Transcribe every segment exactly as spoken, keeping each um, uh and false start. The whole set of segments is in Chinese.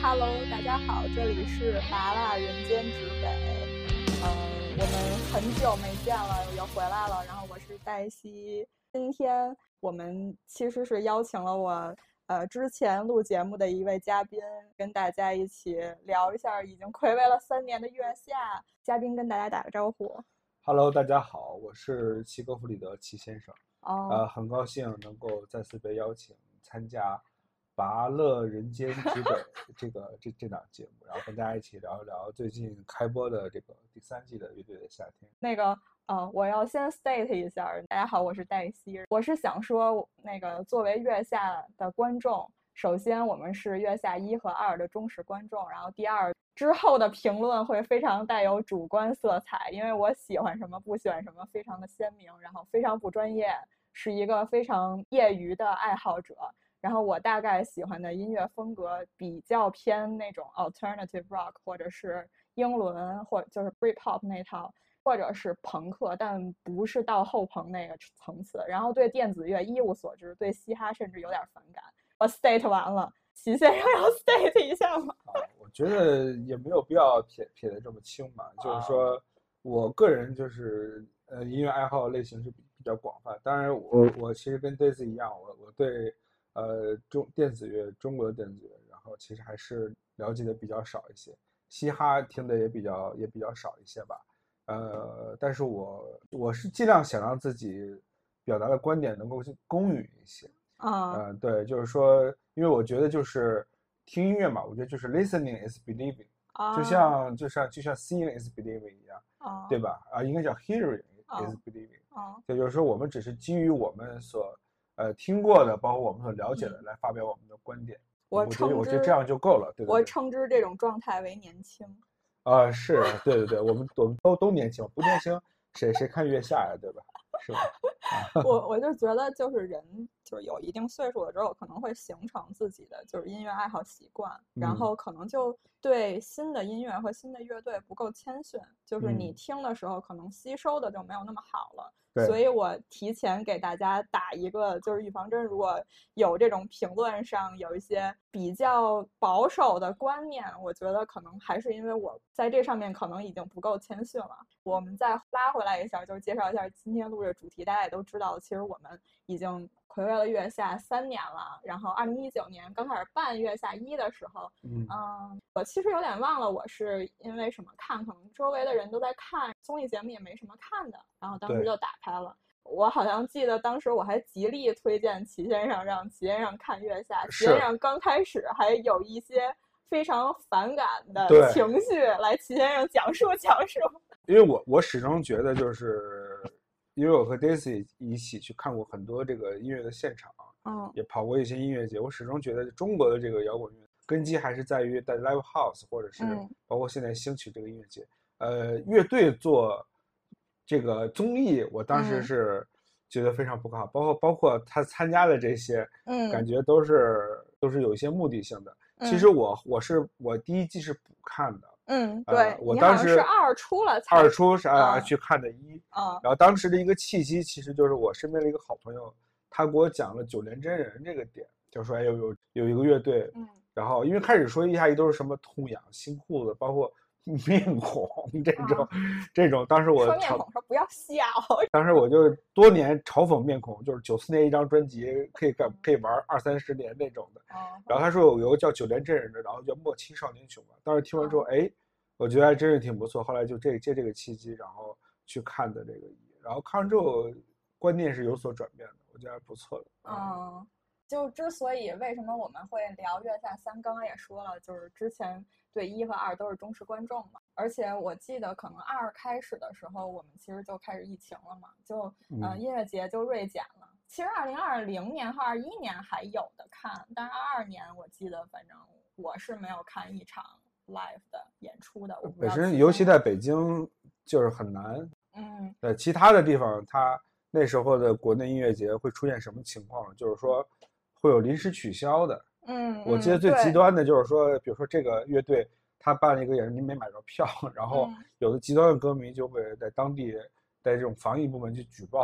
Hello， 大家好，这里是麻辣人间指北。呃，我们很久没见了，又回来了。然后我是黛西，今天我们其实是邀请了我呃之前录节目的一位嘉宾，跟大家一起聊一下已经睽违了三年的月下。嘉宾跟大家打个招呼。 Hello， 大家好，我是齐格弗里德齐先生。 哦， 呃，很高兴能够再次被邀请参加拔乐人间指北这个这这档节目，然后跟大家一起聊一聊最近开播的这个第三季的乐队的夏天。 那个呃，我要先 state 一下，大家好，我是黛西。我是想说，那个作为月下的观众，首先我们是月下一和二的忠实观众，然后第二之后的评论会非常带有主观色彩，因为我喜欢什么不喜欢什么非常的鲜明，然后非常不专业，是一个非常业余的爱好者。然后我大概喜欢的音乐风格比较偏那种 alternative rock， 或者是英伦，或者就是 Britpop 那套，或者是朋克，但不是到后朋那个层次。然后对电子乐一无所知，对嘻哈甚至有点反感。我 state 完了，齐先生要 state 一下吗？ 啊，我觉得也没有必要撇撇得这么清嘛。就是说，我个人就是呃音乐爱好类型是比比较广泛。当然我，我我其实跟 Daisy 一样，我我对呃中电子乐中国的电子乐，然后其实还是了解的比较少一些，嘻哈听的也比较也比较少一些吧。呃，但是我我是尽量想让自己表达的观点能够公允一些。 啊、 呃，对，就是说，因为我觉得就是听音乐嘛，我觉得就是 listening is believing，、 啊、 就像就像就像 seeing is believing 一样， 啊、 对吧？啊，应该叫 hearing is 啊 believing，、 啊也就是说，我们只是基于我们所呃听过的，包括我们所了解的， 嗯来发表我们的观点。 我我觉得称之我觉得这样就够了，对对对。 我称之这种状态为年轻。 啊、是，对对对，我们我们都都年轻，不年轻谁谁看月下呀，对吧？是吧？ 我我就觉得，就是人就是有一定岁数了之后，可能会形成自己的就是音乐爱好习惯，然嗯后可能就对新的音乐和新的乐队不够谦逊，就是你嗯听的时候可能吸收的就没有那么好了。 对所以我提前给大家打一个就是预防针，如果有这种评论上有一些比较保守的观念，我觉得可能还是因为我在这上面可能已经不够谦逊了。我们再拉回来一下，就是介绍一下今天录这主题。大家也都知道，其实我们已经睽违了月下三年了。然后二零一九年刚开始办月下一的时候， 嗯嗯，我其实有点忘了我是因为什么看，可能周围的人都在看综艺节目，也没什么看的，然后当时就打开了。我好像记得当时我还极力推荐齐先生让齐先生看月下，齐先生刚开始还有一些非常反感的情绪，来齐先生讲述讲述。 因为我我始终觉得，就是因为我和 Daisy 一起去看过很多这个音乐的现场， 嗯， 也跑过一些音乐节，我始终觉得中国的这个摇滚乐根基还是在于在 live house， 或者是包括现在兴起这个音乐节。呃，乐队做这个综艺，我当时是觉得非常不好，包括包括他参加的这些， 嗯， 感觉都是都是有一些目的性的。其实我我是我第一季是补看的。 嗯，对， 呃、我当时是二出了才， 二出是啊、 呃、 去看的一， 啊、 然后当时的一个契机，其实就是我身边的一个好朋友，他给我讲了九连真人这个点，就说哎有有有一个乐队， 嗯， 然后因为开始说一下一都是什么痛痒、新裤子，包括面孔这种、啊、这种，当时我说面孔说不要笑， 当时我就多年嘲讽面孔，就是九四年一张专辑可以干可以玩二三十年那种的。然后他说有有个叫九连真人的，然后叫莫欺少年穷嘛。当时听完之后，哎，我觉得还真是挺不错。后来就这借这个契机，然后去看的这个，然后看完之后观念是有所转变的，我觉得还不错的。 嗯，就之所以为什么我们会聊月下三，刚刚也说了，就是之前对一和二都是忠实观众嘛。而且我记得可能二开始的时候，我们其实就开始疫情了嘛，就呃音乐节就锐减了。其实二零二零年和二一年还有的看，但是二二年我记得反正我是没有看一场 live 的演出的。我本身尤其在北京就是很难。 嗯， 呃，其他的地方它那时候的国内音乐节会出现什么情况？就是说会有临时取消的。 嗯， 我记得最极端的就是说，比如说这个乐队他办了一个演出，你没买着票，然后有的极端的歌迷就会在当地在这种防疫部门去举报，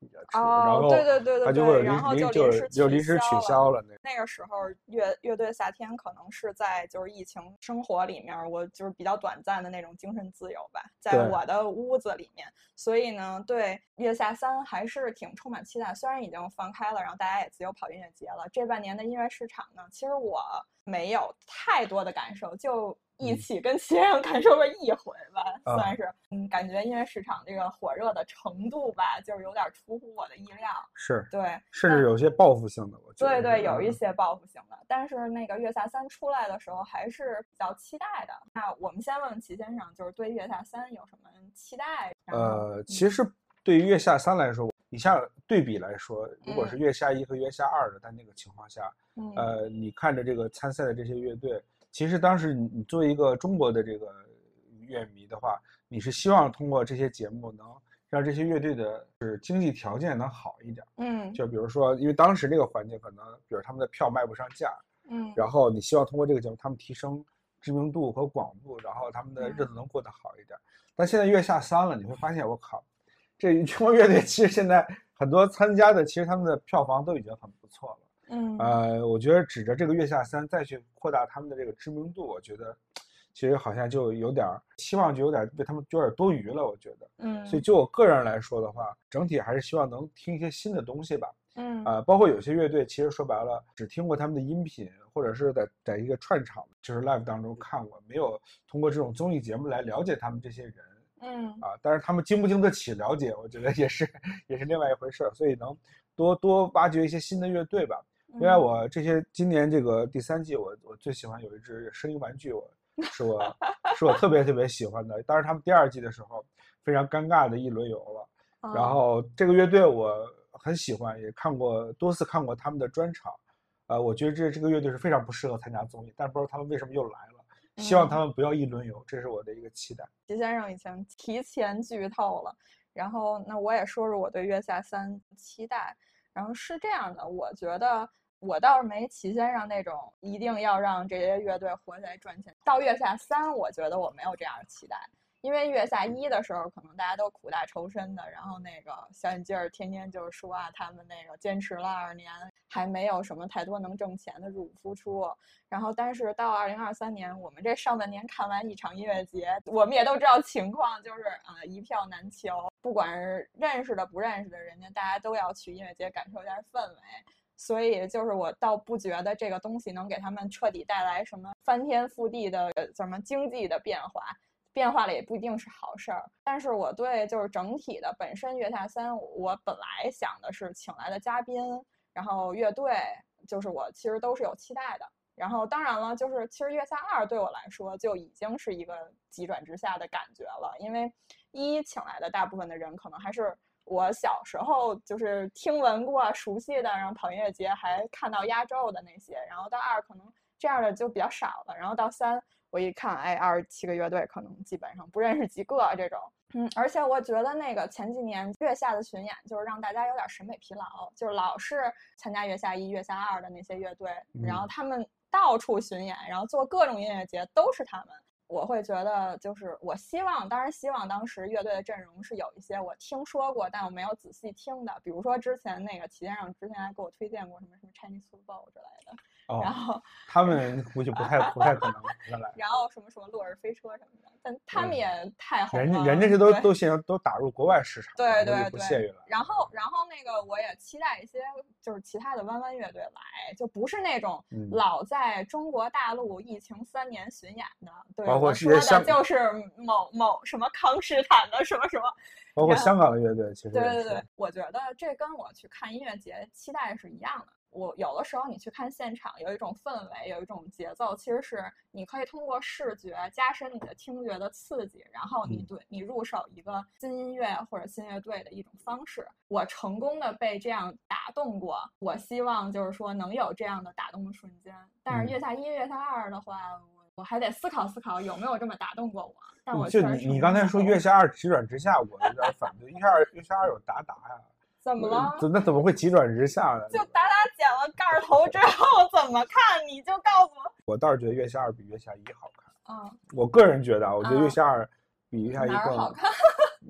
你要吃， 哦、 然后对对对对他就会对，然后就就临时就临时取消了。那那个时候乐乐队夏天可能是在就是疫情生活里面，我就是比较短暂的那种精神自由吧，在我的屋子里面，所以呢，对月下三还是挺充满期待。虽然已经放开了，然后大家也自由跑音乐节了，这半年的音乐市场呢，其实我没有太多的感受，就一起跟齐先生感受了一回吧，嗯、算是嗯，感觉音乐市场这个火热的程度吧，就是有点出乎我的意料。 是， 对， 甚至有些报复性的，我觉得。 对对，有一些报复性的，但是那个月下三出来的时候还是比较期待的。那我们先问问齐先生，就是对月下三有什么期待？ 呃，其实对于月下三来说，你像对比来说，如果是月下一和月下二的，在那个情况下， 嗯、 呃，你看着这个参赛的这些乐队，其实当时你你作为一个中国的这个乐迷的话，你是希望通过这些节目能让这些乐队的是经济条件能好一点。 嗯， 就比如说，因为当时这个环境可能，比如他们的票卖不上价， 嗯， 然后你希望通过这个节目，他们提升知名度和广度，然后他们的日子能过得好一点。嗯、但现在月下三了，你会发现，我靠，这中国乐队其实现在很多参加的，其实他们的票房都已经很不错了。 嗯， 呃，我觉得指着这个月下三再去扩大他们的这个知名度，我觉得其实好像就有点期望，就有点被他们有点多余了，我觉得。 嗯， 所以就我个人来说的话，整体还是希望能听一些新的东西吧。 嗯， 呃，包括有些乐队，其实说白了，只听过他们的音频，或者是在在一个串场，就是 live 当中看过，没有通过这种综艺节目来了解他们这些人。 嗯， 啊，但是他们经不经得起了解，我觉得也是也是另外一回事，所以能多多挖掘一些新的乐队吧。另外，我这些今年这个第三季，我我最喜欢有一支声音玩具，我是我是我特别特别喜欢的。当时他们第二季的时候，非常尴尬的一轮游了。 哦、 然后这个乐队我很喜欢，也看过多次看过他们的专场。呃，我觉得这这个乐队是非常不适合参加综艺，但不知道他们为什么又来了。希望他们不要一轮游，这是我的一个期待。 齐先生已经提前剧透了，然后那我也说说我对月下三期待。然后是这样的，我觉得我倒是没齐先生那种一定要让这些乐队活下来赚钱。到月下三，我觉得我没有这样的期待，因为月下一的时候，可能大家都苦大仇深的，然后那个小眼镜儿天天就是说啊，他们那个坚持了二年，还没有什么太多能挣钱的入不敷出。然后，但是到二零二三年，我们这上半年看完一场音乐节，我们也都知道情况，就是啊、呃、一票难求。不管是认识的不认识的人家，大家都要去音乐节感受一下氛围。所以就是我倒不觉得这个东西能给他们彻底带来什么翻天覆地的什么经济的变化。变化了也不一定是好事儿，但是我对就是整体的本身月下三，我本来想的是请来的嘉宾，然后乐队，就是我其实都是有期待的。然后当然了，就是其实月下二对我来说就已经是一个急转直下的感觉了，因为一请来的大部分的人可能还是我小时候就是听闻过、熟悉的，然后跑音乐节还看到压轴的那些，然后到二可能这样的就比较少了，然后到三。我一看，哎，二十七个乐队可能基本上不认识几个这种，嗯，而且我觉得那个前几年月下的巡演就是让大家有点审美疲劳，就是老是参加月下一、月下二的那些乐队，然后他们到处巡演，然后做各种音乐节都是他们。我会觉得，就是我希望，当然希望当时乐队的阵容是有一些我听说过，但我没有仔细听的，比如说之前那个齐先生之前还给我推荐过什么什么 Chinese Football 之类的。 哦、 然后他们估计不太不太可能再来。 然后什么什么落日飞车什么的，但他们也太红了。 人家人家这都都现在都打入国外市场， 对对对， 不屑于了。 然后然后那个我也期待一些就是其他的弯弯乐队来，就不是那种老在中国大陆疫情三年巡演的。嗯、对， 包括我说的就是某某什么康士坦的什么什么。 包括香港的乐队，其实对对对，我觉得这跟我去看音乐节期待是一样的。我有的时候你去看现场，有一种氛围，有一种节奏，其实是你可以通过视觉加深你的听觉的刺激，然后你对你入手一个新音乐或者新乐队的一种方式。我成功的被这样打动过，我希望就是说能有这样的打动的瞬间。但是月下一、月下二的话，我我还得思考思考有没有这么打动过我。但我就你你刚才说月下二急转直下，我有点反对。月下二月下二有打打呀。 怎么了？ 那怎么会急转直下呢？ 就打打剪了盖头之后怎么看？你就告诉我。 我倒是觉得月下二比月下一好看。 嗯， 我个人觉得啊，我觉得月下二比月下一更好看。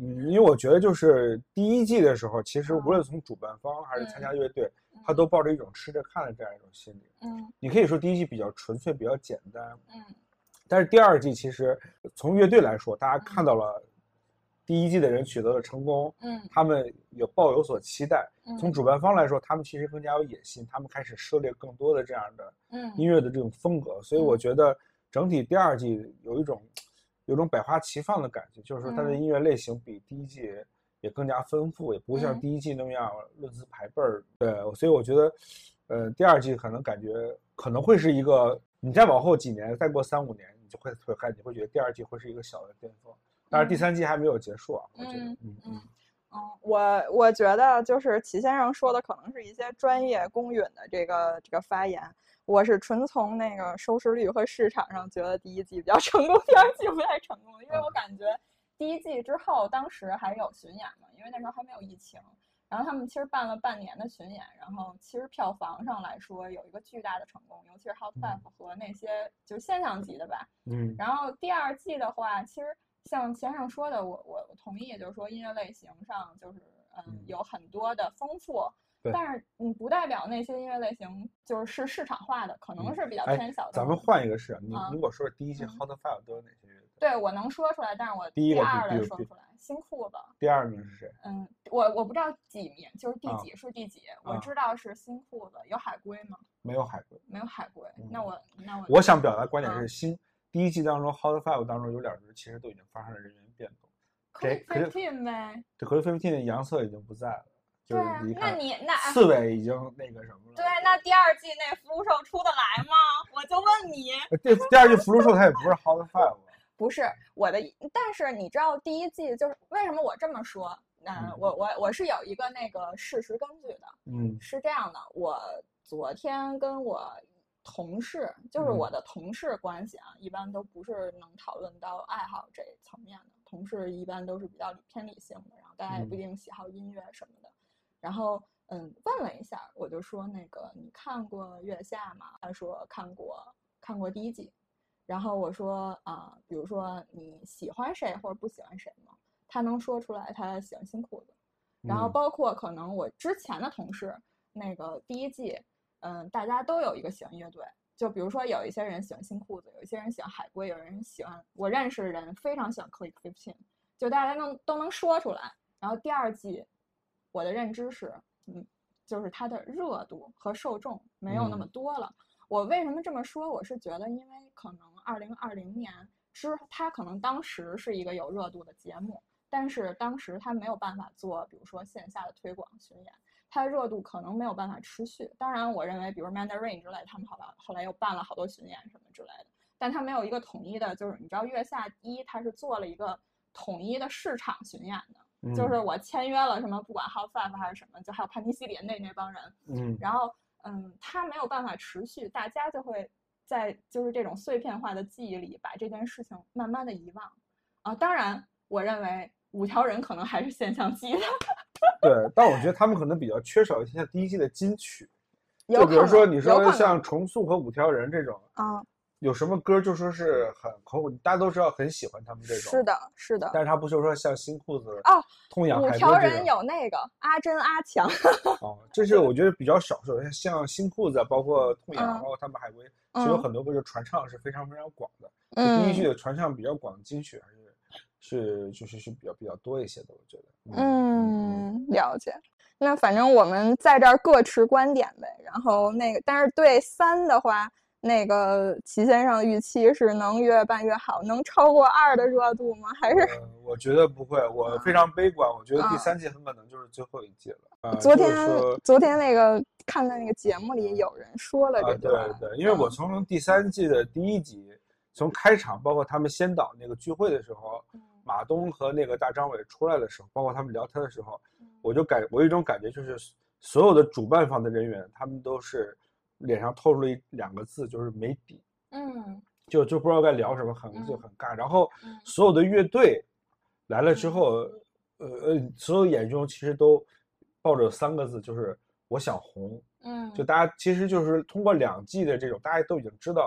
嗯，因为我觉得就是第一季的时候，其实无论从主办方还是参加乐队， 嗯、 他都抱着一种吃着看的这样一种心理。 嗯， 你可以说第一季比较纯粹，比较简单。 嗯， 但是第二季其实从乐队来说，大家看到了第一季的人取得了成功， 嗯， 他们有抱有所期待。 嗯、 从主办方来说，他们其实更加有野心，他们开始涉猎更多的这样的音乐的这种风格。嗯、所以我觉得整体第二季有一种有种百花齐放的感觉，就是说它的音乐类型比第一季也更加丰富，也不会像第一季那样论资排辈儿。对，所以我觉得，呃，第二季可能感觉可能会是一个，你再往后几年，再过三五年，你就会会看，你会觉得第二季会是一个小的巅峰。但是第三季还没有结束啊，我觉得， 嗯嗯嗯嗯，我我觉得就是齐先生说的可能是一些专业公允的这个这个发言，我是纯从那个收视率和市场上觉得第一季比较成功，第二季不太成功，因为我感觉第一季之后当时还有巡演嘛，因为那时候还没有疫情，然后他们其实办了半年的巡演，然后其实票房上来说有一个巨大的成功，尤其是 Hot Five 和那些就是现象级的吧， 嗯， 然后第二季的话，其实。像前上说的，我我我同意，就是说音乐类型上就是嗯有很多的丰富，但是你不代表那些音乐类型就是是市场化的，可能是比较偏小的。 嗯、咱们换一个事，你、 嗯、 如果说第一季 Hot Five 都有哪些乐队？ 对，我能说出来，但是我第一个二的说不出来。新裤子。 第二名是谁？ 嗯，我我不知道几名，就是第几、啊、是第几，我知道是新裤子。有海龟吗？ 没有海龟， 没有海龟。嗯、那我那我我想表达观点是新。嗯第一季当中 ，Hot Five 当中有两支其实都已经发生了人员变动。 Code Fifteen 呗， 这 Code Fifteen 的杨策已经不在了，就是你看，那你那刺猬已经那个什么了。 对，那第二季那福禄寿出得来吗？我就问你。 第第二季福禄寿他也不是 Hot Five。 不是我的，但是你知道第一季就是为什么我这么说？嗯，嗯我我我是有一个那个事实根据的。 嗯， 是这样的，我昨天跟我。同事就是我的同事关系啊，嗯、一般都不是能讨论到爱好这一层面的。同事一般都是比较偏理性的，然后大家也不一定喜好音乐什么的。嗯、然后嗯，问了一下，我就说那个你看过月下吗？他说看过，看过第一季。然后我说啊、呃，比如说你喜欢谁或者不喜欢谁吗？他能说出来他喜欢新裤子。然后包括可能我之前的同事，那个第一季。嗯，大家都有一个喜欢乐队，就比如说有一些人喜欢新裤子，有一些人喜欢海龟，有人喜欢我认识的人非常喜欢 Click Fifteen， 就大家能都能说出来。然后第二季，我的认知是，嗯，就是它的热度和受众没有那么多了。嗯、我为什么这么说？我是觉得，因为可能二零二零年之，它可能当时是一个有热度的节目，但是当时它没有办法做，比如说线下的推广巡演。它的热度可能没有办法持续，当然，我认为，比如 Mandarin 之类，他们好吧，后来又办了好多巡演什么之类的，但它没有一个统一的，就是你知道月下一它是做了一个统一的市场巡演的，嗯、就是我签约了什么，不管 Hot Five 还是什么，就还有潘尼西林那那帮人， 嗯， 然后嗯，它没有办法持续，大家就会在就是这种碎片化的记忆里把这件事情慢慢的遗忘，啊，当然，我认为五条人可能还是现象级的。 对，但我觉得他们可能比较缺少一些像第一季的金曲，就比如说你说像重塑和五条人这种啊， 有什么歌就说是很口，大家都知道很喜欢他们这种， 是的，是的， 但是他不就是说像新裤子哦， 痛仰五条人有那个阿珍阿强哦，这是我觉得比较少数，像新裤子包括痛仰，包括他们海龟，其实有很多歌就传唱是非常非常广的， 嗯， 第一季的传唱比较广，金曲还是。是，就是是比较比较多一些的，我觉得。 嗯，嗯了解。那反正我们在这儿各持观点呗。然后那个，但是对三的话，那个齐先生预期是能越办越好，能超过二的热度吗？还是？ 呃、我觉得不会，我非常悲观。啊、我觉得第三季很可能就是最后一季了。 啊呃、昨天、就是、昨天那个看的那个节目里有人说了这句话、 啊。对对，因为我从第三季的第一集，嗯、从开场，包括他们先导那个聚会的时候。嗯马东和那个大张伟出来的时候，包括他们聊天的时候，我就感我有一种感觉，就是所有的主办方的人员，他们都是脸上透露了一两个字，就是没底， 嗯， 就就不知道该聊什么，很就很尬。然后所有的乐队来了之后，呃呃，所有演员其实都抱着三个字，就是我想红， 嗯， 就大家其实就是通过两季的这种，大家都已经知道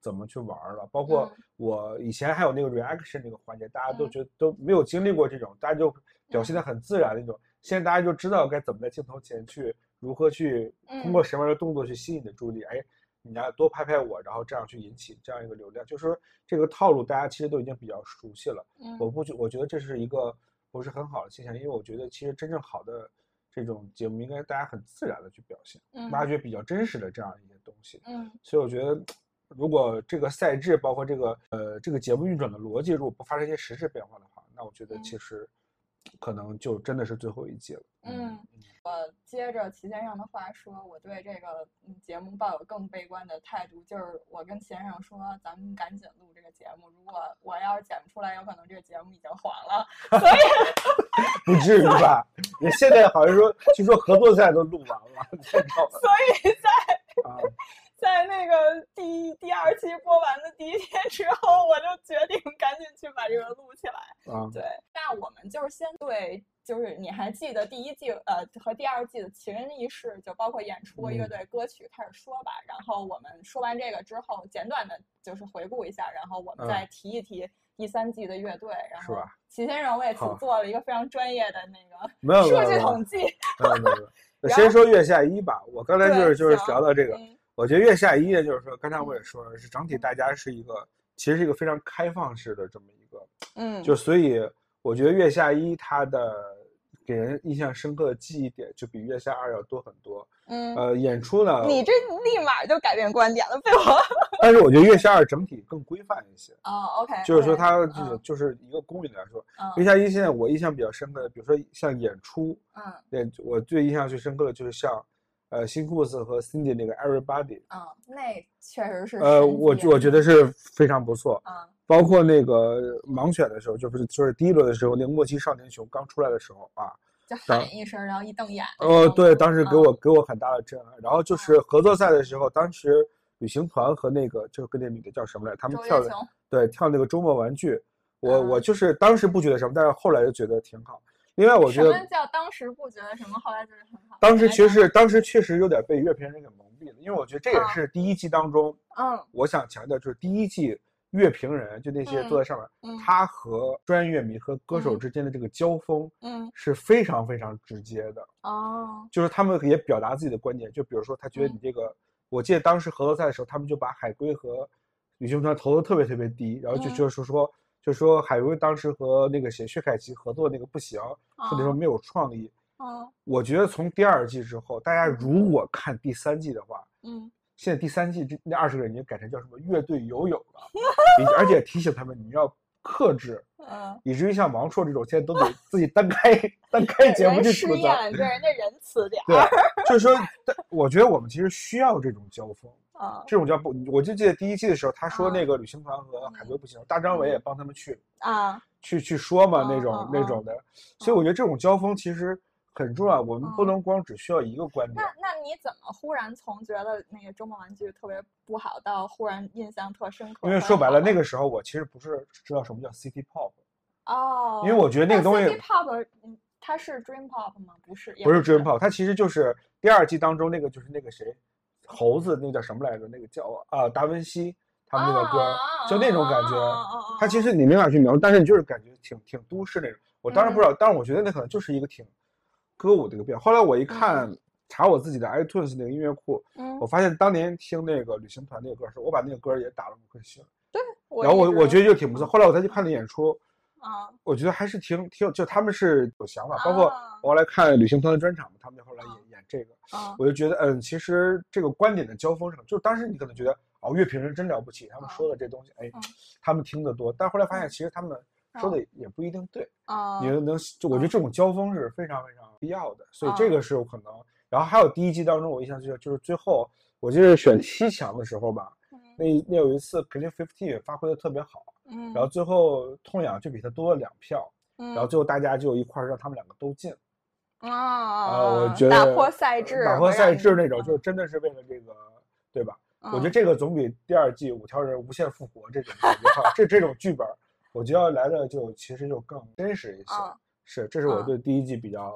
怎么去玩了。包括我以前还有那个 reaction 那个环节，大家都嗯觉得都没有经历过这种，大家就表现得很自然那种。现在大家就知道该怎么在镜头前去如何去通过什么样的动作去吸引你的注意力，哎。你要多拍拍我，然后这样去引起这样一个流量，就是说这个套路大家其实都已经比较熟悉了。 嗯， 我不觉我觉得这是一个不是很好的现象，因为我觉得其实真正好的这种节目应该大家很自然的去表现， 嗯、 挖掘比较真实的这样一些东西。 嗯， 所以我觉得，如果这个赛制包括这个呃这个节目运转的逻辑，如果不发生一些实质变化的话，那我觉得其实可能就真的是最后一季了。 嗯。我接着齐先生的话说，我对这个节目抱有更悲观的态度，就是我跟齐先生说，咱们赶紧录这个节目，如果我要是剪不出来，有可能这个节目已经黄了。所以不至于吧？你现在好像说，据说合作赛都录完了， 所以在啊。在那个第一、第二期播完的第一天之后，我就决定赶紧去把这个录起来。 啊， 对，那我们就是先对，就是你还记得第一季呃和第二季的奇人异事，就包括演出、乐队、歌曲开始说吧。然后我们说完这个之后，简短的就是回顾一下，然后我们再提一提第三季的乐队。然后齐先生为此做了一个非常专业的那个数据统计。 没有没有没有。先说月下一吧，我刚才就是就是聊到这个。我觉得月下一呢，就是说，刚才我也说了，是整体大家是一个，其实是一个非常开放式的这么一个， 嗯， 就所以我觉得月下一它的给人印象深刻的记忆点就比月下二要多很多， 嗯， 呃，演出呢， 你这立马就改变观点了，被我。 但是我觉得月下二整体更规范一些。 哦 ，OK， 就是说它就是就是一个公允来说，月下一现在我印象比较深刻的，比如说像演出， 嗯， 对，我最印象最深刻的就是像。呃，新裤子和 Cindy 那个 Everybody， 嗯，那确实是呃，我我觉得是非常不错， 嗯， 包括那个盲选的时候，就是就是第一轮的时候，那个莫欺少年熊刚出来的时候啊， 就喊一声，然后一瞪眼， 哦，对，当时给我、嗯、给我很大的震撼。然后就是合作赛的时候，当时旅行团和那个就跟那女的叫什么来，他们跳的，对，跳那个周末玩具，我、嗯、我就是当时不觉得什么，但是后来就觉得挺好。另外，我觉得什么叫当时不觉得什么，后来觉得很好。 当时其实是当时确实有点被乐评人给蒙蔽了，因为我觉得这也是第一季当中， 嗯， 我想强调就是第一季乐评人就那些坐在上面， 嗯， 他和专业乐迷和歌手之间的这个交锋， 嗯， 是非常非常直接的。 哦， 就是他们也表达自己的观点，就比如说他觉得你这个，嗯、我记得当时合作赛的时候，他们就把海龟和旅行团投的特别特别低，然后就就是说。嗯就说海龟当时和那个谁薛凯琪合作那个不行，或者说没有创意。 嗯， 我觉得从第二季之后，大家如果看第三季的话， 嗯， 现在第三季这那二十个人已经改成叫什么乐队游泳了，而且提醒他们你要克制， 嗯， 以至于像王朔这种现在都得自己单开单开节目去吐槽， 对人家仁慈点。 对，就是说，我觉得我们其实需要这种交锋。 啊， 这种叫不，我就记得第一季的时候，他说那个旅行团和海龟不行，大张伟也帮他们去啊， 去去说嘛，那种那种的，所以我觉得这种交锋其实很重要，我们不能光只需要一个观点。 那那你怎么忽然从觉得那个周末玩具特别不好，到忽然印象特深刻？ 因为说白了，那个时候我其实不是知道什么叫 City Pop， 哦， 因为我觉得那个东西 City Pop， 它是 Dream Pop 吗？不是， 不是 Dream Pop， 它其实就是第二季当中那个就是那个谁。猴子那个叫什么来着？那个叫啊达文西他们那个歌， 啊、 就那种感觉。 啊、 它其实你没法去描述，但是你就是感觉挺挺都市那种。我当然不知道，嗯、但是我觉得那可能就是一个挺歌舞的一个变化。后来我一看、嗯、查我自己的 iTunes 那个音乐库， 嗯， 我发现当年听那个旅行团那个歌时，我把那个歌也打了五颗星。 对， 然后我我觉得就挺不错。后来我再去看那演出。 啊， 我觉得还是挺挺，就他们是有想法，包括我后来看旅行团的专场，他们后来也演这个， 啊， 我就觉得，嗯，其实这个观点的交锋上，就是当时你可能觉得，哦，乐评人真了不起，他们说的这东西，哎，他们听得多，但后来发现，其实他们说的也不一定对， 啊， 你能，就我觉得这种交锋是非常非常必要的，所以这个是有可能。然后还有第一季当中，我印象最就是最后，我记得选七强的时候吧，那那有一次 Clean Fifteen 发挥的特别好。 嗯， 然后最后痛痒就比他多了两票， 嗯， 然后最后大家就一块儿让他们两个都进， 啊、 呃，我觉得打破赛制， 打破赛制那种，就真的是为了这个，对吧？ 嗯、 我觉得这个总比第二季五条人无限复活这种感觉好，这这种剧本，我觉得来的就其实就更真实一些。 嗯、 是，这是我对第一季比较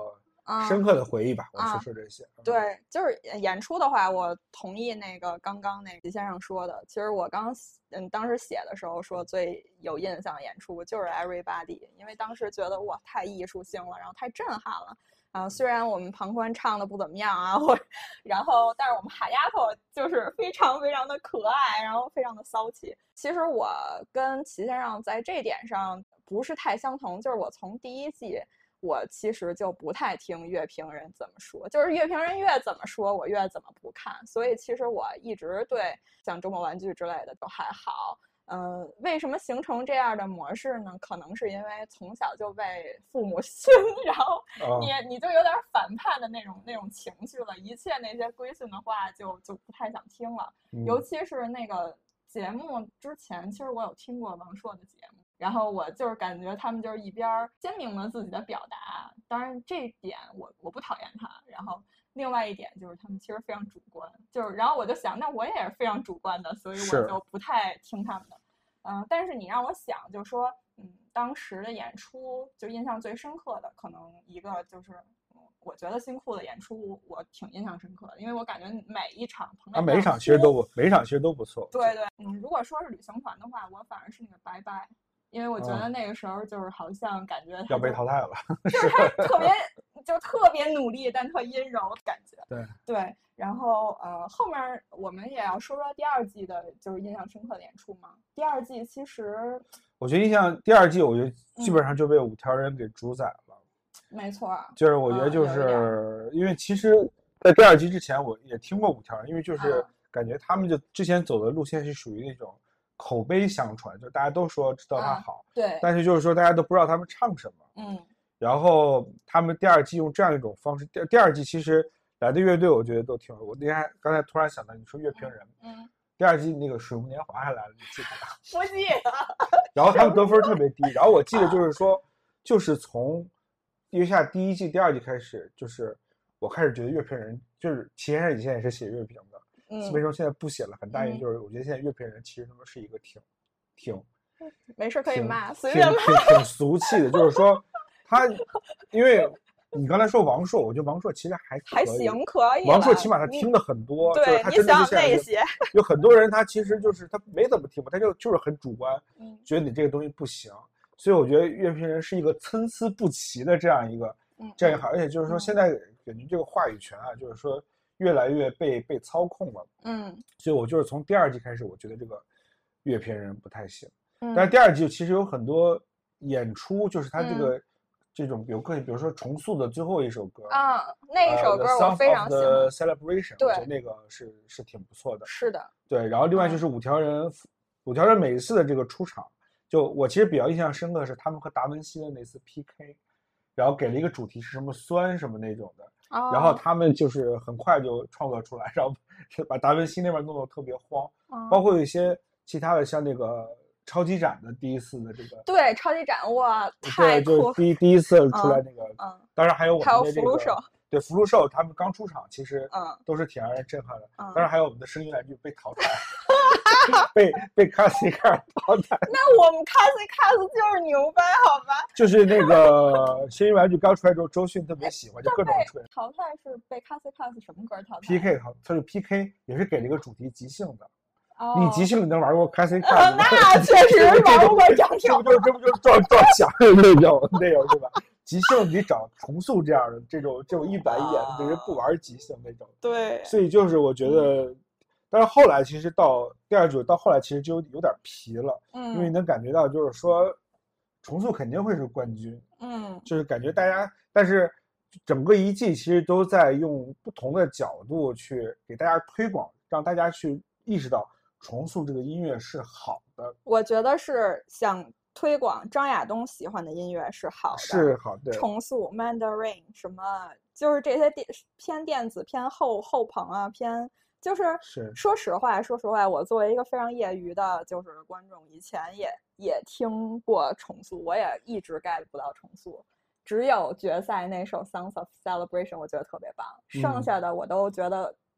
深刻的回忆吧。 啊、 我说说这些。 嗯、对，就是演出的话，我同意那个刚刚那个齐先生说的。其实我刚嗯当时写的时候说最有印象演出就是 Everybody， 因为当时觉得哇太艺术性了，然后太震撼了。啊，虽然我们庞宽唱的不怎么样啊，我，然后但是我们海丫头就是非常非常的可爱，然后非常的骚气。其实我跟齐先生在这点上不是太相同，就是我从第一季我其实就不太听乐评人怎么说，就是乐评人越怎么说我越怎么不看，所以其实我一直对像周末玩具之类的都还好。嗯、呃，为什么形成这样的模式呢？可能是因为从小就被父母训，然后你、哦、你就有点反叛的那种那种情绪了，一切那些规训的话就就不太想听了。嗯、尤其是那个节目之前，其实我有听过王朔的节目，然后我就是感觉他们就是一边鲜明了自己的表达，当然这一点我我不讨厌他，然后。另外一点就是他们其实非常主观，就是然后我就想，那我也是非常主观的，所以我就不太听他们的。嗯、呃，但是你让我想，就是说，嗯，当时的演出就印象最深刻的，可能一个就是，嗯、我觉得新裤的演出我挺印象深刻的，因为我感觉每一场朋友啊，每一场其实都不，每一场其实都不错。 对对，嗯，如果说是旅行团的话，我反而是那个拜拜。因为我觉得那个时候就是好像感觉要被淘汰了， 就是他特别就特别努力，但特阴柔的感觉。 对对，然后呃，后面我们也要说说第二季的，就是印象深刻的演出嘛。第二季其实， 我觉得印象第二季，我觉得基本上就被五条人给主宰了。 嗯、没错， 就是我觉得就是、嗯、因为其实，在第二季之前我也听过五条人，因为就是感觉他们就之前走的路线是属于那种。口碑相传，就大家都说知道他好、 啊，对， 但是就是说大家都不知道他们唱什么， 嗯， 然后他们第二季用这样一种方式，第第二季其实来的乐队我觉得都挺好，我那天刚才突然想到你说乐评人， 嗯，嗯第二季那个水木年华还来了，你记得吗？不记得。 然后他们得分特别低，然后我记得就是说，就是从月下第一季、第二季开始，就是我开始觉得乐评人就是齐先生以前也是写乐评的。 嗯， 为什么现在不写了？很大原因就是，我觉得现在乐评人其实他们是一个挺、挺， 没事可以骂，随便骂， 挺挺俗气的。就是说，他，因为你刚才说王朔，我觉得王朔其实还还行，可以。 王朔起码他听的很多， 对， 他真的是那些。 有很多人他其实就是他没怎么听过，他就就是很主观， 嗯， 觉得你这个东西不行。所以我觉得乐评人是一个参差不齐的这样一个， 嗯， 这样一个，而且就是说现在感觉这个话语权啊，就是说。越来越被被操控了， 嗯， 所以我就是从第二季开始，我觉得这个乐评人不太行。 嗯， 但是第二季其实有很多演出，就是他这个、嗯、这种，比如比如说重塑的最后一首歌啊，那一首歌我非常喜欢。 呃、Celebration， 对， 我觉得那个是是挺不错的。 是的， 对。然后另外就是五条人，嗯、五条人每一次的这个出场，就我其实比较印象深刻的是他们和达文西的那次 P K， 然后给了一个主题是什么酸什么那种的。 Oh. 然后他们就是很快就创作出来，然后把达文西那边弄得特别慌， oh. 包括有一些其他的，像那个超级展的第一次的这个， 对，超级展哇，太酷，就第第一次出来那个， 嗯，嗯当然还有我们的这个， 还有福禄寿， 对，福禄寿他们刚出场，其实嗯都是挺让人震撼的， 嗯， 当然还有我们的声音玩具被淘汰。被被卡西卡尔淘汰， 那我们卡西卡斯就是牛掰，好吧？ 就是那个声音玩具刚出来之后，周迅特别喜欢，就各种吹。 淘汰是被卡西卡斯什么歌淘汰 ？P K 淘，他就 P K 也是给了一个主题即兴的。 哦， 你即兴你能玩过卡西卡斯？ 那确实玩过两条。 这不就这不就撞撞墙的那种那种是吧？即兴你找重塑这样的这种这种一板一眼的人不玩即兴那种。 对。 所以就是我觉得。嗯，但是后来其实到第二组到后来其实就有点皮了， 嗯， 因为你能感觉到就是说，重塑肯定会是冠军， 嗯， 就是感觉大家，但是整个一季其实都在用不同的角度去给大家推广，让大家去意识到重塑这个音乐是好的。 我觉得是想推广张亚东喜欢的音乐是好的， 是好的。 重塑 Mandarin 什么，就是这些电偏电子偏后后朋啊偏。就是说实话，说实话，我作为一个非常业余的，就是观众，以前也也听过重塑，我也一直 get 不到重塑，只有决赛那首《Songs of Celebration》我觉得特别棒，剩下的我都觉得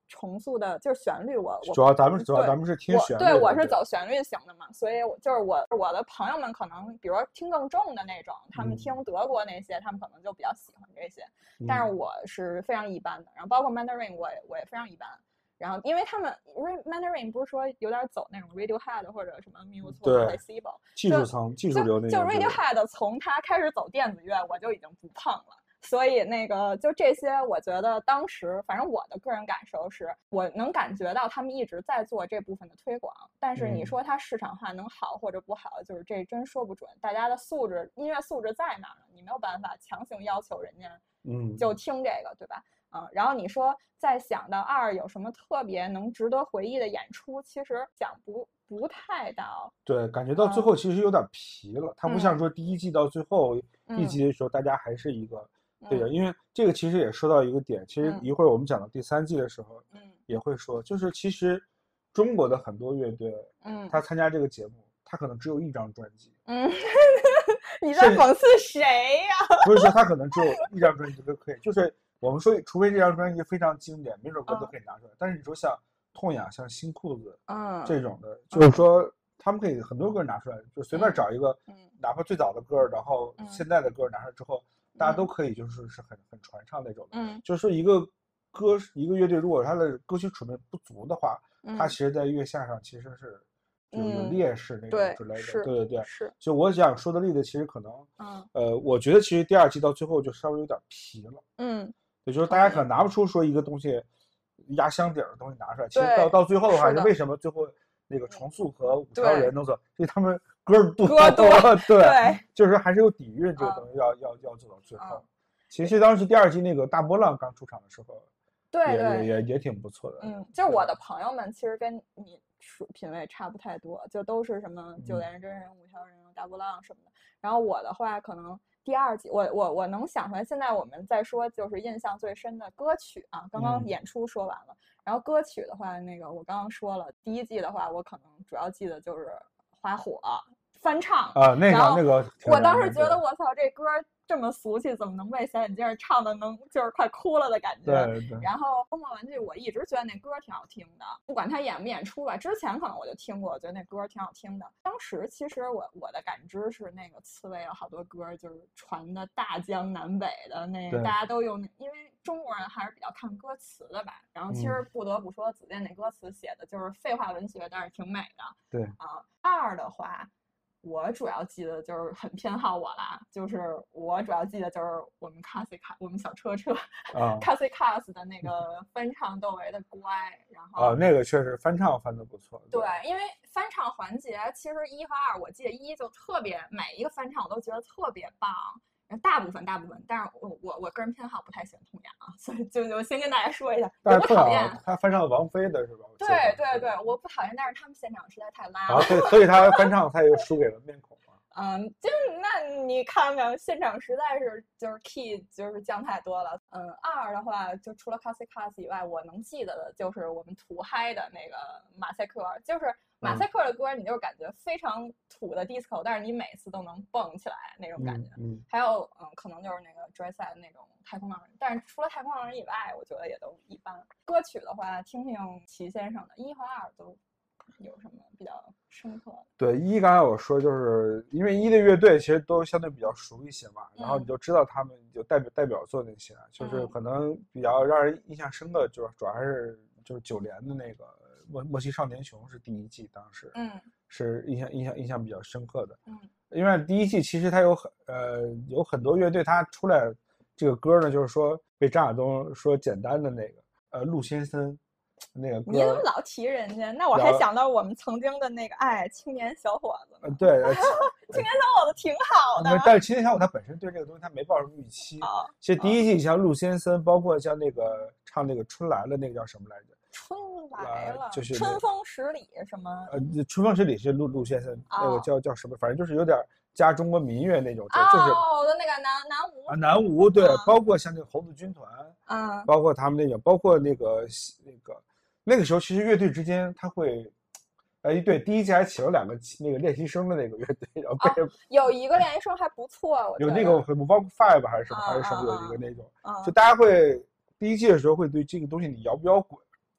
重塑的，就是旋律我，我主要咱们主要咱们是听旋律， 对，我是走旋律型的嘛，所以我就是我我的朋友们可能，比如说听更重的那种，他们听德国那些，嗯、他们可能就比较喜欢这些，但是我是非常一般的，然后包括 Mandarin 我也我也非常一般。然后，因为他们，因为 Mandarin 不是说有点走那种 Radiohead 或者什么 Muse 或者 Placebo 技术层技术流那种，就 Radiohead 从他开始走电子乐，我就已经不碰了。所以那个就这些，我觉得当时反正我的个人感受是，我能感觉到他们一直在做这部分的推广，但是你说它市场化能好或者不好，就是这真说不准。大家的素质，音乐素质在哪儿呢？你没有办法强行要求人家，嗯，就听这个，对吧？嗯，然后你说再想到二有什么特别能值得回忆的演出，其实想不不太到。 对，感觉到最后其实有点疲了，嗯、它不像说第一季到最后一集的时候，大家还是一个。对的，因为这个其实也说到一个点，其实一会儿我们讲到第三季的时候，嗯，也会说，就是其实中国的很多乐队，嗯，他参加这个节目，他可能只有一张专辑， 嗯，你在讽刺谁呀？ 不是说他可能只有一张专辑就可以，就是我们说，除非这张专辑非常经典，每首歌都可以拿出来，嗯、但是你说像痛痒、像新裤子，嗯，这种的，就是说他们可以很多歌拿出来，就随便找一个，嗯，哪怕最早的歌，然后现在的歌拿出来之后。大家都可以，就是是很很传唱那种的，嗯，就是说一个歌一个乐队，如果他的歌曲储备不足的话，嗯，他其实在月下上其实是就有劣势那种之类的，嗯、对对对， 是。 就我想说的例子，其实可能，嗯，呃，我觉得其实第二季到最后就稍微有点疲了，嗯，也就是大家可能拿不出说一个东西压箱底儿的东西拿出来，其实到到最后的话，是为什么最后那个重塑和五条人都走，因为他们。歌多， 歌多， 对， 对就是还是有底蕴这个东西要、嗯、要要走到最后。嗯、其实当时第二季那个大波浪刚出场的时候， 对对，也也也挺不错的。 嗯，就是我的朋友们其实跟你品味差不太多，就都是什么九连真人、五条人、大波浪什么的。然后我的话，可能第二季，我我我能想出来。现在我们在说就是印象最深的歌曲啊，刚刚演出说完了。嗯、然后歌曲的话，那个我刚刚说了，第一季的话，我可能主要记得就是花火。翻唱啊，那个那个， 我当时觉得我操，这歌这么俗气，怎么能被小眼镜唱的能就是快哭了的感觉？ 对对。 然后疯狂玩具，我一直觉得那歌挺好听的，不管他演不演出吧，之前可能我就听过，我觉得那歌挺好听的。当时其实我我的感知是，那个刺猬有好多歌就是传的大江南北的，那个大家都用，因为中国人还是比较看歌词的吧。然后其实不得不说，子健那歌词写的就是废话文学，但是挺美的。 对啊，二的话。我主要记得就是很偏好我啦，就是我主要记得就是我们 Cassie 卡我们小车车啊 Cassie Cars 的那个翻唱窦唯的乖，然后啊那个确实翻唱翻的不错。 对，因为翻唱环节其实一和二，我记得一就特别每一个翻唱我都觉得特别棒。大部分大部分，但是我我我个人偏好不太喜欢痛痒啊，所以就就先跟大家说一下，我不讨厌他翻唱王菲的是吧？ 对对对，我不讨厌，但是他们现场实在太拉了， 啊，对，所以他翻唱他又输给了面孔嘛。 嗯，就那你看看现场实在是就是 key 就是降太多了。嗯，二的话就除了 Cassie Cars 以外，我能记得的就是我们土嗨的那个马赛克，就是马赛克的歌，你就是感觉非常土的 disco，、嗯、但是你每次都能蹦起来那种感觉。嗯，嗯还有嗯，可能就是那个 Joyside 那种太空浪人，但是除了太空浪人以外，我觉得也都一般。歌曲的话，听听齐先生的一和二都。有什么比较深刻的？ 对一，刚才我说就是因为一的乐队其实都相对比较熟一些嘛，嗯、然后你就知道他们就代表代表作那些，就是可能比较让人印象深刻，就是主要还是就是九连的那个莫莫西少年熊是第一季，当时嗯是印象印象印象比较深刻的，嗯，因为第一季其实它有很呃有很多乐队它出来这个歌呢，就是说被张亚东说简单的那个呃陆先生。那个歌你怎么老提人家？那我还想到我们曾经的那个爱青年小伙子。 嗯，对， 青年小伙子挺好的。 但是青年小伙子他本身对这个东西他没抱什么预期。哦、其实第一季像陆先生，包括像那个唱那个春来了那个叫什么来着？ 春来了， 呃、就是春风十里什么？ 呃，春风十里是陆陆先生，哦、那个叫叫什么？反正就是有点加中国民乐那种， 哦、 就是哦的那个南南无啊，南无对， 哦、 包括像那个猴子军团， 嗯， 包括他们那种，包括那个那个。那个时候其实乐队之间他会，哎对，第一季还请了两个那个练习生的那个乐队，然后被、 哦、有一个练习生还不错，我有那个包括 Five 还是什么、啊、还是什么有一个那种，啊、就大家会第一季的时候会对这个东西你摇不摇滚，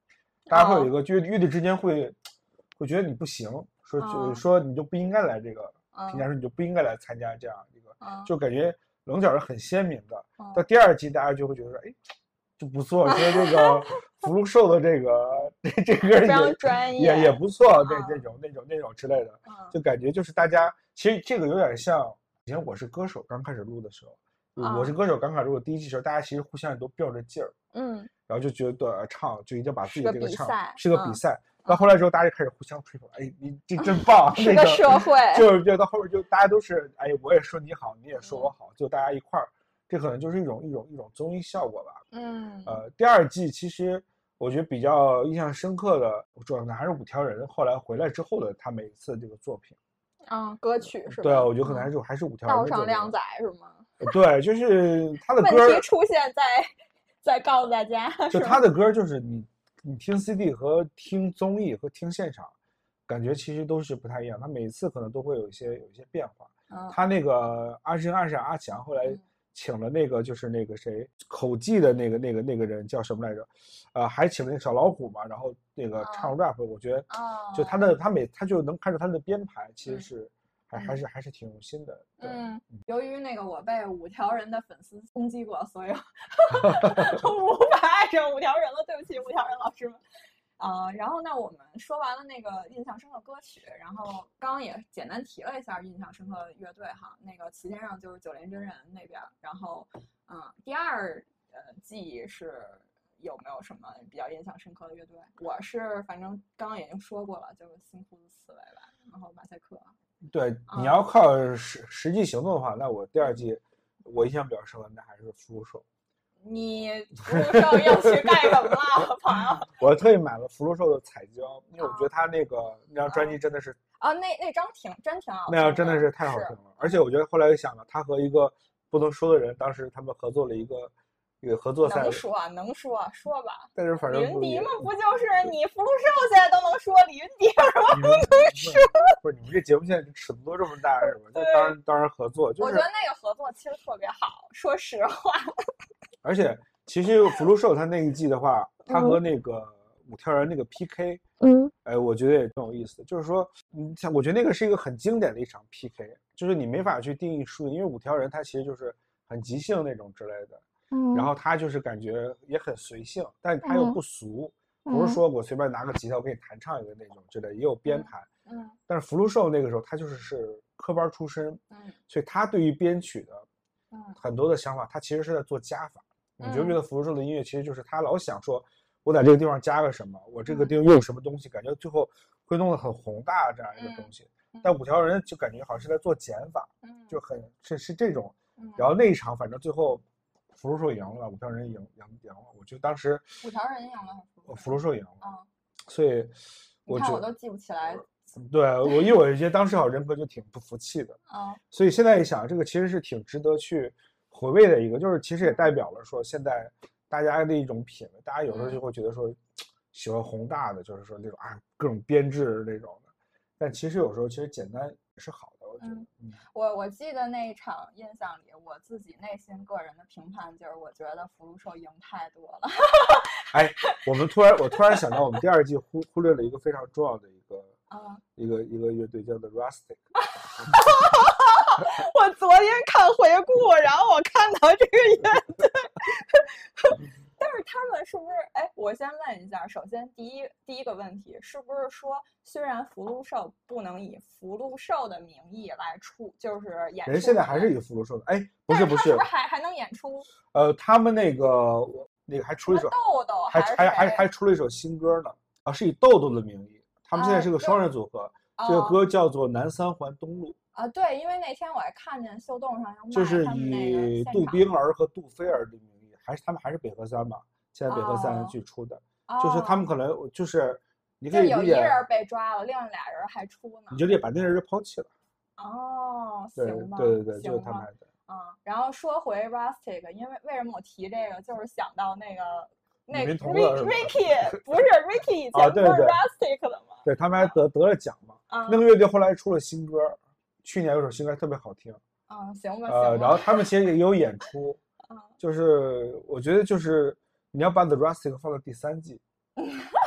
大家会有一个乐乐队之间会会觉得你不行，说就说你就不应该来这个评价，说你就不应该来参加这样一个，就感觉棱角是很鲜明的。到第二季大家就会觉得说，哎，就不错，说这个福禄寿的这个这这个非常专业， 也也不错，这这种那种那种之类的，就感觉就是大家其实这个有点像以前《我是歌手》刚开始录的时候。我是歌手刚开始录第一季的时候，大家其实互相都吊着劲儿， 嗯， 然后就觉得唱就一定把自己这个唱是个比赛。到后来之后，大家就开始互相吹捧，哎，你这真棒， 是个社会。 就是就到后面就大家都是，哎，我也说你好，你也说我好，就大家一块儿，这可能就是一种一种一种综艺效果吧。 嗯， 呃，第二季其实我觉得比较印象深刻的，主要还是五条人后来回来之后的他每一次这个作品。 嗯，歌曲是吧？ 对，我觉得可能还是、嗯、还是五条人。 道上靓仔是吗？ 对，就是他的歌。 问题出现在，在告诉大家， 就他的歌，就是你你听 C D 和听综艺和听现场，感觉其实都是不太一样。他每次可能都会有一些有一些变化。 嗯、 他那个阿珍阿闪阿强后来请了那个就是那个谁口技的那个那个那个人叫什么来着？呃，还请了那个小老虎嘛，然后那个唱 rap，、嗯、我觉得就他的他每他就能看出他的编排其实是。嗯还还是还是挺用心的。 嗯，由于那个我被五条人的粉丝攻击过，所以无法爱上五条人了，对不起，五条人老师们。啊、呃，然后呢，我们说完了那个印象深刻歌曲，然后刚刚也简单提了一下印象深刻的乐队哈，那个齐先生就是九连真人那边，然后嗯，第二呃季是有没有什么比较印象深刻的乐队？我是反正刚刚已经说过了，就是新裤子刺猬吧，然后马赛克。 对，你要靠实实际行动的话，那我第二季我印象比较深刻，那还是福禄寿。 你福禄寿要去干什么了，朋友？ 我特意买了福禄寿的彩胶，因为我觉得他那个那张专辑真的是啊，那那张挺真挺好听， 那张真的是太好听了。而且我觉得后来又想了，他和一个不能说的人，当时他们合作了一个。一个合作赛能说能说说吧， 但是反正李云迪嘛，不就是你福禄寿现在都能说，李云迪为什么不能说？ 不是你们这节目现在尺度都这么大是吧？那当然当然合作，就是我觉得那个合作其实特别好，说实话。 而且其实福禄寿他那一季的话，他和那个五条人那个 P K， 嗯，哎，我觉得也挺有意思的。就是说，你像我觉得那个是一个很经典的一场 P K， 就是你没法去定义输赢，因为五条人他其实就是很即兴那种之类的。嗯，然后他就是感觉也很随性，但他又不俗，嗯、不是说我随便拿个吉他我给你弹唱一个那种之类，也有编排。 嗯， 但是福禄寿那个时候他就是是科班出身，嗯，所以他对于编曲的，嗯，很多的想法，他其实是在做加法。嗯、你觉不觉得福禄寿的音乐其实就是他老想说，我在这个地方加个什么，我这个地方用什么东西，感觉最后会弄得很宏大这样一个东西。嗯、但五条人就感觉好像是在做减法，嗯，就很是是这种。然后那一场反正最后。福禄寿赢了，五条人赢赢赢了。我觉得当时五条人赢了， 福禄寿赢了。嗯，所以我看我都记不起来。 对我，因为我觉得当时好人格就挺不服气的。 嗯， 所以现在一想，这个其实是挺值得去回味的一个，就是其实也代表了说现在大家的一种品味。大家有时候就会觉得说喜欢宏大的，就是说那种啊各种编制那种的，但其实有时候其实简单也是好的。 嗯，我我记得那一场印象里，我自己内心个人的评判就是，我觉得福禄寿赢太多了。 哎，我们突然我突然想到，我们第二季忽忽略了一个非常重要的一个啊、嗯、一个一个乐队，叫做 Rustic。 我昨天看回顾，然后我看到这个乐队。但是他们是不是？哎，我先问一下，首先第一第一个问题，是不是说，虽然福禄寿不能以福禄寿的名义来出，就是演出， 人现在还是以福禄寿的，哎，不是不是， 是不是还还能演出？ 呃，他们那个那个还出了一首豆豆， 还还还还出了一首新歌呢，啊，是以豆豆的名义，他们现在是个双人组合， 啊、 这个歌叫做《南三环东路》。 啊，对，因为那天我还看见秀动上有就是以杜冰儿和杜菲儿的名义，还是他们还是北河三嘛？现在北河三去出的， 哦、 就是他们可能就是你可以理解， 有一人被抓了，另外俩人还出呢， 你就得把那人就抛弃了。 哦， 对行吧， 对对对，就是他们的。 嗯，然后说回 Rustic， 因为为什么我提这个，就是想到那个那个 Ricky， 不是 Ricky 以前不是 Rustic 的吗？ 对他们还得得了奖嘛。 嗯、 那个乐队后来出了新歌。去年有首新歌特别好听， 嗯，行吧， 呃，然后他们其实也有演出， 嗯， 就是我觉得就是你要把 The Rustic 放到第三季，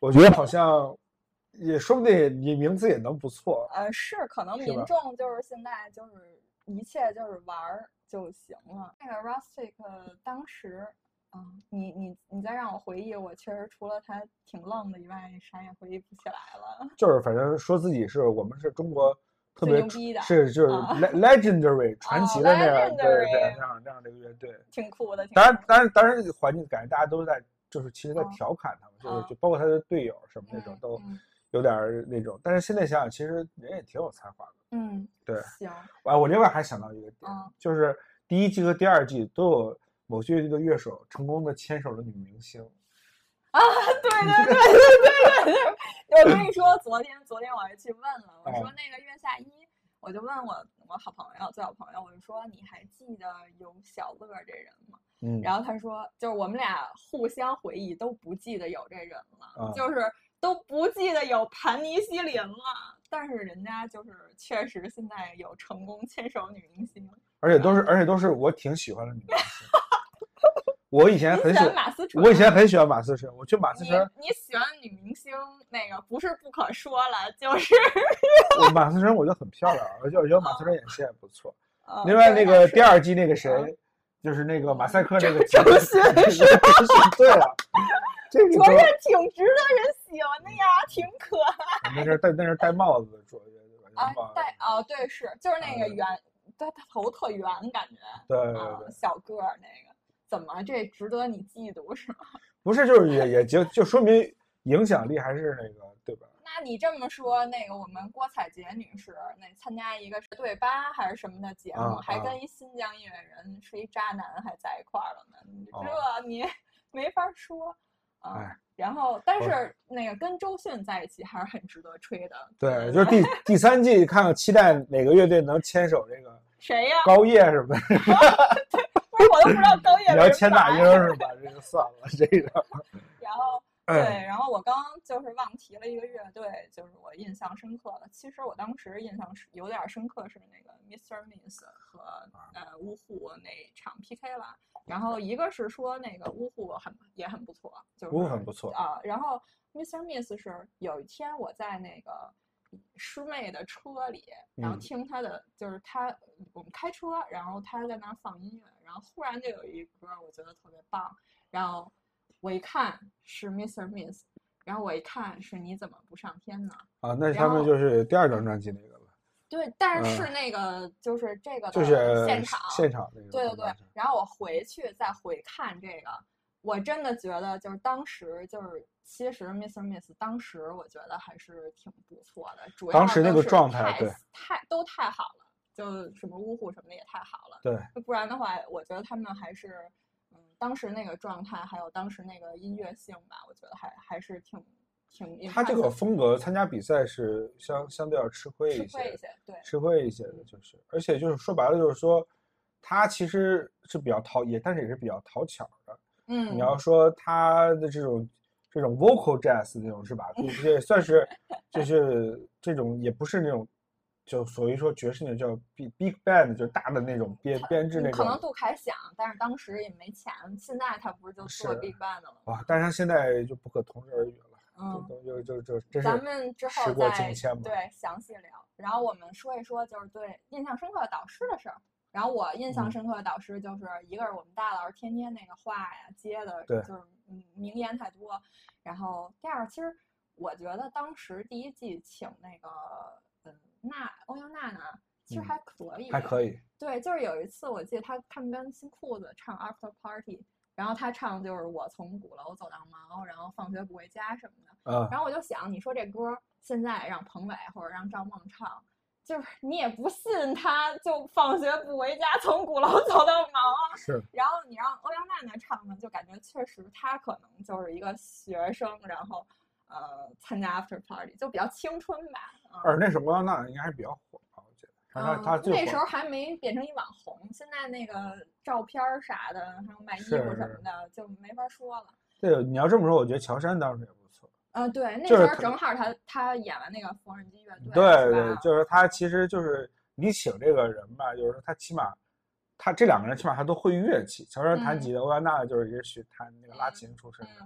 我觉得好像也说不定你名字也能不错。 呃，是，可能民众就是现在就是一切就是玩儿就行了。那个 Rustic 当时。啊、嗯，你你你再让我回忆，我确实除了他挺愣的以外，啥也回忆不起来了。 就是反正说自己是我们是中国特别牛逼的， 是就是 legendary、啊、传奇的那样、哦、对对那样那样的一个乐队， 挺酷的。 当然当然当然环境感觉大家都在就是其实在调侃他们，哦、就是就包括他的队友什么那种、嗯、都有点那种，但是现在想想其实人也挺有才华的。 嗯， 对。 行。 啊，我另外还想到一个点， 嗯、 就是第一季和第二季都有。某些乐队的乐手成功的牵手了女明星啊，对对对对对对！我跟你说，昨天昨天我还去问了，我说那个月下一，我就问我我好朋友最好朋友，我就说你还记得有小乐这人吗？ 嗯， 然后他说，就是我们俩互相回忆都不记得有这人了， 啊、 就是都不记得有盘尼西林了，但是人家就是确实现在有成功牵手女明星， 而且都是而且都是我挺喜欢的女明星。我以前很喜欢马思纯， 我以前很喜欢马思纯，我去马思纯。 你, 你喜欢女明星那个不是不可说了，就是我马思纯我觉得很漂亮，而且我觉得马思纯演戏也不错。 哦、 另外那个第二季那个谁，嗯、就是那个马赛克那个周迅， 对了，这个卓越挺值得人喜欢的呀，挺可爱。 那是戴那是戴帽子的卓越对吧？ 啊，戴哦对是，就是那个圆，他、嗯、他头特圆感觉。 对对对、 嗯，小个儿那个。怎么这值得你嫉妒是吗？ 不是，就是也也就就说明影响力还是那个对吧？ 那你这么说，那个我们郭采洁女士那参加一个是对吧还是什么的节目， 啊、 还跟一新疆音乐人是一渣男还在一块儿了呢， 哦、 这你没法说啊、 哎。 然后，但是那个跟周迅在一起还是很值得吹的。 对，就是第第三季，看看期待哪个乐队能牵手这个谁呀？ 高叶是不是？ 我都不知道高叶。 你要牵大鹰是吧？这个算了，这个。 然后对，然后我刚就是忘提了一个乐队，就是我印象深刻的。其实我当时印象是有点深刻，是那个 mister Miss 和呃呜呼那场 P K 了。然后一个是说那个呜呼很也很不错，就是呜呼很不错啊、呃。然后 mister Miss 是有一天我在那个师妹的车里，然后听他的，嗯、就是他我们开车，然后他在那儿放音乐，然后忽然就有一歌我觉得特别棒，然后我一看是 mister Miss， 然后我一看是你怎么不上天呢？ 啊，那他们就是第二张专辑那个了。 对，但是是那个、嗯、就是这个就是现场现场那个。 对对对，然后我回去再回看这个，我真的觉得就是当时就是其实 mister Miss 当时我觉得还是挺不错的，主要当时那个状态对太都太好了，就什么呜呼什么的也太好了， 对， 不然的话我觉得他们还是嗯当时那个状态还有当时那个音乐性吧，我觉得还还是挺。 他这个风格参加比赛是相相对要吃亏一些， 吃亏一些，对， 吃亏一些的，就是，而且就是说白了，就是说，他其实是比较讨也，但是也是比较讨巧的。 嗯， 你要说他的这种这种 vocal jazz 那种是吧？也算是就是这种也不是那种，就所谓说爵士那叫 big big band， 就是大的那种编编制那种。 可能杜凯想，但是当时也没钱，现在他不是就做 big band 了吗？ 哇，但是他现在就不可同日而语了。 嗯， 就就就就咱们之后再对详细聊。然后我们说一说，就是对印象深刻的导师的事儿。然后我印象深刻的导师就是一个是我们大老师天天那个话呀接的，就是名言太多。然后第二，其实我觉得当时第一季请那个嗯娜欧阳娜娜，其实还可以， 还可以。 对，就是有一次我记得他他们跟新裤子唱 After Party。然后他唱就是我从鼓楼走到毛，然后放学不回家什么的。 啊， 然后我就想，你说这歌现在让彭伟或者让赵梦唱，就是你也不信他就放学不回家，从鼓楼走到毛。 是。 然后你让欧阳娜娜唱呢，就感觉确实他可能就是一个学生，然后呃参加 After Party 就比较青春吧。 嗯、而那首欧阳娜娜应该还比较火吧，我觉得。他他嗯、那时候还没变成一网红，现在那个照片啥的，还有卖衣服什么的，就没法说了。 对，你要这么说，我觉得乔杉当时也不错。 呃，对，那时候正好他他演完那个缝纫机乐队， 对对，就是他其实就是你请这个人吧，就是说他起码他这两个人起码他都会乐器，乔杉弹吉他，欧阳娜娜就是也许弹那个拉琴出身的， 嗯、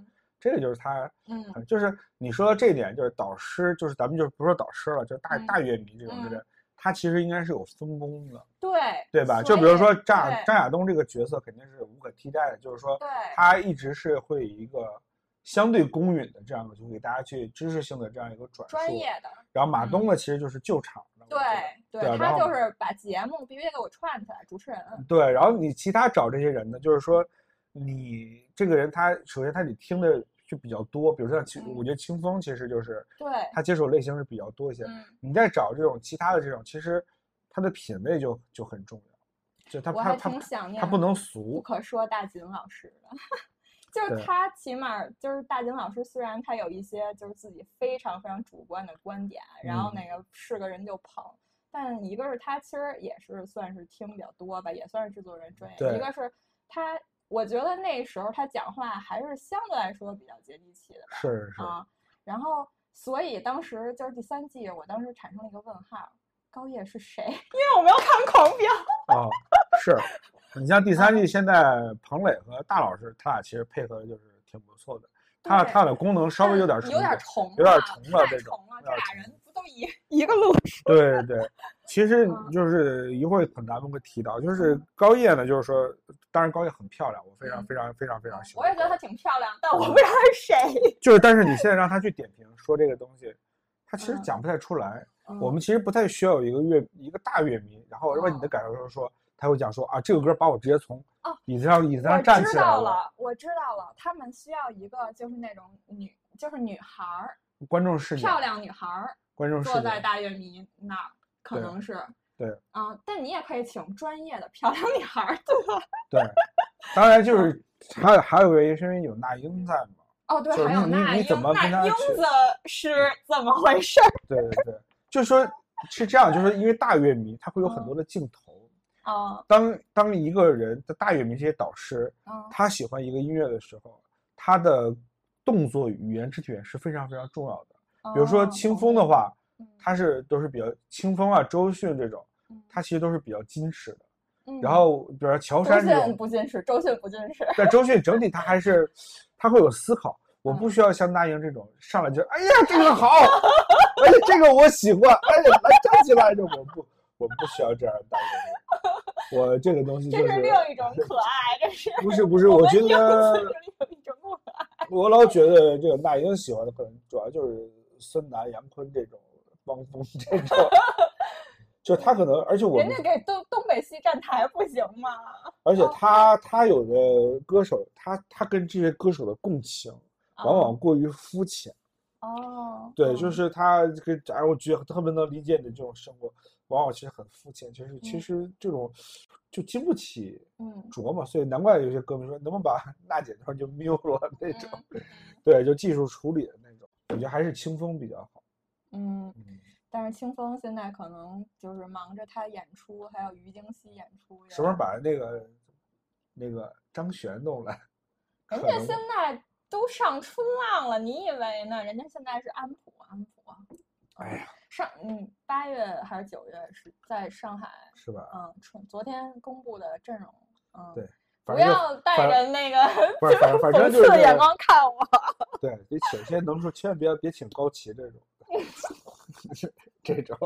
这个就是他， 嗯， 就是你说的这一点，就是导师，就是咱们就不说导师了，就是大、 嗯、 大乐迷这种的人， 嗯、 他其实应该是有分工的， 对对吧？就比如说张对张亚东这个角色肯定是无可替代的，就是说对他一直是会以一个相对公允的这样的，就给大家去知识性的这样一个转述， 专业的。 然后马东呢，其实就是救场的， 对对， 他就是把节目必须得给我串起来，主持人。 对，然后你其他找这些人呢，就是说你这个人他首先他得听的就比较多，比如说像、嗯、我觉得清风其实就是对他接触类型是比较多一些。 嗯、 你再找这种其他的这种，其实他的品味就就很重要，就他我还挺想念他不能俗， 不可说大锦老师的。就是他起码就是大锦老师，虽然他有一些就是自己非常非常主观的观点，然后那个是个人就捧，嗯、但一个是他其实也是算是听比较多吧，也算是制作人专业，一个是他，我觉得那时候他讲话还是相对来说比较接地气的吧， 是是啊，然后所以当时就是第三季，我当时产生了一个问号，高叶是谁？因为我没有看《狂飙》 哦，是。你像第三季，现在彭磊和大老师，他俩其实配合的就是挺不错的。他俩他俩的功能稍微有点重， 有点重， 有点重了这种。 这俩人不都一一个路数？ 对对，其实就是一会儿可能咱们会提到，就是高叶呢，就是说，当然高叶很漂亮，我非常非常非常非常喜欢。 我也觉得她挺漂亮，但我不知道她是谁。 就是，但是你现在让他去点评说这个东西，他其实讲不太出来。我们其实不太需要有一个乐一个大乐迷，然后问你的感受就是说。他会讲说啊，这个歌把我直接从椅子上、哦、椅子上站起来了。 我知道了，我知道了，他们需要一个就是那种女，就是女孩儿， 观众视角， 漂亮女孩儿， 观众视角坐在大乐迷那儿，可能是对， 嗯、呃，但你也可以请专业的漂亮女孩儿，对吧？ 对，当然就是还有还有个原因是因为有那英在嘛。 哦，对，还有那英， 你怎么跟他那英子是怎么回事？ 对对对，就是说是这样，就是因为大乐迷他会有很多的镜头。 嗯哦， 当当一个人的大乐迷这些导师， 嗯， 他喜欢一个音乐的时候，他的动作语言肢体语言是非常非常重要的。 哦、 比如说清风的话， 嗯、 他是都是比较清风啊、周迅这种， 嗯、 他其实都是比较矜持的。 嗯、 然后比如说乔杉这种， 周迅不矜持，周迅不矜持。 但周迅整体他还是他会有思考。我不需要像那英这种上来就哎呀这个好，哎呀这个我喜欢，哎呀来站起来，这我不。我不需要这样的大乐迷，我这个东西就是这是另一种可爱，这是不是不是？我觉得有一种可爱。 我老觉得这个那英喜欢的可能主要就是孙楠、杨坤这种汪峰这种，就他可能，而且我人家给东东北系站台不行吗？ 而且他他有的歌手，他他跟这些歌手的共情往往过于肤浅。 哦， 对，嗯、就是他跟，假如我觉得特别能理解你的这种生活，往往其实很肤浅，其实、嗯、其实这种就经不起琢磨，嗯、所以难怪有些歌迷说能不能把娜姐那就瞄了那种，嗯、对，就技术处理的那种，我觉得还是清风比较好。 嗯，嗯但是清风现在可能就是忙着他演出，还有于京熙演出， 什么时候把那个那个张悬弄来？ 人家现在。都上春浪了，你以为呢？人家现在是安普，安普。 哎呀， 上嗯，八月还是九月是在上海， 是吧？ 嗯，春昨天公布的阵容，嗯， 对， 不要带着那个不是，反正就是讽刺眼光看我。 对，得请些能说，千万别别请高旗这种，这种。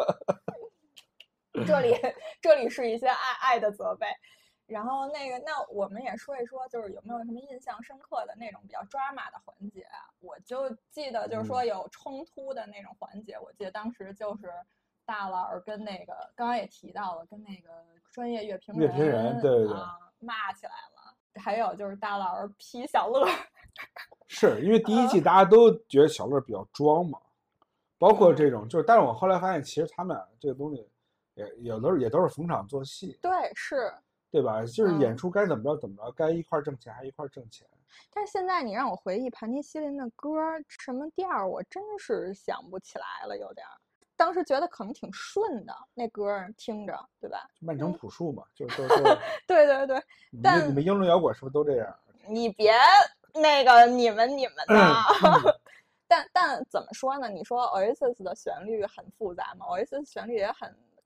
这里这里是一些爱爱的责备。然后那个，那我们也说一说，就是有没有什么印象深刻的那种比较抓马的环节啊？我就记得就是说有冲突的那种环节，嗯、我记得当时就是大佬跟那个刚刚也提到了，跟那个专业乐评人乐评人对对对、 啊、骂起来了。还有就是大佬批小乐， 是因为第一季大家都觉得小乐比较装嘛，嗯、包括这种就是，但是我后来发现，其实他们俩这个东西也也都是也都是逢场作戏。 对，是。 对吧？就是演出该怎么着怎么着，嗯、该一块挣钱还一块挣钱。 但是现在你让我回忆盘尼西林的歌什么调，我真是想不起来了，有点。当时觉得可能挺顺的，那歌听着，对吧？ 曼城朴树嘛，嗯、就是都是。 对对对，但你们英伦摇滚是不是都这样？ 你别那个你们你们的。 嗯、 但但怎么说呢？你说 Oasis 的旋律很复杂嘛 ？Oasis 旋律也很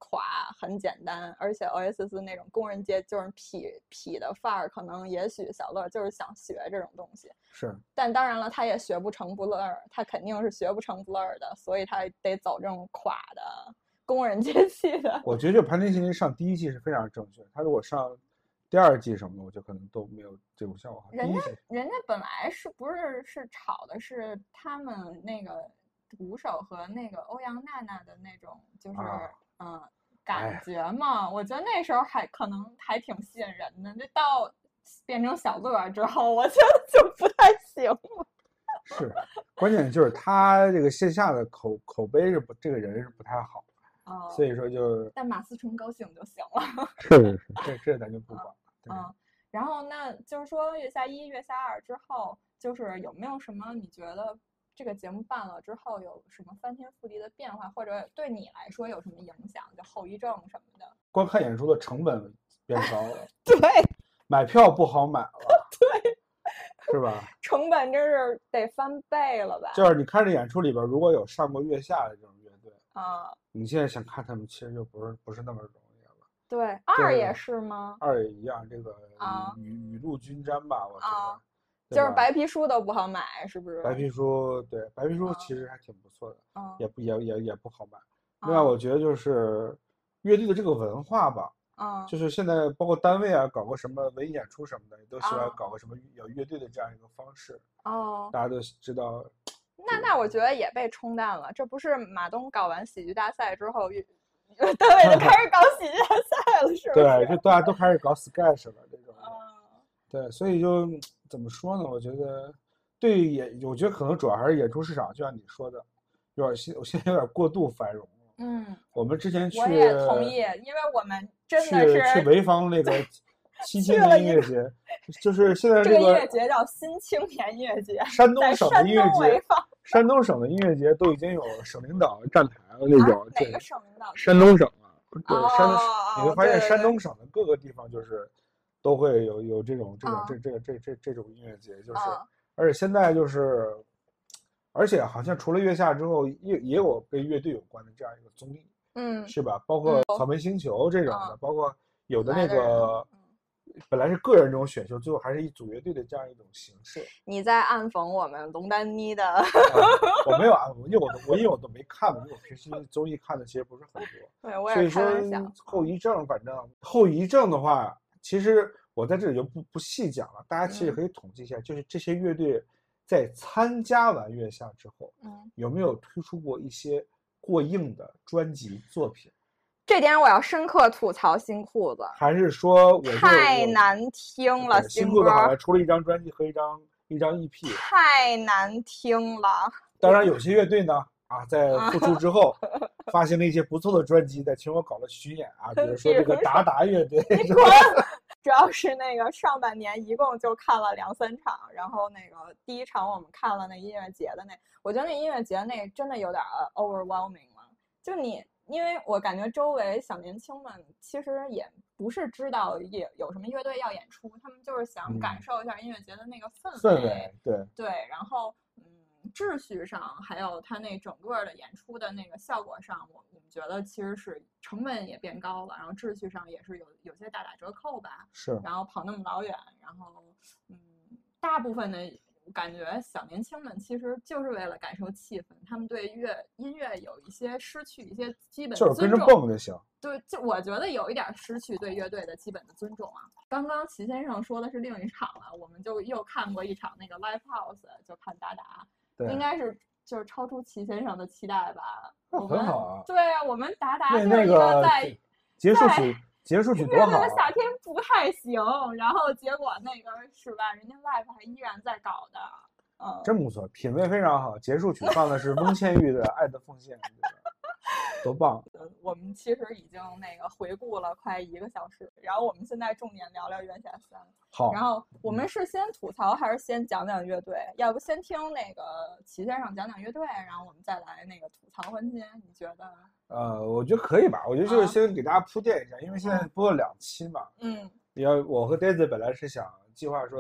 垮很简单，而且 Oasis 那种工人阶就是痞痞的范儿，可能也许小乐就是想学这种东西， 是， 但当然了，他也学不成 Blur，他肯定是学不成 Blur 的，所以他得走这种垮的工人阶级的。 我觉得就盘田信一上第一季是非常正确，他如果上第二季什么的，我觉得可能都没有这种效果。 人家人家本来是不是是炒的是他们那个鼓手和那个欧阳娜娜的那种，就是、啊、嗯感觉嘛，我觉得那时候还可能还挺吸引人的。这到变成小乐之后，我觉得就不太行了。 是，关键就是他这个线下的口口碑是不，这个人是不太好， 哦、 所以说就。 但马思纯高兴就行了。 是是是，这这咱就不管了。 嗯，然后那就是说月下一、月下二之后，就是有没有什么你觉得这个节目办了之后有什么翻天覆地的变化，或者对你来说有什么影响，就后遗症什么的？ 观看演出的成本变高了， 对， 买票不好买了， 对， 是吧？ 成本真是得翻倍了吧？ 就是你看这演出里边，如果有上过月下的这种乐队啊， 你现在想看他们，其实就不是不是那么容易。 对，二也是吗？ 二也一样，这个啊， 雨雨露均沾吧，我觉得， 啊、就是白皮书都不好买，是不是？ 白皮书对，白皮书其实还挺不错的， 啊、 也不也也也不好买。另外，我觉得就是乐队的这个文化吧， 啊， 就是现在包括单位啊，搞个什么文艺演出什么的，也都喜欢搞个什么有乐队的这样一个方式。 哦， 大家都知道。 那那我觉得也被冲淡了，这不是马东搞完喜剧大赛之后。单位就开始搞喜剧大赛了，是不是？ 对，就大家都开始搞 sketch 了这种。嗯，对，所以就怎么说呢？我觉得对演，我觉得可能主要还是演出市场，就像你说的，有点现我现在有点过度繁荣了。 嗯， 我们之前去， 我也同意，因为我们真的是去去潍坊那个七青年音乐节，就是现在这个音乐节叫新青年音乐节， 山东省的音乐节。山东省的音乐节都已经有省领导站台了那种。 啊、哪个省领导？ 山东省啊，对， 哦、 山东， 哦、 你会发现山东对对对省的各个地方就是都会有有这种这种、 哦、 这这这这这种音乐节，就是， 哦、 而且现在就是，而且好像除了月下之后，也也有跟乐队有关的这样一个综艺， 嗯， 是吧？包括草莓星球这种的， 嗯、 包括有的那个。本来是个人这种选秀，最后还是以组乐队的这样一种形式。 你在暗讽我们龙丹妮的、 啊？我没有暗讽，因为我我因为我都没看嘛，因为我平时综艺看的其实不是很多。 对，我也开玩笑。 所以说后遗症，反正后遗症的话，其实我在这里就不不细讲了，大家其实可以统计一下，嗯、就是这些乐队在参加完月下之后， 嗯， 有没有推出过一些过硬的专辑作品？ 这点我要深刻吐槽新裤子， 还是说我太难听了， 新裤子好像出了一张专辑和一张一张 E P， 太难听了。 当然，有些乐队呢啊，在复出之后，发行了一些不错的专辑，在全国搞了巡演啊，比如说这个达达乐队。 主要是那个上半年一共就看了两三场，然后那个第一场我们看了那音乐节的那，我觉得那音乐节那真的有点 overwhelming 了，就你。因为我感觉周围小年轻们其实也不是知道也有什么乐队要演出，他们就是想感受一下音乐节的那个氛围。 氛围，对对，然后嗯，秩序上还有它那整个的演出的那个效果上，我我们觉得其实是成本也变高了，然后秩序上也是有有些大打折扣吧。 是。 然后跑那么老远，然后嗯，大部分的。感觉小年轻们其实就是为了感受气氛，他们对乐音乐有一些失去一些基本就是跟着蹦就行。 对，就我觉得有一点失去对乐队的基本的尊重啊。刚刚齐先生说的是另一场了，我们就又看过一场那个 live house， 就看达达，应该是就是超出齐先生的期待吧。 那很好啊。 对啊，我们达达就是一个在结束曲。结束曲多好、啊！ 乐队的夏天不太行，然后结果那个是吧，人家 live 还依然在搞的，嗯， 真不错，品味非常好。结束曲放的是翁倩玉的《爱的奉献》，多棒！ 我们其实已经那个回顾了快一个小时，然后我们现在重点聊聊月下三。 好， 然后我们是先吐槽还是先讲讲乐队？要不先听那个齐先生讲讲乐队，然后我们再来那个吐槽环节？你觉得？ 呃，我觉得可以吧。我觉得就是先给大家铺垫一下，啊、因为现在播了两期嘛。 嗯。 要我和 Daisy 本来是想计划说等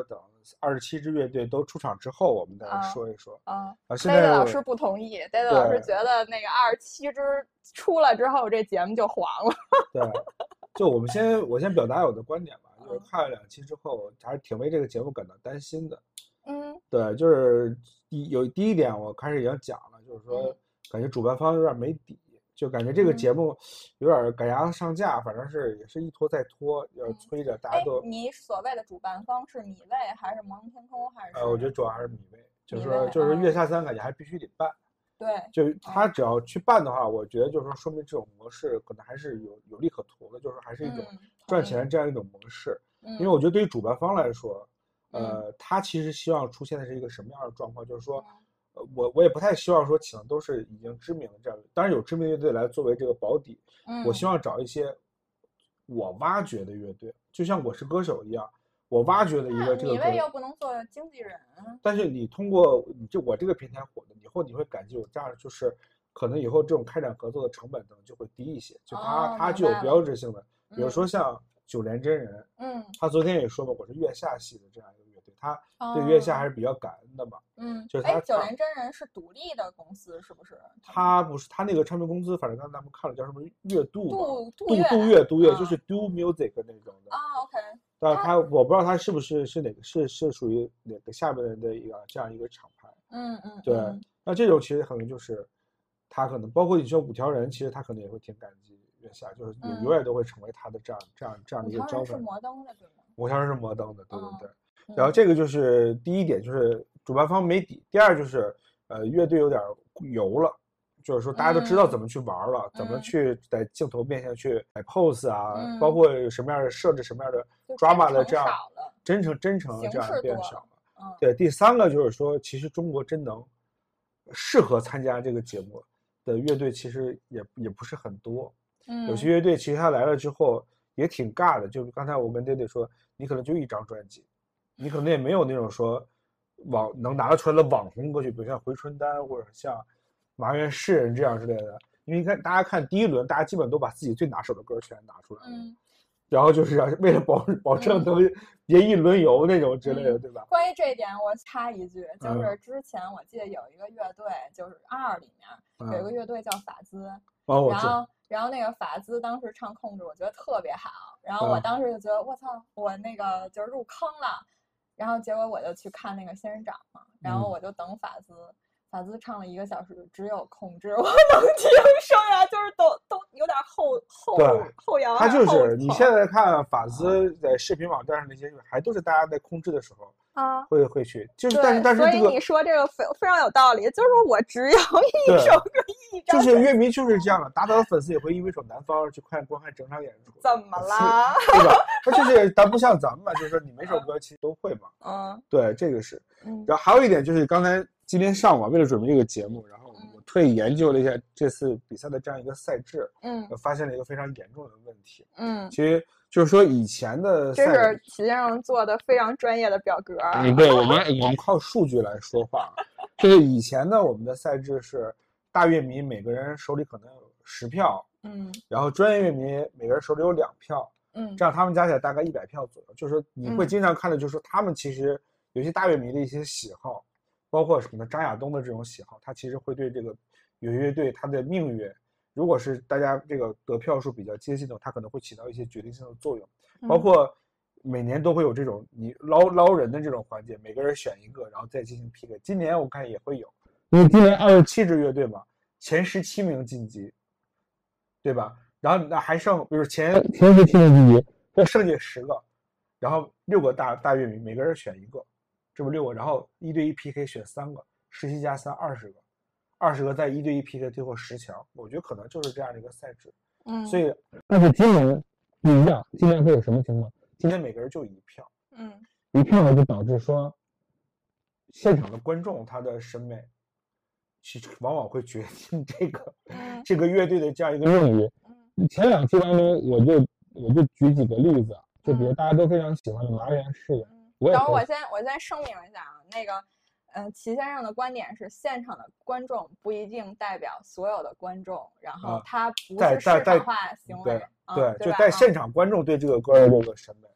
二十七支乐队都出场之后，我们再来说一说。 啊， 啊，现在老师不同意 ，David 老师觉得那个二十七支出了之后，这节目就黄了。 对，就我们先我先表达我的观点吧，就是看了两期之后，还是挺为这个节目感到担心的。 嗯， 对，就是有第一点，我开始已经讲了，就是说感觉主办方有点没底。就感觉这个节目有点赶鸭子上架，反正是也是一拖再拖，要催着大家都。 你所谓的主办方是米未还是摩登天空还是？ 呃，我觉得主要还是米未，就是说就是月下三感觉还必须得办。 对， 就他只要去办的话，我觉得就是说说明这种模式可能还是有有利可图的，就是还是一种赚钱这样一种模式。因为我觉得对于主办方来说，呃，他其实希望出现的是一个什么样的状况，就是说。呃，我我也不太希望说请的都是已经知名的这样，当然有知名乐队来作为这个保底。 嗯， 我希望找一些我挖掘的乐队，就像我是歌手一样，我挖掘的一个这个。 米未又不能做经纪人。 但是你通过你就我这个平台火的，以后你会感激我这样，就是可能以后这种开展合作的成本等就会低一些，就它、 哦、 它具有标志性的，比如说像九连真人， 嗯， 他昨天也说过我是月下系的这样一个乐队，他对月下还是比较感恩的嘛。 嗯， 就是他九连真人是独立的公司是不是？ 他不是，他那个唱片公司，反正刚才咱们看了叫什么月度度度度度月度月， 啊、 就是 Do Music 那种的啊。OK。 但他我不知道他是不是是哪个是是属于哪个下面的一个这样一个厂牌。 嗯嗯。 对， 嗯那这种其实可能就是他可能包括你说五条人，其实他可能也会挺感激月下，就是永远都会成为他的这样、嗯、这样这样的一个招牌。 五条人是摩登的对吗？ 五条人是摩登的，对对对。 嗯、 然后这个就是第一点，就是主办方没底。第二就是呃乐队有点油了，就是说大家都知道怎么去玩了， 嗯、 怎么去在镜头面前去摆 pose 啊， 嗯、 包括有什么样的设置什么样的 drama 的这样真诚真诚这样变少了。 嗯、 对，第三个就是说，其实中国真能适合参加这个节目的乐队其实也也不是很多。 嗯， 有些乐队其实他来了之后也挺尬的，就刚才我跟爹爹说，你可能就一张专辑。你可能也没有那种说网能拿得出来的网红歌曲，比如像回春丹或者像麻原诗人这样之类的。因为你看大家看第一轮，大家基本都把自己最拿手的歌全拿出来了， 嗯， 然后就是为了保保证能别一轮游那种之类的， 嗯、 对吧？ 关于这一点，我插一句，就是之前我记得有一个乐队，就是二里面有一个乐队叫法兹， 嗯、 然后然后那个法兹当时唱控制，我觉得特别好，然后我当时就觉得我操，我那个就是入坑了。然后结果我就去看那个仙人掌嘛，然后我就等法兹，嗯、法兹唱了一个小时，只有控制我能听，剩下就是都都有点后后后摇。 他就是你现在看法兹在视频网站上那些，还都是大家在控制的时候啊， 会会去，就是但是但是、这个、 所以你说这个非非常有道理，就是我只有一首歌一张， 就是乐迷就是这样的，达到的粉丝也会因为一首南方去看观看整场演出， 怎么了？ 对吧？那就是咱不像咱们嘛，就是说你每首歌其实都会嘛。 嗯， 对，这个是。 嗯， 然后还有一点就是刚才今天上午为了准备这个节目，然后我特意研究了一下这次比赛的这样一个赛制， 嗯， 发现了一个非常严重的问题。 嗯， 其实就是说以前的赛， 这是齐先生做的非常专业的表格。 嗯，对，我们我们靠数据来说话。就是以前呢，我们的赛制是大乐迷每个人手里可能有十票， 嗯， 然后专业乐迷每个人手里有两票， 嗯， 这样他们加起来大概一百票左右。就是说你会经常看到，就是说他们其实有些大乐迷的一些喜好，包括什么张亚东的这种喜好，他其实会对这个有乐队他的命运，如果是大家这个得票数比较接近的，他可能会起到一些决定性的作用。包括每年都会有这种你捞捞人的这种环节，每个人选一个，然后再进行 P K。今年我看也会有，因为今年二十七支乐队嘛，前十七名晋级，对吧？然后那还剩，比如前前十七名晋级，这剩下十个，然后六个大大乐迷，每个人选一个，这不六个，然后一对一 P K 选三个，十七加三二十个，二十个再一对一 P K 最后十强，我觉得可能就是这样的一个赛制。 嗯， 所以但是今年不一样，今年会有什么情况？今天每个人就一票， 嗯， 一票呢就导致说，现场的观众他的审美，其实往往会决定这个、嗯、这个乐队的这样一个命运。嗯，前两期当中，我就我就举几个例子，就比如大家都非常喜欢的麻原诗人。 等会儿我先我先声明一下啊，那个，嗯、呃，齐先生的观点是，现场的观众不一定代表所有的观众，然后他不是市场化行为。 对、嗯、对，就在现场观众对这个歌的这个审美。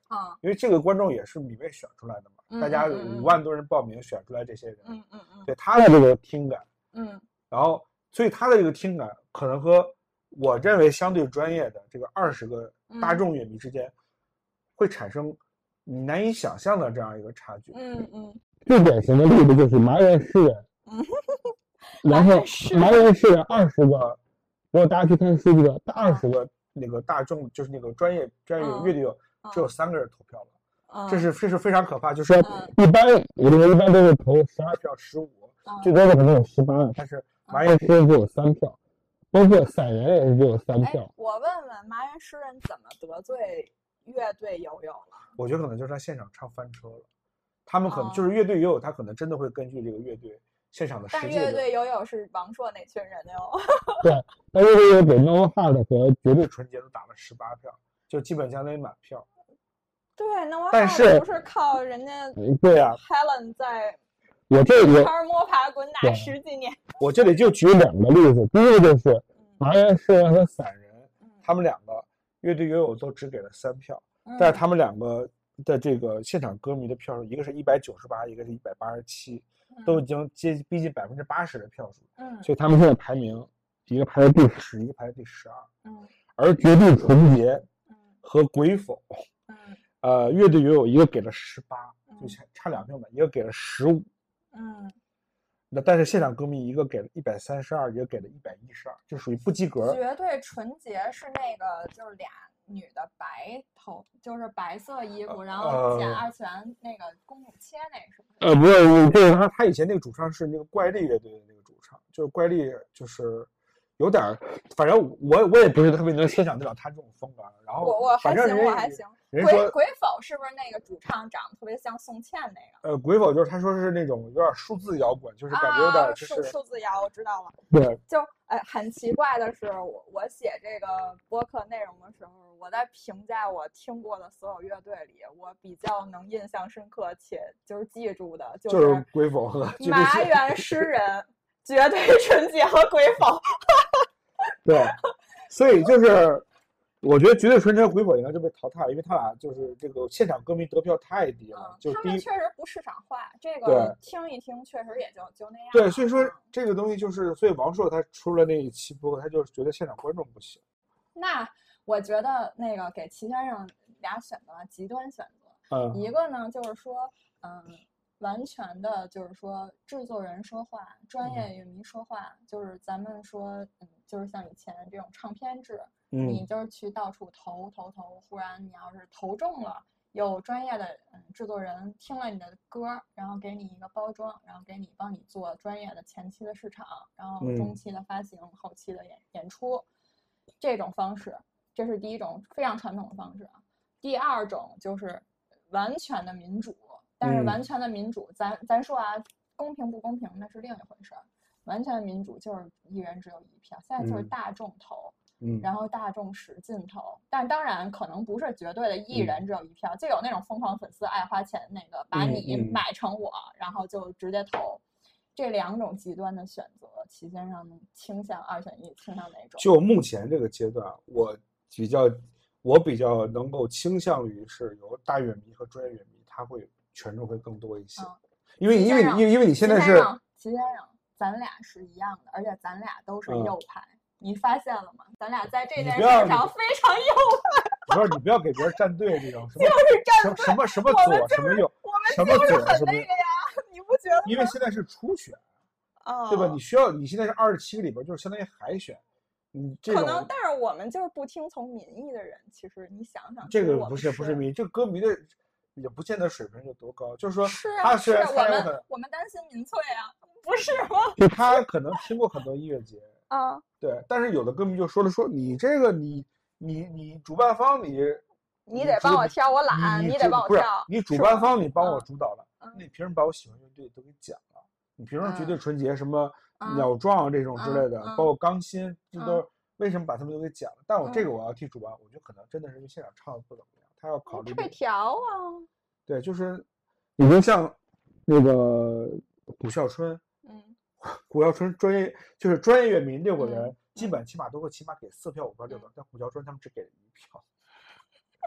啊， 因为这个观众也是米未选出来的嘛， 嗯、 大家五万多人报名选出来这些人， 嗯嗯嗯， 对他的这个听感， 嗯， 然后所以他的这个听感可能和我认为相对专业的这个二十个大众乐迷之间会产生你难以想象的这样一个差距。 嗯嗯， 最典型的例子就是麻原诗人， 嗯， 然后麻原诗人二十个，如果大家去看数据的，二十个那个大众就是那个专业专业乐队友只有三个人投票了。 嗯、 这是这是非常可怕，就是说一般我认为一般都是投十二票、十五， 最多的可能有十八， 但是麻原诗人只有三票，包括散人也是只有三票。 我问问麻原诗人怎么得罪乐队友友了？ 我觉得可能就是他现场唱翻车了，他们可能就是乐队友友，他可能真的会根据这个乐队现场的实际。 但乐队友友是王朔那群人哟。 对，但乐队友友给 No Hard 和绝对纯洁都打了十八票，就基本相当于满票。 对，那我但是不是靠人家对啊 Helen 在我这里圈摸爬滚打十几年。 我这里就举两个例子，第一个就是麻原诗人和散人， 他们两个乐队友友都只给了三票，但是他们两个的这个现场歌迷的票数，一个是一百九十八，一个是一百八十七，都已经接逼近百分之八十的票数。 嗯， 所以他们现在排名，一个排在第十，一个排在第十二。 嗯， 而绝对纯洁和鬼否， 嗯， 呃，乐队友友一个给了十八，就差差两票嘛，一个给了十五。 嗯， 那但是现场歌迷一个给了一百三十二，一个给了一百一十二，就属于不及格。 绝对纯洁是那个就是俩女的白头，就是白色衣服，然后剪二次元那个公主切那是不是？ 呃，不是，就是他他以前那个主唱是那个怪力乐队的那个主唱，就是怪力就是有点，反正我我也不是特别能欣赏得了他这种风格。然后我我还行，我还行。鬼鬼否是不是那个主唱长得特别像宋茜那个？呃，鬼否就是他说是那种有点数字摇滚，就是感觉有点就是、 啊、数数字摇，我知道了。 对， 就哎，很奇怪的是，我我写这个播客内容的时候，我在评价我听过的所有乐队里，我比较能印象深刻且就是记住的， 就是、就是鬼否和麻原诗人、绝对纯洁和鬼否。 对，所以就是。我觉得绝对纯洁鬼否应该就被淘汰了，因为他俩就是这个现场歌迷得票太低了。 嗯、 就是他们确实不市场化，这个听一听确实也就就那样。 对，所以说这个东西就是，所以王朔他出了那一期播客，他就是觉得现场观众不行。 那我觉得那个给齐先生俩选择极端选择， 嗯， 一个呢就是说，嗯，完全的就是说制作人说话，专业乐迷说话，嗯、就是咱们说，嗯，就是像以前这种唱片制。 嗯、 你就是去到处投投投，忽然你要是投中了，有专业的嗯制作人听了你的歌，然后给你一个包装，然后给你帮你做专业的前期的市场，然后中期的发行，嗯、后期的演演出，这种方式，这是第一种非常传统的方式啊。第二种就是完全的民主，但是完全的民主，嗯、咱咱说啊，公平不公平那是另一回事儿。完全的民主就是一人只有一票，现在就是大众投。 嗯， 然后大众使劲投，但当然可能不是绝对的一人只有一票，嗯、就有那种疯狂粉丝爱花钱那个，把你买成我，嗯嗯、然后就直接投。这两种极端的选择，齐先生倾向二选一，倾向哪种？ 就目前这个阶段，我比较我比较能够倾向于是由大乐迷和专业乐迷，他会权重会更多一些，嗯、因为因为因为因为你现在是齐先生，咱俩是一样的，而且咱俩都是右派。嗯你发现了吗？咱俩在这件事上非常右派。 不是你不要给别人站队这种， 就是站队什么什么左什么右， 我们就是很那个呀，你不觉得？ 因为现在是初选， 啊， 对吧？你需要你现在是二十七个里边，就是相当于海选，你这可能，但是我们就是不听从民意的人。其实你想想， 这个不是不是民意，这歌迷的也不见得水平有多高，就是说， 是他是我们我们担心民粹啊，不是吗？ 就他可能听过很多音乐节。 啊， 对，但是有的歌迷就说了，说你这个你你你主办方你你得帮我挑，我懒， 你得帮我挑， 你主办方你帮我主导了， 嗯、 那你凭什么把我喜欢乐队都给讲了？你凭什么绝对纯洁、嗯、什么鸟壮这种之类的， 嗯、 包括钢心，这都、嗯、为什么把他们都给讲了？但我这个我要替主办， 嗯、 我觉得可能真的是因为现场唱的不怎么样，他要考虑退调啊。 对，就是已经像那个古笑春， 嗯。 古笑春专业就是专业乐迷六个人，嗯、基本起码都会起码给四票五票六票，但古笑春他们只给了一票。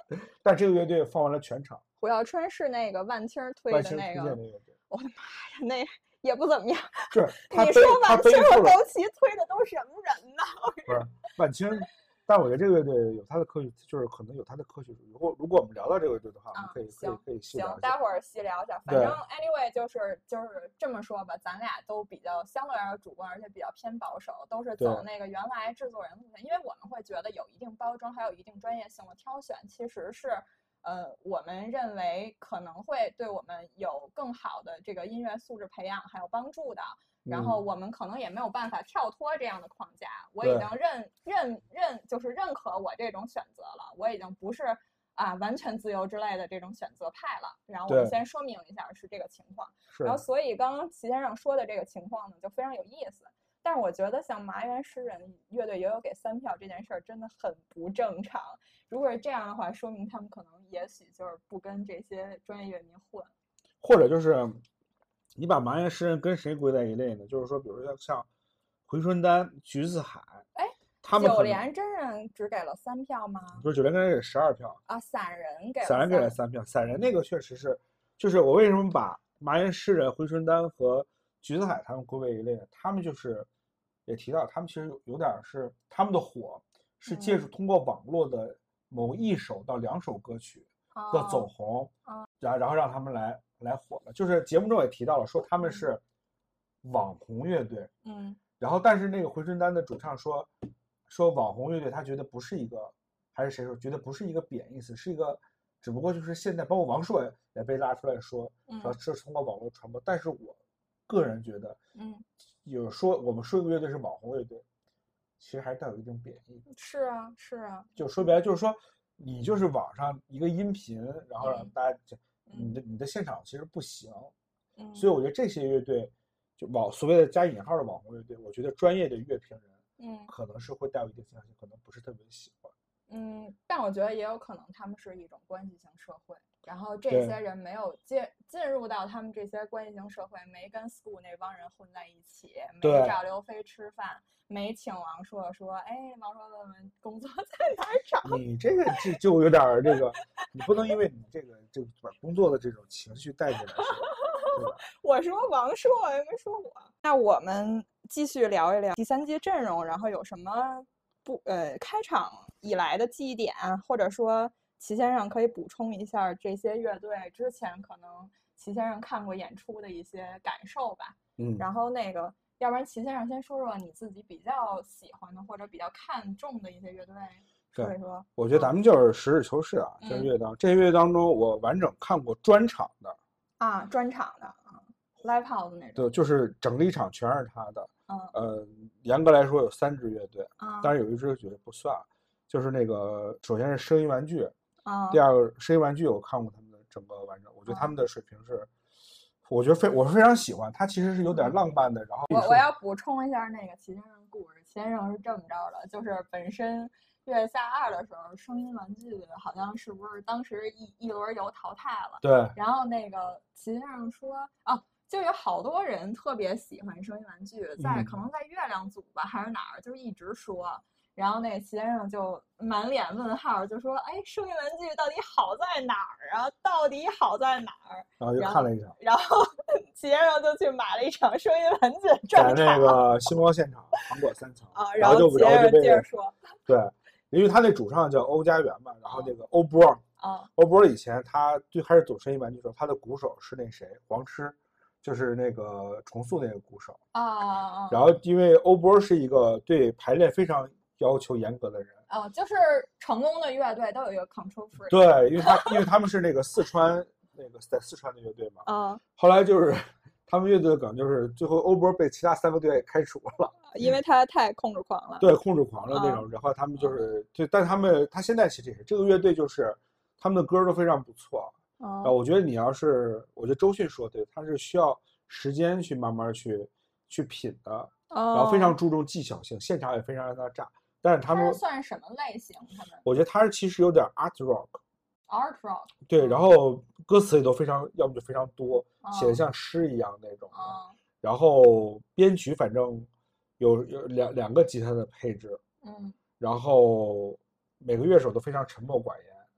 但这个乐队放完了全场。 胡耀春是那个万青推的那个，我的妈呀，那也不怎么样。 是你说万青和枸杞推的都是什么人呢？ 不是万青，但我觉得这个乐队有它的科学，就是可能有它的科学。如果如果我们聊到这个乐队的话，我们可以、 嗯、 可以可以细聊一下。 行，待会儿细聊一下。反正 anyway 就是就是这么说吧，咱俩都比较相对来说主观，而且比较偏保守，都是走那个原来制作人路线，因为我们会觉得有一定包装，还有一定专业性的挑选，其实是。呃，我们认为可能会对我们有更好的这个音乐素质培养还有帮助的。然后我们可能也没有办法跳脱这样的框架，嗯、我已经认认认就是认可我这种选择了，我已经不是啊完全自由之类的这种选择派了。然后我们先说明一下是这个情况。然后所以刚刚齐先生说的这个情况呢，就非常有意思。但是我觉得像麻原诗人乐队也有给三票这件事儿真的很不正常。如果是这样的话，说明他们可能也许就是不跟这些专业乐迷混， 或者就是你把麻原诗人跟谁归在一类呢？就是说，比如说像回春丹、橘子海， 哎， 他们九连真人只给了三票吗？ 不是，九连真人给十二票啊，散人给了散人给了三票，散人那个确实是，就是我为什么把麻原诗人、回春丹和橘子海他们归为一类呢？他们就是也提到，他们其实有有点是他们的火是借助通过网络的某一首到两首歌曲的走红， 哦、 然后然后让他们来来火的。就是节目中也提到了，说他们是网红乐队， 嗯， 然后但是那个回春丹的主唱说，说网红乐队他觉得不是一个，还是谁说觉得不是一个贬义词，是一个，只不过就是现在包括王朔也被拉出来说，说是通过网络传播，但是我个人觉得， 嗯， 有说我们说一个乐队是网红乐队，其实还带有一定贬义。 是啊，是啊， 就说白了就是说，你就是网上一个音频，然后让大家， 嗯、 你的你的现场其实不行， 嗯， 所以我觉得这些乐队，就网所谓的加引号的网红乐队，我觉得专业的乐评人， 嗯， 可能是会带有一定倾向性，可能不是特别喜欢。 嗯，但我觉得也有可能他们是一种关系型社会，然后这些人没有进进入到他们这些关系型社会，没跟 school 那帮人混在一起，没找刘飞吃饭，没请王朔说，哎，王朔问问工作在哪儿找。 你这个就就有点这个，你不能因为你这个就把工作的这种情绪带进来，对吧？ 我说王朔，我也没说我。那我们继续聊一聊第三季阵容，然后有什么不呃开场以来的记忆点，或者说齐先生可以补充一下这些乐队之前可能齐先生看过演出的一些感受吧。 嗯， 然后那个，要不然齐先生先说说你自己比较喜欢的或者比较看重的一些乐队，说一说。 我觉得咱们就是实事求是啊，这些乐队当这些乐队当中，我完整看过专场的啊，专场的啊 ，live house 那种。 对，就是整个一场全是他的。 嗯， 呃，严格来说有三支乐队， 啊， 当然有一支乐队不算，就是那个首先是声音玩具， 啊， 第二个声音玩具我看过他们的整个完整，我觉得他们的水平是，我觉得非我是非常喜欢，他其实是有点浪漫的。然后我我要补充一下那个齐先生故事，齐先生是这么着的，就是本身月下二的时候，声音玩具好像是不是当时一一轮游淘汰了？ 对。 然后那个齐先生说，哦。就有好多人特别喜欢声音玩具，在可能在月亮组吧，还是哪儿，就一直说。然后那个齐先生就满脸问号，就说：“哎，声音玩具到底好在哪儿啊？到底好在哪儿？” 然后就看了一场， 然后齐先生就去买了一场声音玩具专场， 在那个星光现场糖果三层啊。 然后就齐先生接着说， 对，因为他那主唱叫欧家园嘛，然后那个欧波啊， 欧波以前他最开始走声音玩具的时候，他的鼓手是那谁黄痴。就是那个重塑那个鼓手啊， 然后因为欧波是一个对排练非常要求严格的人啊，就是成功的乐队都有一个 control freak， 对，因为他因为他们是那个四川那个在四川的乐队嘛， 啊， 后来就是他们乐队的梗就是最后欧波被其他三个队开除了， 因为他太控制狂了， 对，控制狂了那种，啊、然后他们就是就，但他们他现在其实也是这个乐队就是他们的歌都非常不错。啊、 哦， 我觉得你要是，我觉得周迅说对，他是需要时间去慢慢去去品的， 哦、 然后非常注重技巧性，现场也非常让他炸。但是他们算什么类型？他们我觉得他是其实有点 art rock，art rock 对，然后歌词也都非常，要么就非常多， 哦、 写的像诗一样那种。 哦、 然后编曲反正有有两两个吉他的配置， 嗯， 然后每个乐手都非常沉默寡言。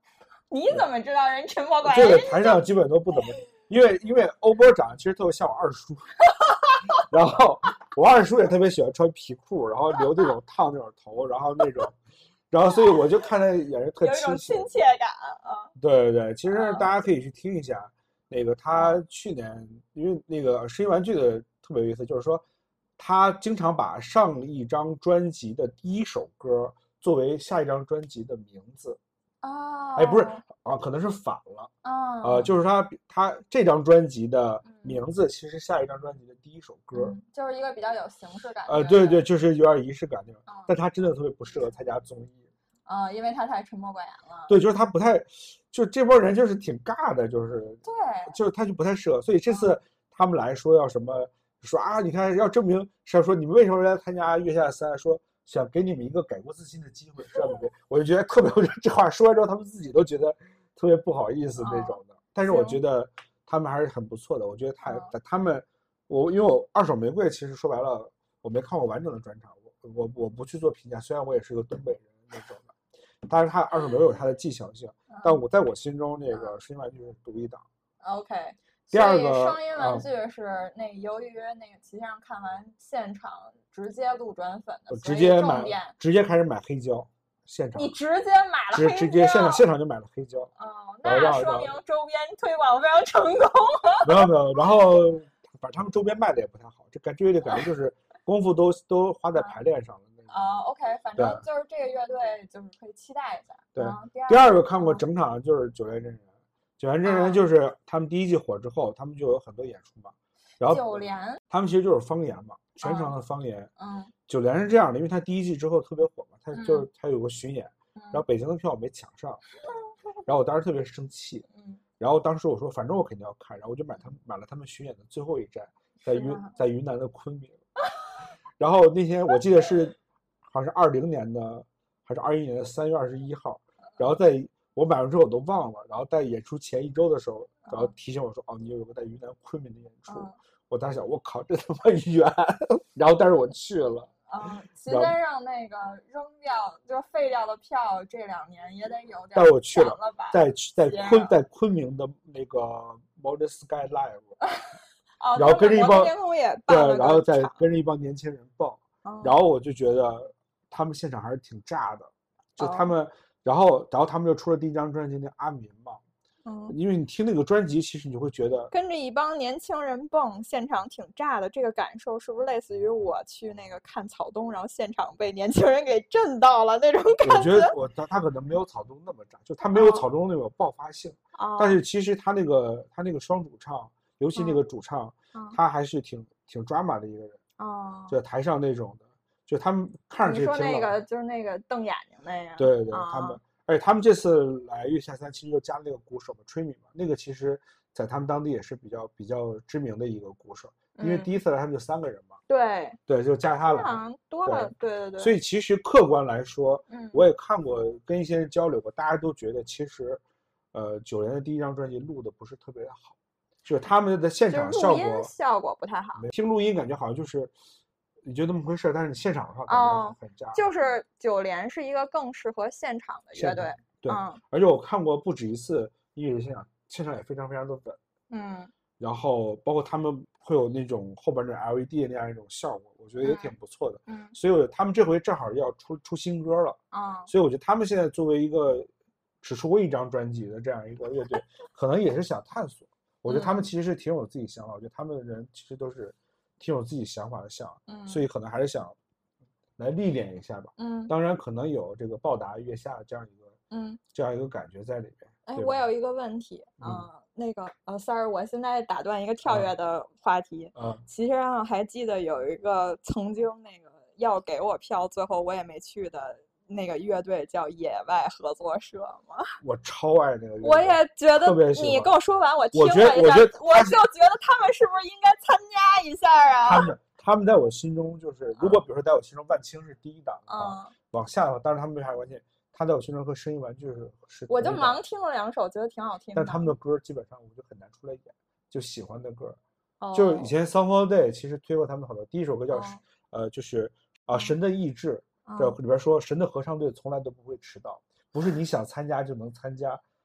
你怎么知道人沉默寡这言？ 个台上基本都不怎么，因为因为欧波长得其实特别像我二叔，然后我二叔也特别喜欢穿皮裤，然后留那种烫那种头，然后那种，然后所以我就看他眼神特有一种亲亲切感啊。 对对对，其实大家可以去听一下，那个他去年因为那个声音玩具的特别有意思，就是说他经常把上一张专辑的第一首歌作为下一张专辑的名字。 哦， 哎，不是啊，可能是反了。 嗯， 呃，就是他他这张专辑的名字，其实下一张专辑的第一首歌， 嗯、就是一个比较有形式感的。 呃，对对，就是有点仪式感那种。嗯、但他真的特别不适合参加综艺。 啊、嗯，因为他太沉默寡言了。 对，就是他不太，就这波人就是挺尬的，就是对， 就是他就不太适合。所以这次他们来说要什么，说啊，你看要证明是要说你们为什么来参加月下三，说。想给你们一个改过自新的机会，是不是？我就觉得特别，我这话说完之后，他们自己都觉得特别不好意思那种的。但是我觉得他们还是很不错的。我觉得他他们，我因为我二手玫瑰其实说白了，我没看过完整的专场，我我我不去做评价。虽然我也是个东北人那种的，但是他二手玫瑰有他的技巧性。但我在我心中，那个声音玩具是独一档。 OK。 第二个声音玩具是那由于那个齐先生看完现场直接路转粉的， 直接买，直接开始买黑胶，现场。 你直接买了黑胶？ 直直接现场现场就买了黑胶。 哦，那说明周边推广非常成功。 没有没有，然后反正他们周边卖的也不太好，这感这乐队感觉就是功夫都都花在排练上了。 啊、uh, ，OK， 反正就是这个乐队就是可以期待一下。 对， 嗯、第, 第二个看过整场就是九连真人。九连真人就是他们第一季火之后，他们就有很多演出嘛。然后九连他们其实就是方言嘛，全程的方言。 嗯， 九连是这样的，因为他第一季之后特别火嘛，他就是他有个巡演， 嗯、 然后北京的票没抢上，然后我当时特别生气。 嗯， 然后当时我说反正我肯定要看，然后我就买他们买了他们巡演的最后一站，在云在云南的昆明。然后那天我记得是好像是二零年的还是二一年的三月二十一号，然后在。我买完之后我都忘了，然后在演出前一周的时候，然后提醒我说：“哦，你有个在云南昆明的演出。 嗯” 我当时想，我靠，这他妈远！然后但是我去了。 啊，齐先生那个扔掉就是废掉的票，这两年也得有点。 但我去了， 吧在在昆在昆明的那个 Modern Sky Live， 哦， 然后跟着一帮天空也对，然后再跟着一帮年轻人蹦， 嗯、 然后我就觉得他们现场还是挺炸的，就他们。哦然后，然后他们就出了第一张专辑，那阿民嘛， 嗯， 因为你听那个专辑，其实你会觉得跟着一帮年轻人蹦，现场挺炸的。这个感受是不是类似于我去那个看草东，然后现场被年轻人给震到了那种感觉？ 我觉得我他他可能没有草东那么炸，就他没有草东那种爆发性。 哦、 但是其实他那个他那个双主唱，尤其那个主唱， 嗯、 他还是挺挺 drama 的一个人。 哦， 就台上那种的，就他们看着你说那个就是那个瞪眼睛那个。 对对， 哦、 他们。而且他们这次来月下三，其实就加了那个鼓手嘛，吹米嘛，那个其实在他们当地也是比较比较知名的一个鼓手，因为第一次来他们就三个人嘛， 对对，就加他来， 好像多了，对对对。 所以其实客观来说， 嗯， 我也看过，跟一些人交流过，大家都觉得其实，呃，九连的第一张专辑录的不是特别好，就是他们的现场效果效果不太好， 听录音感觉好像就是。你就那么回事，但是你现场的话感觉很炸。 哦、就是九连是一个更适合现场的乐队， 对， 嗯、 而且我看过不止一次音乐现场，现场也非常非常的稳， 嗯， 然后包括他们会有那种后边的 L E D 那样一种效果，我觉得也挺不错的， 嗯， 所以他们这回正好要出出新歌了， 啊、嗯， 所以我觉得他们现在作为一个只出过一张专辑的这样一个乐队，可能也是想探索。我觉得他们其实是挺有自己想法，我觉得他们的人其实都是。挺有自己想法的想， 嗯， 所以可能还是想来历练一下吧， 嗯， 当然可能有这个报答月下这样一个， 嗯， 这样一个感觉在里面。 哎，我有一个问题啊、嗯呃，那个呃 ，sorry， 我现在打断一个跳跃的话题， 嗯， 其实上还记得有一个曾经那个要给我票，最后我也没去的。那个乐队叫野外合作社吗？ 我超爱那个乐队， 我也觉得。你跟我说完，我听了一下， 我, 我就觉得他们是不是应该参加一下啊？ 他们他们在我心中就是，如果比如说在我心中万青是第一档的话， 嗯， 往下的话，当然他们没啥关系。他在我心中和声音玩具是是。 我就盲听了两首，觉得挺好听的。 但他们的歌基本上我就很难出来演，就喜欢的歌， 哦、 就是以前 Summer Day 其实推过他们好多，第一首歌叫、 哦、 呃就是啊、呃、神的意志。 嗯、 这里边说神的合唱队从来都不会迟到，不是你想参加就能参加，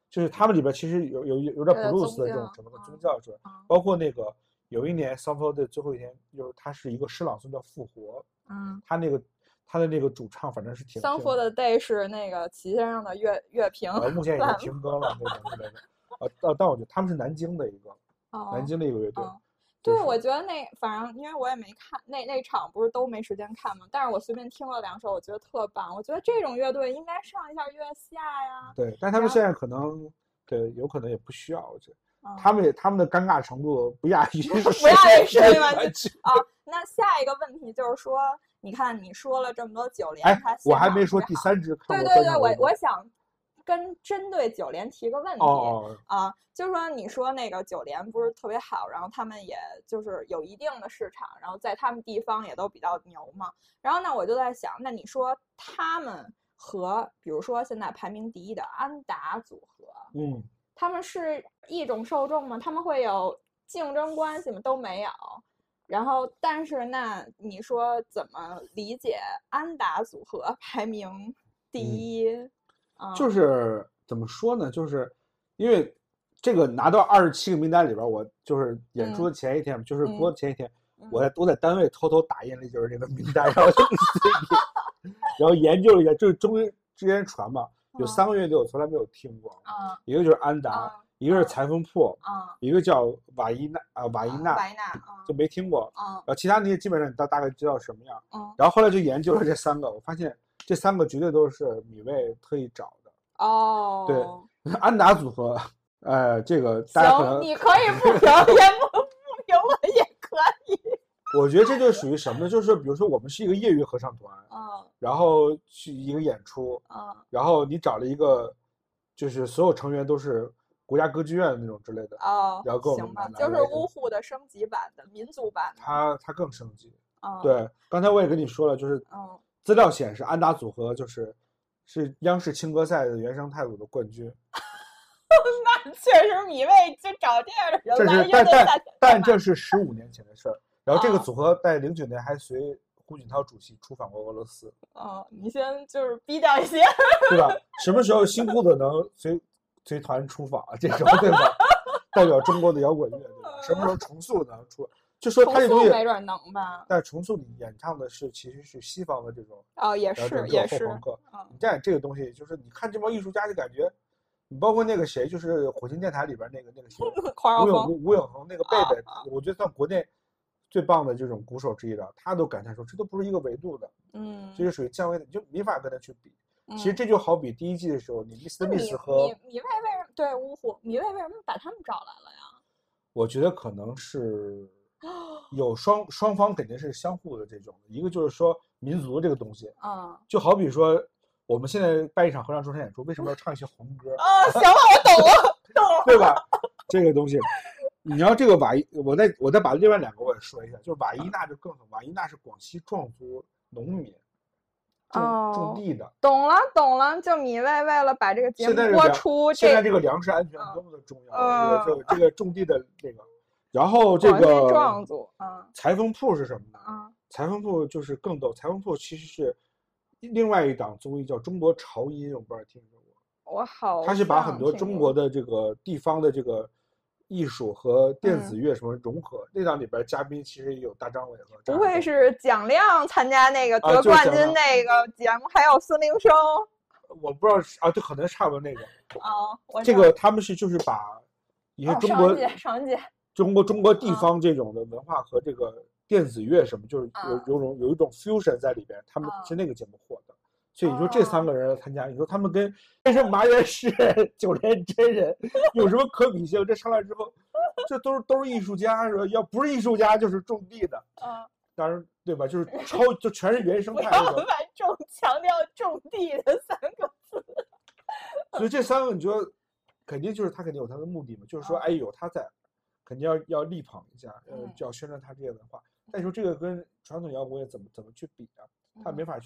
就是他们里边其实有有有点 blues 的这种成分和宗教是， 嗯、 包括那个有一年 Sum of the Day 最后一天，就是它是一个诗朗诵叫复活， 嗯， 他那个他的那个主唱反正是挺 Sum of the Day 是那个齐先生的乐乐评， 呃，目前已经停更了那种之类的，呃，但我觉得他们是南京的一个， 哦、 南京的一个乐队。 哦对，我觉得那反正因为我也没看那那场，不是都没时间看嘛。但是我随便听了两首，我觉得特棒。我觉得这种乐队应该上一下月下呀。 对，但他们现在可能对有可能也不需要，我觉得、 嗯、 他们也他们的尴尬程度不亚于不亚于谁吗？啊，那下一个问题就是说，你看你说了这么多九连， 哎， 他我还没说第三支。 对对对，我我想。跟针对九连提个问题、 哦、 啊，就是说你说那个九连不是特别好，然后他们也就是有一定的市场，然后在他们地方也都比较牛嘛。然后呢，我就在想，那你说他们和比如说现在排名第一的安达组合， 嗯， 他们是一种受众吗？他们会有竞争关系吗？都没有。然后，但是那你说怎么理解安达组合排名第一？嗯就是怎么说呢？就是因为这个拿到二十七个名单里边，我就是演出的前一天，嗯、就是播的前一天， 嗯、 我在我在单位偷偷打印了就是这个名单，然后然后研究了一下，就是中间之间传嘛，有三个乐队我从来没有听过， 啊、嗯， 一个就是安达， 嗯、 一个是裁缝铺， 啊、嗯， 一个叫瓦伊娜啊瓦伊娜， 瓦伊娜，嗯， 就没听过， 嗯， 然后其他那些基本上你大大概知道什么样， 嗯， 然后后来就研究了这三个，我发现。这三个绝对都是米未特意找的哦。 对，安达组合，呃，这个大家可能你可以不评，也不不评论也可以。 我觉得这就属于什么呢？就是比如说我们是一个业余合唱团， 嗯， 然后去一个演出， 嗯， 然后你找了一个，就是所有成员都是国家歌剧院的那种之类的， 哦， 然后跟我们行吧，就是呜呼的升级版的民族版的， 它它更升级。 嗯， 对，刚才我也跟你说了，就是嗯。 资料显示，安达组合就是是央视青歌赛的原生态组的冠军。 那确实，米未就找这样的人来， 这是但但但这是十五年前的事儿。然后这个组合在零九年还随胡锦涛主席出访过俄罗斯。 哦，你先就是逼掉一些， 对吧？什么时候新裤子能随随团出访啊？这种对吧？代表中国的摇滚乐，对吧？什么时候重塑能出？就说他这东西没准能吧， 但重塑你演唱的是其实是西方的这种哦，也是也是， 嗯，你但这个东西就是你看这帮艺术家就感觉，你包括那个谁，就是火星电台里边那个那个谁，吴永吴永恒那个贝贝， 啊、 我觉得算国内最棒的这种鼓手之一了，他都感叹说这都不是一个维度的， 嗯， 这就属于降维的，你就没法跟他去比。 嗯、 其实这就好比第一季的时候，你密斯密斯和米米未为什么对呜呼米未为什么把他们找来了呀？ 我觉得可能是。有双双方肯定是相互的这种，一个就是说民族这个东西， 嗯， 就好比说我们现在办一场合唱驻场演出，为什么要唱一些红歌？ 啊，行了，我懂了，懂了， 对吧？这个东西，你要这个瓦伊，我再我再把另外两个我也说一下，就是瓦伊娜就更好，瓦伊娜是广西壮族农民，种、 哦、 种地的。 懂了，懂了，就米未为了把这个节目播出， 现在这个粮食安全多么的重要， 嗯、 这个这个种地的这个。然后这个壮族，嗯， 裁缝铺是什么呢？ 嗯， 裁缝铺就是更逗，裁缝铺其实是另外一档综艺叫《中国潮音》，我不知道听说过。 我好， 他是把很多中国的这个地方的这个艺术和电子乐什么融合。嗯、那档里边嘉宾其实也有大张伟和。 不会是蒋亮参加那个得冠军那个节目，啊、还有孙铃声？ 我不知道啊，这可能差不多那个。 哦，我这个他们是就是把一些中国。 哦、上一届，上一届。 中国中国地方这种的文化和这个电子乐什么，就是有有种有一种 fusion 在里边，他们是那个节目火的，所以你说这三个人来参加，你说他们跟天生麻原氏、九连真人有什么可比性？这上来之后，这都是都是艺术家，说要不是艺术家就是种地的， 嗯， 当然对吧？就是超就全是原生态的， 不要把种强调种地的三个字， 所以这三个你说肯定就是他肯定有他的目的嘛，就是说哎有他在。肯定要要力捧一下，呃，就要宣传他这些文化。但是说这个跟传统摇滚乐怎么怎么去比啊？他没法去比。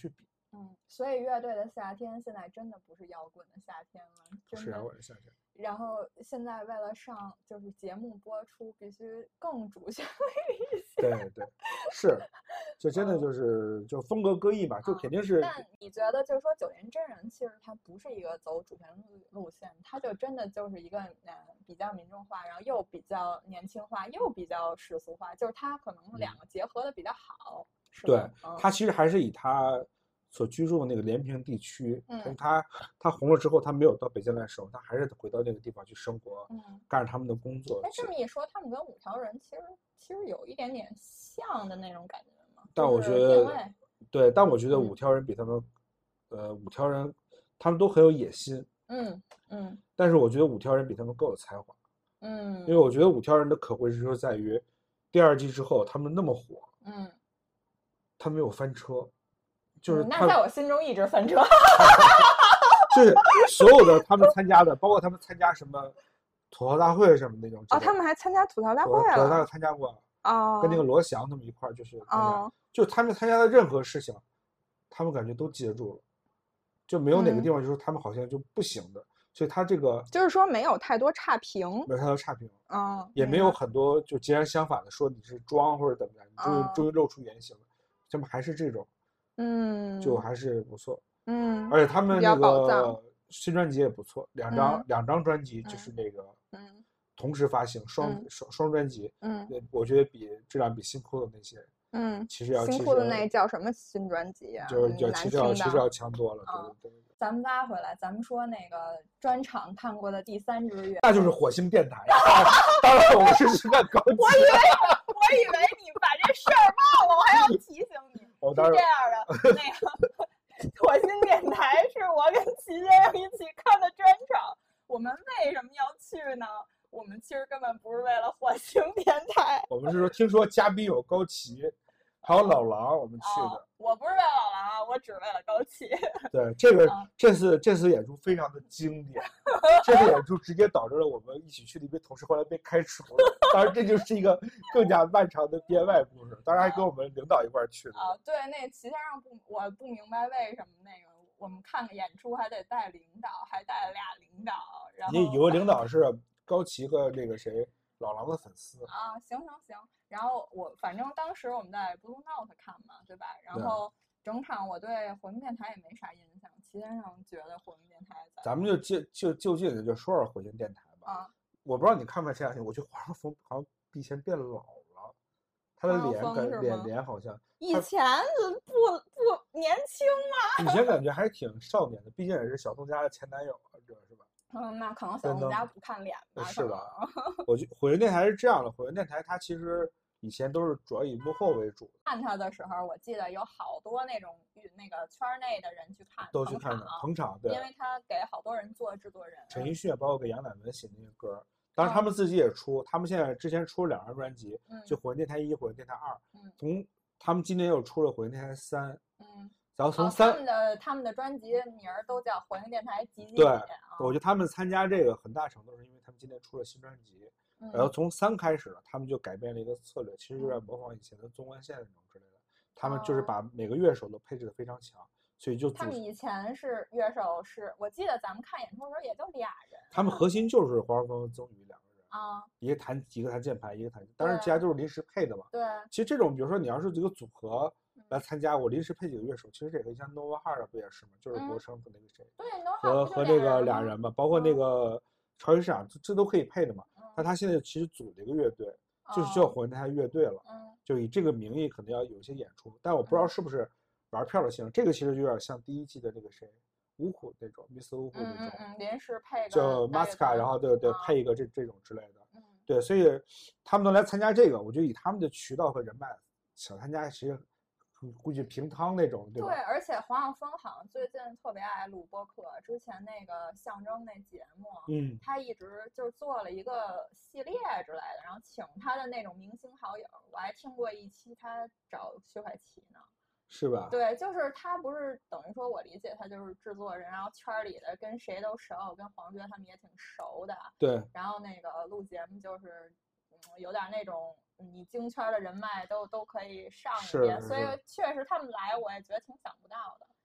嗯，所以乐队的夏天现在真的不是摇滚的夏天了， 不是摇滚的夏天。 然后现在为了上就是节目播出，必须更主旋律一些。 对对，是，就真的就是、嗯、就风格各异吧，就肯定是。 但你觉得就是说九连真人其实他不是一个走主旋律路线，他就真的就是一个呃比较民众化，然后又比较年轻化，又比较世俗化，就是他可能两个结合的比较好。嗯、是对、 嗯， 他其实还是以他所居住的那个连平地区， 嗯， 他他红了之后，他没有到北京来生活，他还是回到那个地方去生活， 嗯， 干着他们的工作。 哎，这么一说，他们跟五条人其实其实有一点点像的那种感觉吗？ 但我觉得，对，但我觉得五条人比他们，嗯、呃，五条人他们都很有野心， 嗯嗯， 但是我觉得五条人比他们更有才华， 嗯， 因为我觉得五条人的可贵之处在于，第二季之后他们那么火， 嗯， 他没有翻车。就是、 嗯、那在我心中一直翻车， 就是所有的他们参加的，包括他们参加什么吐槽大会什么那种。 哦，他们还参加吐槽大会了。 吐槽大会参加过啊、 哦，跟那个罗翔他们一块儿就是参加， 哦、 就他们参加的任何事情，他们感觉都接住了，就没有哪个地方就是他们好像就不行的。嗯、所以他这个就是说没有太多差评， 没有太多差评， 嗯、哦， 也没有很多就截然相反的说你是装或者怎么样，你终于、 哦、 终于露出原形了，他们还是这种。 嗯， 就还是不错， 嗯， 而且他们那个新专辑也不错，两张、 嗯、 两张专辑就是那个， 嗯， 同时发行双、 嗯、 双双专辑， 嗯， 我觉得比质量比新裤的那些， 嗯， 其实要新裤的那叫什么新专辑啊？ 就就其实要其实要强多了， 嗯、 对对对。 咱们拉回来，咱们说那个专场看过的第三支乐， 那就是火星电台呀。当然我们是去看高级。 我以为我以为你把这事儿忘了，我还要提醒你。 我当然是这样的，那个火星电台是我跟齐先生一起看的专场。我们为什么要去呢？我们其实根本不是为了火星电台， 我们是说听说嘉宾有高旗，还有老狼，我们去的。 哦、我不是为了老狼啊，我只为了高旗。 对，这个、 嗯、 这次这次演出非常的经典，这次演出直接导致了我们一起去的一位同事后来被开除了。当然，这就是一个更加漫长的编外故事。当然，还跟我们领导一块儿去的。 啊，对，那齐先生不，我不明白为什么那个我们看个演出还得带领导，还带了俩领导。然后你有个领导是高旗和那个谁老狼的粉丝啊，行行行。然后我反正当时我们在 Blue Note 看嘛，对吧？然后整场我对火星电台也没啥印象。齐先生觉得火星电台咋？ 咱们就就就就近的就说说火星电台吧。 啊， 我不知道你看没看这两天，我觉得黄晓峰好像比以前变老了，他的脸感脸脸好像以前不不年轻吗？ 以前感觉还是挺少年的，毕竟也是小东家的前男友，这是吧？ 嗯，那可能小东家不看脸吧？ 是吧？我觉火星电台是这样的，火星电台它其实以前都是主要以幕后为主。 看他的时候，我记得有好多那种那个圈内的人去看， 都去看的捧场，对， 因为他给好多人做制作人。 陈奕迅包括给杨乃文写那些歌，当然他们自己也出，他们现在之前出了两张专辑， 嗯、 就火星电台一、火星电台二， 嗯， 从他们今年又出了火星电台三， 嗯。 然后从三、 哦、他们的他们的专辑名儿都叫火星电台集集。 对、 哦， 我觉得他们参加这个很大程度是因为他们今年出了新专辑， 嗯、 然后从三开始他们就改变了一个策略，其实有点模仿以前的纵贯线那种之类的，他们就是把每个乐手都配置的非常强，所以就他们以前是乐手是，我记得咱们看演出的时候也就俩人， 他们核心就是黄晓峰、曾宇两个人啊， 一个弹一个弹键盘，一个弹，当然其他都是临时配的嘛。 对， 其实这种比如说你要是这个组合来参加，我临时配几个乐手，其实这个像 Nova Heart 不也是吗？就是国成和那个谁， 对， 和和那个俩人嘛，包括那个超级市场，这都可以配的嘛。但他现在其实组了一个乐队，就是叫火星电台乐队了，就以这个名义可能要有一些演出，但我不知道是不是玩票的性质。这个其实有点像第一季的那个谁，芜湖那种 ，Miss 芜湖那种， 嗯嗯，临时配就 Masca， 然后对对配一个这这种之类的，对，所以他们能来参加这个，我觉得以他们的渠道和人脉，想参加其实。估计平汤那种，对吧？ 对，而且黄晓峰好像最近特别爱录播客，之前那个象征那节目， 嗯， 他一直就是做了一个系列之类的，然后请他的那种明星好友，我还听过一期他找薛凯琪呢， 是吧？ 对，就是他不是等于说我理解他就是制作人，然后圈里的跟谁都熟，跟黄觉他们也挺熟的， 对， 然后那个录节目就是。有点那种你京圈的人脉都都可以上一遍，所以确实他们来我也觉得挺想不到的。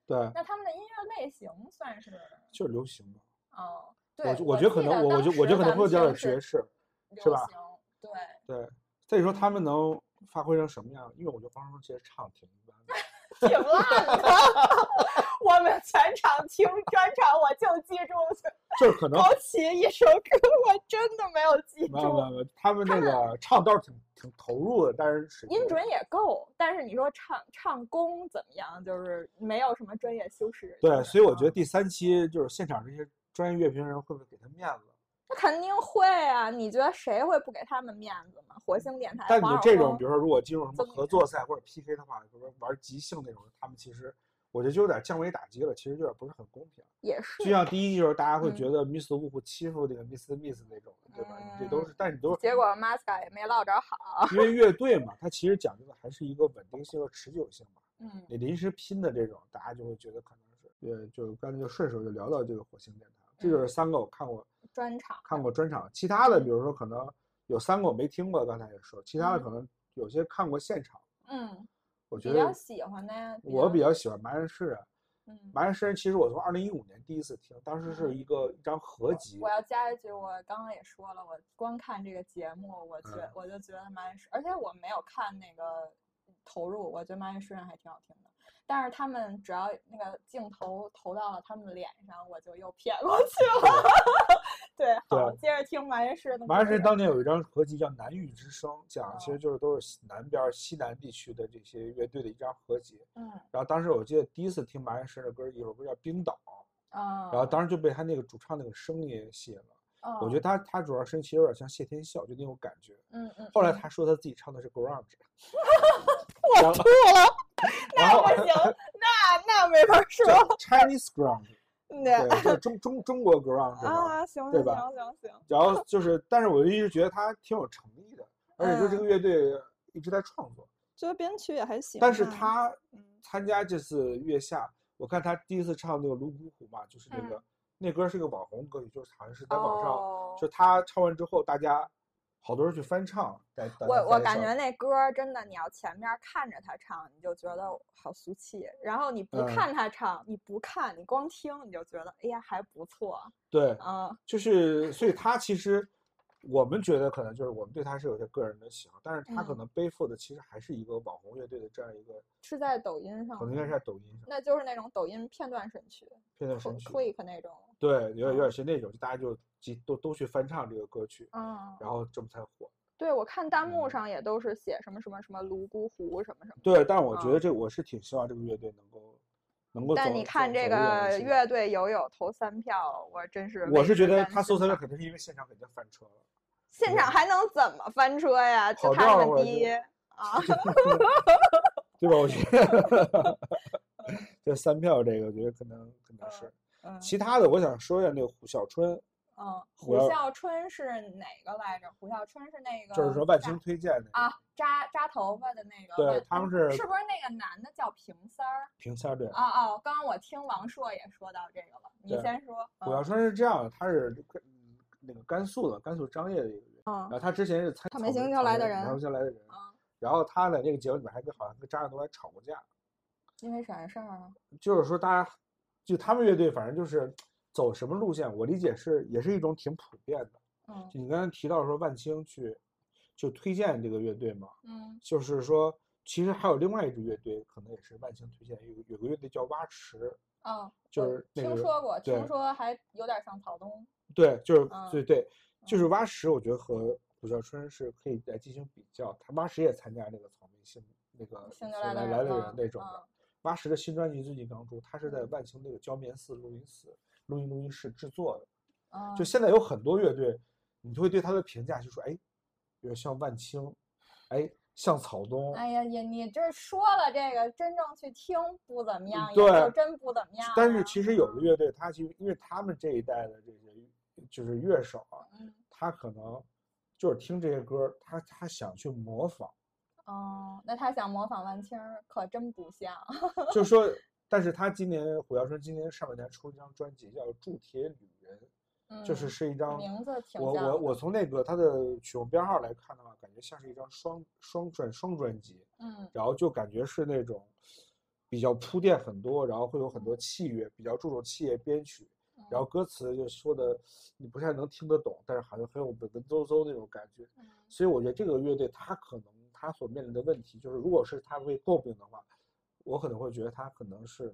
对。 那他们的音乐类型算是就是流行吧。 哦，对， 我我觉得可能我我觉我觉得可能会叫点爵士，是吧？ 对对。再说他们能发挥成什么样？因为我觉得方中信其实唱挺一般的。 挺烂的，我们全场听专场，我就记住就是可能枸杞一首歌，我真的没有记住。 没有没有没有，他们那个唱倒是挺挺投入的，但是音准也够，但是你说唱唱功怎么样，就是没有什么专业修饰。 对，所以我觉得第三期就是现场这些专业乐评人会不会给他面子？ 那肯定会啊！你觉得谁会不给他们面子吗？火星电台。 但你这种，比如说，如果进入什么合作赛或者 P K 的话，比如说玩即兴那种，他们其实我觉得就有点降维打击了，其实有点不是很公平。 也是。 就像第一季时候，大家会觉得 Miss Wu 欺负那个 Miss Miss 那种，对吧？ 嗯、 你这都是，但你都结果 Masca 也没落着好。 因为乐队嘛，它其实讲究的还是一个稳定性和持久性嘛。 嗯。 你临时拼的这种，大家就会觉得可能是，对，就刚才就顺手就聊到这个火星电台。这就是三个我看过专场， 看过专场，其他的比如说可能有三个我没听过，刚才也说，其他的可能有些看过现场。 嗯， 我觉得比较喜欢的呀。 我比较喜欢麻人诗人。 嗯， 麻人诗人其实我从二零一五年第一次听，当时是一个一张合集。 我要加一句，我刚刚也说了，我光看这个节目，我觉、嗯、我就觉得麻人诗，而且我没有看那个投入，我觉得麻人诗人还挺好听的。但是他们只要那个镜头投到了他们的脸上，我就又偏过去了。对，好，接着听麻人诗的。 麻人诗当年有一张合集叫《南域之声》，讲的其实就是都是南边西南地区的这些乐队的一张合集。 嗯。 然后当时我记得第一次听麻人诗的歌，一首歌叫《冰岛》。 嗯。 然后当时就被他那个主唱那个声音吸引了。 哦。 我觉得他他主要声音其实有点像谢天笑，就那种感觉。 嗯嗯。 后来他说他自己唱的是 grunge。 我吐了。那不行，那那没法说。 Chinese grunge， 对， 就是中中中国 grunge 啊，行， 对吧？ 行行行。 然后就是，但是我一直觉得他挺有诚意的，而且就这个乐队一直在创作， 觉得编曲也还行。 但是他参加这次月下，我看他第一次唱那个泸沽湖嘛，就是那个那歌是个网红歌曲，就是好像是在网上，就他唱完之后，大家。好多人去翻唱， 我我感觉那歌真的，你要前面看着他唱，你就觉得好俗气；然后你不看他唱，嗯、你不看，你光听，你就觉得哎呀还不错。 对， 嗯， 就是所以他其实我们觉得可能就是我们对他是有些个人的喜好，但是他可能背负的其实还是一个网红乐队的这样一个。 是在抖音上， 可能应该是在抖音上， 那就是那种抖音片段神曲， 片段神曲 ，click 那种。 对，有点有点是那种，就大家就都都去翻唱这个歌曲， 嗯， 然后这么才火。 对，我看弹幕上也都是写什么什么什么泸沽湖什么什么。 对，但我觉得这我是挺希望这个乐队能够能够。 但你看这个乐队友友投三票，我真是。 我是觉得他投三票肯定是因为现场肯定翻车了。 现场还能怎么翻车呀？就他这么低啊！ 对吧？我觉得这三票这个，我觉得可能可能是。 嗯。 其他的，我想说一下那个胡小春。 嗯，胡孝春是哪个来着？胡孝春是那个， 就是说万青推荐的啊，扎扎头发的那个。 对，他们是是不是那个男的叫平三儿？ 平三儿对。 啊啊！刚刚我听王硕也说到这个了，你先说。 胡孝春是这样的，他是那个甘肃的，甘肃张掖的一个人。 嗯。 然后他之前是参草莓星球来的人， 草莓星球来的人。然后他在那个节目里面还跟好像跟张亚东还吵过架。 因为啥事儿啊？ 就是说，大家就他们乐队，反正就是。走什么路线？我理解是也是一种挺普遍的。 嗯， 就你刚才提到说万青去就推荐这个乐队嘛。 嗯， 就是说其实还有另外一支乐队，可能也是万青推荐，有有个乐队叫蛙池。 嗯， 就是那个听说过，听说还有点像草东。 对，就是、 嗯、 对对，就是蛙池，我觉得和胡孝春是可以来进行比较。他蛙池也参加那个草莓星那个星球来的人那种的。 嗯、 蛙池的新专辑最近刚出，他是在万青那个焦棉寺录音室。录音录音室制作的， 嗯、 就现在有很多乐队，你就会对他的评价就说，哎，比如像万青，哎，像草东。 哎呀呀，你这说了这个，真正去听不怎么样， 对， 也就真不怎么样、啊。 但是其实有的乐队，他其实因为他们这一代的这些就是乐手啊， 嗯、 他可能就是听这些歌，他他想去模仿。 哦，那他想模仿万青，可真不像。 就说。但是他今年胡孝春今年上半年出一张专辑叫《铸铁旅人》， 嗯、 就是是一张名字挺我我我从那个他的曲目编号来看的话，感觉像是一张双双专双专辑， 嗯， 然后就感觉是那种比较铺垫很多，然后会有很多器乐，比较注重器乐编曲，然后歌词就说的你不太能听得懂，但是好像很有文文绉绉那种感觉。所以我觉得这个乐队他可能他所面临的问题就是，如果是他被诟病的话，我可能会觉得他可能是，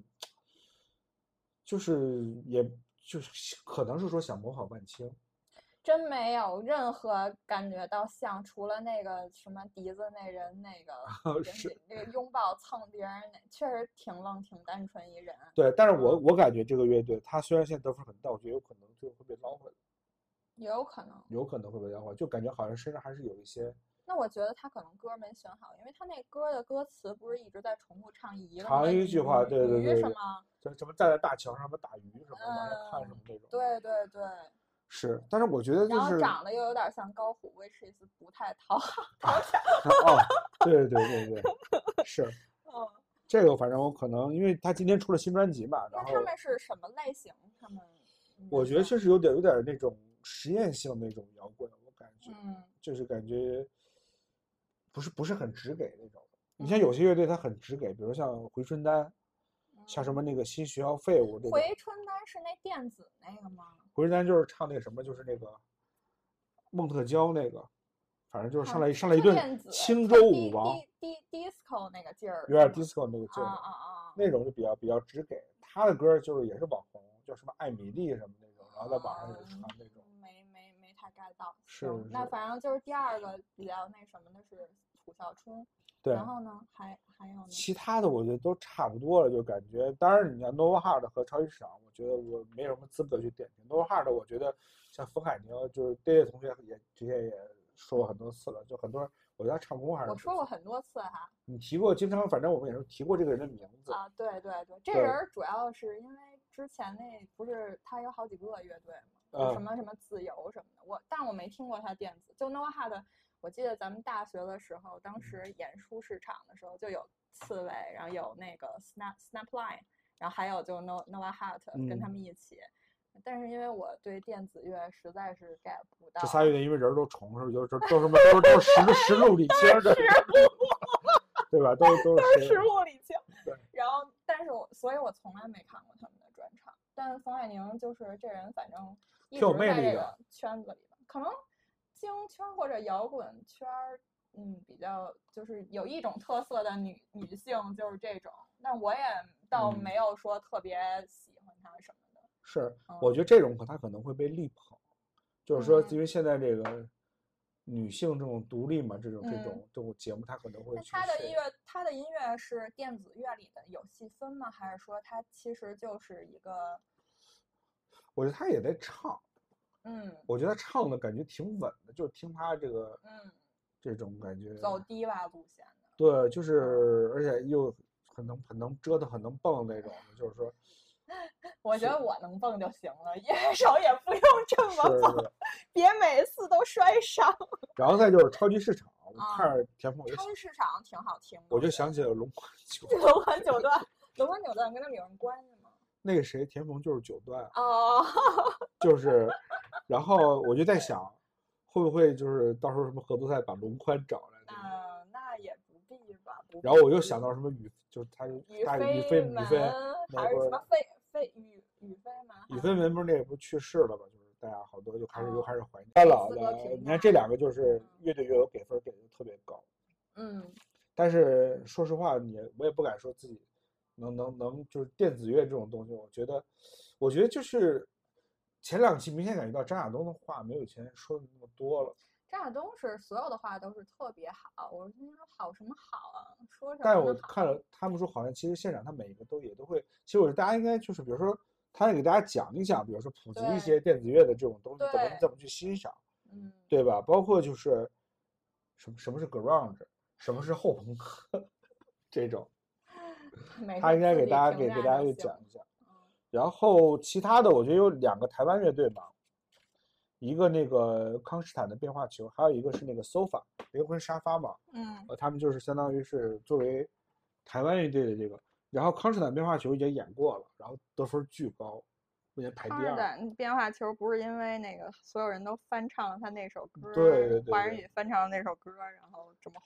就是也就是可能是说想模仿万青。 真没有任何感觉到像，除了那个什么笛子那人那个是那个拥抱蹭别人那，确实挺愣挺单纯一人。 对，但是我、嗯、我感觉这个乐队，他虽然现在得分很大，我觉得有可能最后会被捞回来。 也有可能， 有可能会被捞回来，就感觉好像身上还是有一些。 那我觉得他可能歌没选好，因为他那歌的歌词不是一直在重复唱一个长一句话，对对对， 什么什么站在大桥上什么打鱼什么往下看什么那种。 对对对。 是，但是我觉得就是， 然后长得又有点像高虎 ，which is 不太讨讨巧。 哦，对对对对，是， 嗯， 这个反正我可能，因为他今天出了新专辑嘛，然后那他们是什么类型？他们， 我觉得确实有点有点那种实验性那种摇滚，我感觉， 嗯， 就是感觉不是不是很直给那种。你像有些乐队它很直给，比如像回春丹。像什么那个新学校废物，这个回春丹是那电子那个吗？ 回春丹就是唱那个什么，就是那个孟特娇那个，反正就是上来、啊、上来一顿青州舞王 ，d d disco 那个劲儿， 有点 disco 那个劲儿， 啊啊啊， 那种就比较比较直给。他的歌就是也是网红，叫什么艾米丽什么那种，然后在网上也传那种。 嗯、没没没太 get 到。 是， 那反正就是第二个比较那什么的是楚小春。 对， 然后呢，还还有呢， 其他的我觉得都差不多了，就感觉。当然，你像 Nova Hard 和超级市场，我觉得我没什么资格去点评。Nova Hard 我觉得像冯海宁，就是这些同学也之前也说过很多次了，就很多人，我觉得他唱功还是我说过很多次哈。 你提过，经常反正我们也是提过这个人的名字啊。对对对，这人主要是因为之前那不是他有好几个乐队嘛， 嗯、 什么什么自由什么的，我但我没听过他电子，就 Nova Hard。我记得咱们大学的时候，当时演出市场的时候就有刺猬，然后有那个 Snap Snapline， 然后还有就 No Nova Hart 跟他们一起、嗯。但是因为我对电子乐实在是 get 不到。 这仨乐队因为人都重是不是？就都什么都都是实实录里清的，对吧？都都是实录里清。 对。 然后，但是我所以，我从来没看过他们的专场。但冯海宁就是这人，反正一直在这个圈子里吧，可能。京圈或者摇滚圈，嗯，比较就是有一种特色的女女性就是这种，但我也倒没有说特别喜欢她什么的。 嗯、是、 嗯， 我觉得这种她可能会被力捧，就是说，因为现在这个女性这种独立嘛，这种、嗯、这种这种节目，她可能会去。 她的音乐，她的音乐是电子乐里的有细分吗？还是说她其实就是一个？ 我觉得她也在唱。 嗯， 我觉得他唱的感觉挺稳的，就是听他这个， 嗯， 这种感觉走低洼路线的。 对，就是而且又很能很能折腾，很能蹦那种的，就是说， 我觉得我能蹦就行了，乐手也不用这么蹦，别每次都摔伤。 然后再就是超级市场，我看着田馥， 超级市场挺好听的， 我就想起了龙环九龙环九段，龙环九段跟他们有什么关系吗？ 那个谁，田馥就是九段哦， 就是，然后我就在想，会不会就是到时候什么合作赛把龙宽找来？ 嗯、呃，那也不必吧。不必然后我又想到什么宇，就是他宇大宇飞宇飞， 还是什么飞飞宇宇飞门？ 宇飞门不是那个不去世了吗？就是大家好多就开始、哦、又开始怀念。他老的，你看这两个就是乐队乐友给分给的特别高。 嗯， 但是说实话，你我也不敢说自己。能能能就是电子乐这种东西，我觉得，我觉得就是前两期明显感觉到张亚东的话没有以前说的那么多了。 张亚东是所有的话都是特别好，我说好什么好啊，说什么？ 但是我看了他们说，好像其实现场他每一个都也都会，其实我觉得大家应该就是比如说，他也给大家讲一讲，比如说普及一些电子乐的这种东西怎么怎么去欣赏， 嗯， 对吧？包括就是什么什么是 grunge， 什么是后朋克这种。他应该给大家给给大家给讲一讲，然后其他的我觉得有两个台湾乐队嘛，一个那个康斯坦的变化球，还有一个是那个 sofa 灵魂沙发嘛， 嗯， 呃，他们就是相当于是作为台湾乐队的这个，然后康斯坦变化球已经演过了，然后得分巨高，目前排第二。康斯坦变化球不是因为那个所有人都翻唱了他那首歌， 对对对， 华人语翻唱了那首歌，然后这么红。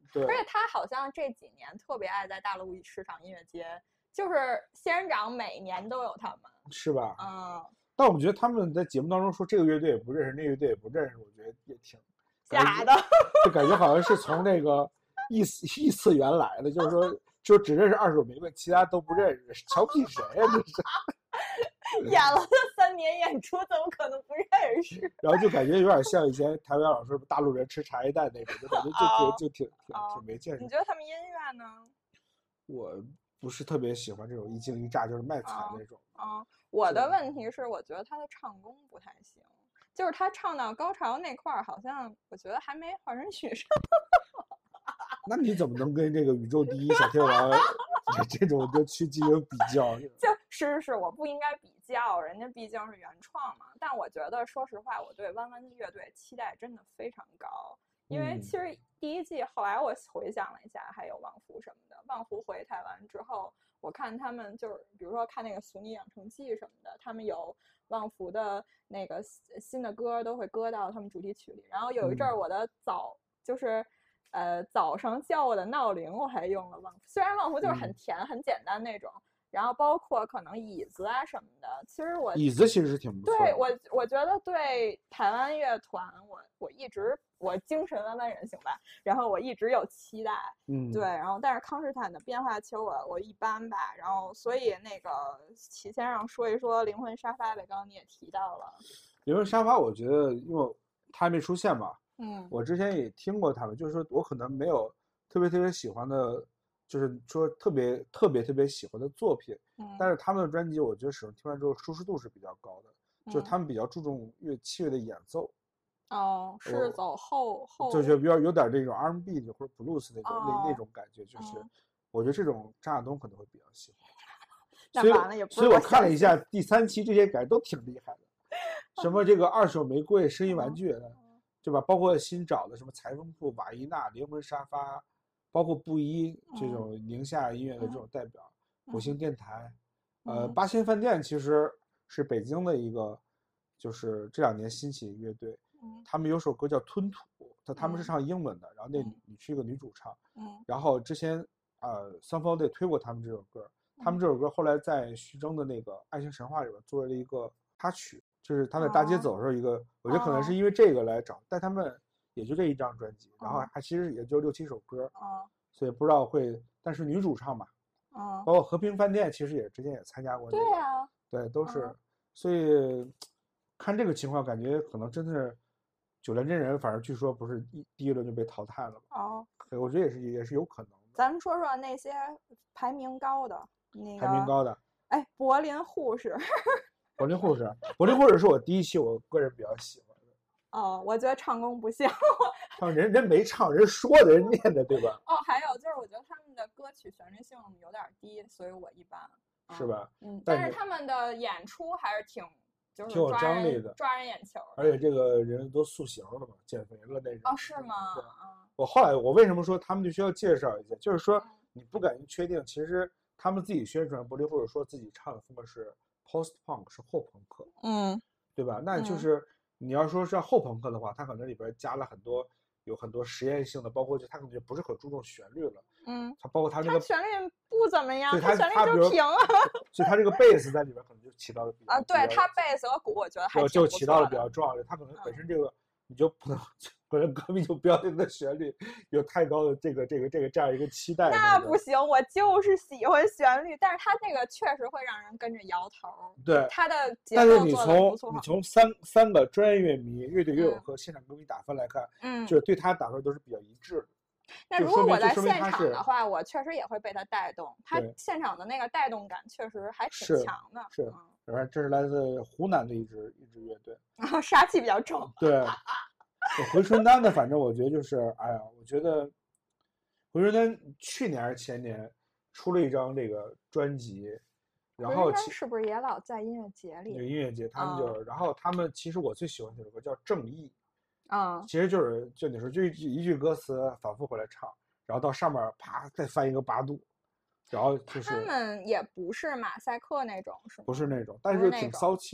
对， 而且他好像这几年特别爱在大陆市场音乐节，就是仙人掌每年都有他们， 是吧？ 嗯。 但我们觉得他们在节目当中说这个乐队也不认识，那个乐队也不认识，我觉得也挺假的， 就感觉好像是从那个异异次元来的，就是说就只认识二手玫瑰，其他都不认识，瞧不起谁呀、啊？这是演了三年演出，怎么可能不认识？ 然后就感觉有点像以前台湾老师大陆人吃茶叶蛋那种，就感觉就挺、 哦、 就挺挺哦、 挺没见识。 你觉得他们音乐呢？ 我不是特别喜欢这种一惊一乍就是卖惨那种。 啊、哦，我的问题是，我觉得他的唱功不太行，就是他唱到高潮那块儿，好像我觉得还没华人许上。 那你怎么能跟这个宇宙第一小天王这种就去进行比较？ 就是是是，我不应该比较，人家毕竟是原创嘛。但我觉得，说实话，我对弯弯乐队期待真的非常高，因为其实第一季后来我回想了一下，还有旺福什么的。旺福回台湾之后，我看他们就是，比如说看那个《俗女养成记》什么的，他们有旺福的那个新的歌都会搁到他们主题曲里。然后有一阵儿，我的早、嗯、就是。呃，早上叫我的闹铃，我还用了旺福。虽然旺福就是很甜、嗯、很简单那种，然后包括可能椅子啊什么的，其实我椅子其实是挺不错的。 对我，我觉得对台湾乐团，我我一直我精神弯弯人行吧，然后我一直有期待， 嗯， 对，然后但是康斯坦的变化球我我一般吧，然后所以那个齐先生说一说灵魂沙发呗，刚刚你也提到了， 灵魂沙发，我觉得因为他还没出现嘛。 嗯， 我之前也听过他们，就是说我可能没有特别特别喜欢的，就是说特别特别特别喜欢的作品， 嗯， 但是他们的专辑我觉得使用听完之后舒适度是比较高的， 嗯、 就是他们比较注重乐器乐的演奏。 哦，是走后后， 就是比较有点这种 R and B 的或者 blues 那种、 哦、 那那种感觉，就是、 嗯、 我觉得这种张亚东可能会比较喜欢。 那完了也不是所以，所以我看了一下第三期，这些感觉都挺厉害的，什么这个二手玫瑰、声音玩具的。嗯对吧？包括新找的什么裁缝铺、瓦伊娜、灵魂沙发，包括布衣这种宁夏音乐的这种代表， 嗯、 火星电台， 嗯、 呃，八仙饭店其实是北京的一个，就是这两年兴起乐队， 嗯、 他们有首歌叫《吞吐》，他他们是唱英文的，然后那女是一个女主唱， 嗯， 然后之前呃三方队推过他们这首歌，他们这首歌后来在徐峥的那个《爱情神话》里边作为了一个插曲。就是他在大街走的时候，一个、哦、我觉得可能是因为这个来找，哦、但他们也就这一张专辑，哦、然后还其实也就六七首歌， 哦、 所以不知道会，但是女主唱嘛， 哦、 包括和平饭店其实也之前也参加过、那个， 对啊， 对，都是， 哦、 所以看这个情况，感觉可能真的是九连真人，反正据说不是一第一轮就被淘汰了嘛， 哦， 对，我觉得也是也是有可能的。 咱们说说那些排名高的，那个排名高的， 哎，柏林护士。 柏林护士，柏林护士是我第一期我个人比较喜欢的。 哦，我觉得唱功不像。 唱人人没唱，人说的，人念的，对吧？ 哦，还有就是，我觉得他们的歌曲旋律性有点低，所以我一般。 嗯、是吧？ 嗯， 但是他们的演出还是挺就是挺有张力的， 抓人眼球。 而且这个人都塑形了嘛，减肥了那种。 哦，是吗？ 对。 嗯。 我后来我为什么说他们就需要介绍一下？就是说你不敢确定，其实他们自己宣传柏林或者说自己唱的风格是。Post punk 是后朋克， 嗯， 对吧？那就是、嗯、你要说是后朋克的话，它可能里边加了很多，有很多实验性的，包括就它可能就不是很注重旋律了， 嗯， 它包括它那个旋律不怎么样， 它旋律就平啊， 所以它这个贝斯在里边可能就起到了比较啊，对，它贝斯和鼓我觉得还就起到了比较重要的，它可能本身这个、嗯、你就不能。本身歌迷就不要对它的旋律有太高的这个这个这个这样一个期待。 那不行，我就是喜欢旋律，但是它这个确实会让人跟着摇头。 对， 它的节奏做得不错。 但是你从你从三三个专业乐迷、乐队乐友和现场歌迷打分来看， 嗯， 就是对他打分都是比较一致的。 那如果我在现场的话，我确实也会被他带动。他现场的那个带动感确实还挺强的。 是，是，嗯，这是来自湖南的一支一支乐队， 然后杀气比较重。 对。回春丹的，反正我觉得就是，哎呀，我觉得回春丹去年还是前年出了一张这个专辑，然后是不是也老在音乐节里？ 有音乐节，他们就，哦、然后他们其实我最喜欢这首歌叫《正义》， 啊、嗯， 其实就是就你说就一句歌词反复回来唱，然后到上面啪再翻一个八度，然后就是他们也不是马赛克那种，是吗？ 不是那种，但是挺骚气的。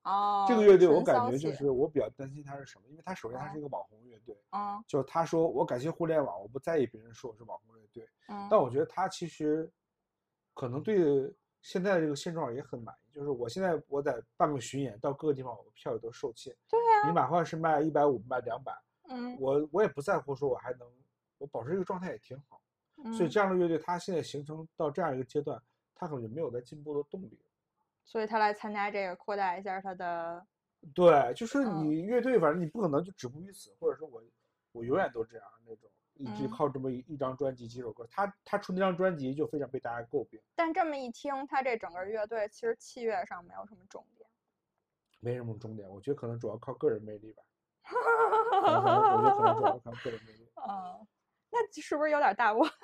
哦， 这个乐队我感觉就是我比较担心它是什么，因为它首先它是一个网红乐队， 嗯， 就是他说我感谢互联网，我不在意别人说我是网红乐队， 嗯， 但我觉得他其实可能对现在这个现状也很满意，就是我现在我在办个巡演，到各个地方我票也都售罄， 对啊， 你哪怕是卖一百五卖两百， 嗯， 我我也不在乎说我还能我保持这个状态也挺好， 嗯， 所以这样的乐队他现在形成到这样一个阶段，他可能就没有在进步的动力， 所以他来参加这个扩大一下他的。 对，就是你乐队，反正你不可能就止步于此，或者说我我永远都这样那种，一直靠这么一一张专辑几首歌。他他出那张专辑就非常被大家诟病。 但这么一听，他这整个乐队其实器乐上没有什么重点， 没什么重点，我觉得可能主要靠个人魅力吧。我觉得可能主要靠个人魅力。 嗯，那是不是有点大波？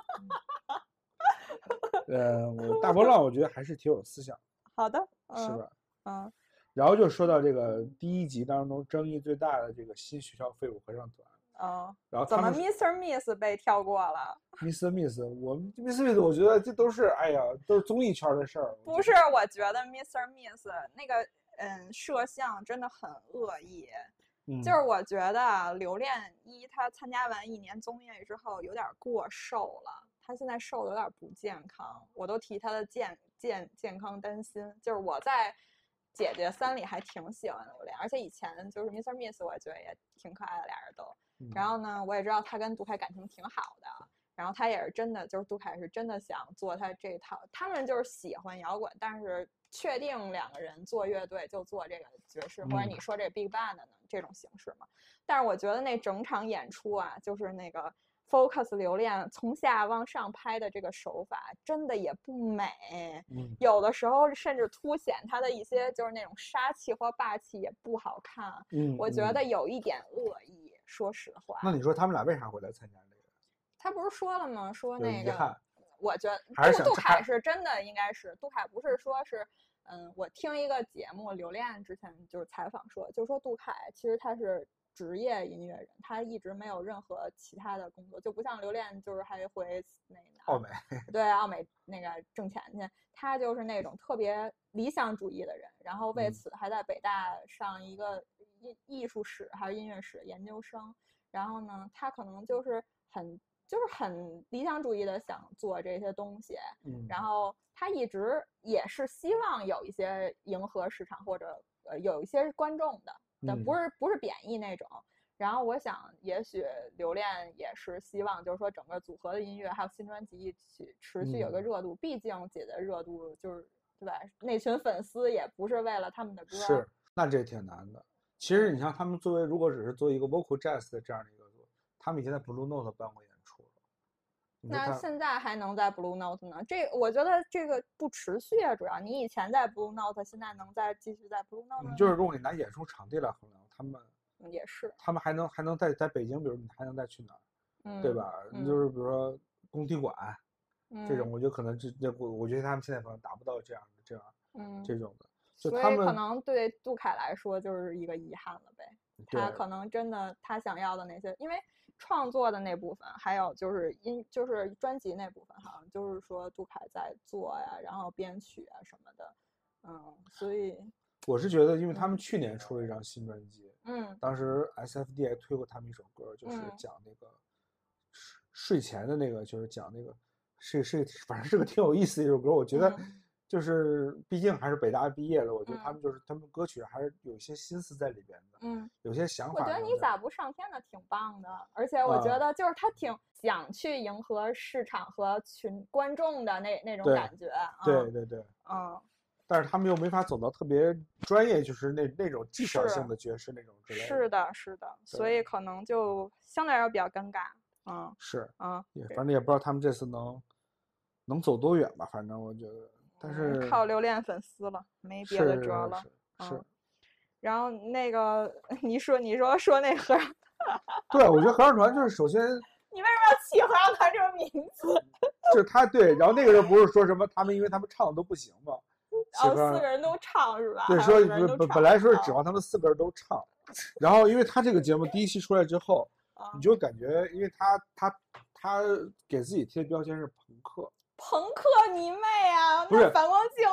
呃，我大波浪我觉得还是挺有思想。 好的，嗯、 是吧？ 嗯。 然后就说到这个第一集当中争议最大的这个新学校废物合唱团， 哦， 然后怎么 mister Miss 被跳过了 ？mister Miss， 我 mister Miss， 我觉得这都是哎呀，都是综艺圈的事儿。 不是，我觉得 mister Miss 那个嗯摄像真的很恶意， 嗯、 就是我觉得刘恋一他参加完一年综艺之后有点过瘦了，他现在瘦的有点不健康，我都替他的健健健康担心。就是我在姐姐三里还挺喜欢刘恋，而且以前就是 mister Miss 我觉得也挺可爱的，俩人都。然后呢，我也知道他跟杜凯感情挺好的，然后他也是真的，就是杜凯是真的想做他这套，他们就是喜欢摇滚，但是确定两个人做乐队就做这个爵士，或者你说这 Big Band 的呢这种形式嘛。但是我觉得那整场演出啊，就是那个 focus 留恋从下往上拍的这个手法真的也不美， 嗯， 有的时候甚至凸显他的一些就是那种杀气或霸气也不好看， 嗯， 我觉得有一点恶意，说实话。 那你说他们俩为啥会来参加这个？ 他不是说了吗？说那个，我觉得还是杜凯是真的，应该是杜凯不是说是，嗯，我听一个节目，刘恋之前就是采访说，就说杜凯其实他是职业音乐人，他一直没有任何其他的工作，就不像刘恋就是还回那个奥美， 对奥美那个挣钱去，他就是那种特别理想主义的人，然后为此还在北大上一个艺艺术史还是音乐史研究生，然后呢，他可能就是很。就是很理想主义的想做这些东西， 嗯， 然后他一直也是希望有一些迎合市场或者呃有一些观众的，但不是不是贬义那种。然后我想，也许刘恋也是希望，就是说整个组合的音乐还有新专辑去持续有个热度，嗯、毕竟姐姐热度就是对吧？那群粉丝也不是为了他们的歌， 是，那这挺难的。其实你像他们作为，如果只是做一个 vocal jazz 的这样的一个，他们以前在 Blue Note 办过演出了。 那现在还能在 Blue Note 呢？这我觉得这个不持续啊，主要你以前在 Blue Note， 现在能再继续在 Blue Note 呢？ 就是如果你拿演出场地来衡量，他们也是， 他们还能还能在在北京，比如你还能再去哪儿， 嗯、 对吧？ 嗯、 就是比如说工体馆、 嗯、 这种，我觉得可能这这我我觉得他们现在可能达不到这样的这样嗯这种的，就所以可能对杜凯来说就是一个遗憾了呗。他可能真的他想要的那些，因为创作的那部分，还有就是音就是专辑那部分，好像就是说杜凯在做呀，然后编曲啊什么的，嗯，所以我是觉得，因为他们去年出了一张新专辑， 嗯， 当时 S F D 还推过他们一首歌，就是讲那个睡前的那个，就是讲那个是是反正是个挺有意思的一首歌，我觉得。 嗯就是毕竟还是北大毕业了，我觉得他们就是、嗯、他们歌曲还是有一些心思在里边的， 嗯， 有些想法。 我觉得你咋不上天的挺棒的，而且我觉得就是他挺想去迎合市场和群观众的那那种感觉。 对、嗯、对对对， 嗯。 但是他们又没法走到特别专业，就是那那种技巧性的爵士那种之类的。 是的，是的，所以可能就相对来说比较尴尬。嗯， 是， 嗯， 也反正也不知道他们这次能能走多远吧，反正我觉得。但是靠留恋粉丝了，没别的辙了。 是，是是嗯。然后那个，你说你说说那合唱， 对，我觉得合唱团就是首先， 你为什么要起合唱团这个名字？ 就是他对，然后那个人不是说什么他们因为他们唱的都不行吗？ 哦，四个人都唱是吧？ 对，说本本来说是指望他们四个人都唱，然后因为他这个节目第一期出来之后，你就感觉，因为他他他给自己贴的标签是朋克。 朋克你妹啊！ 不是反光镜对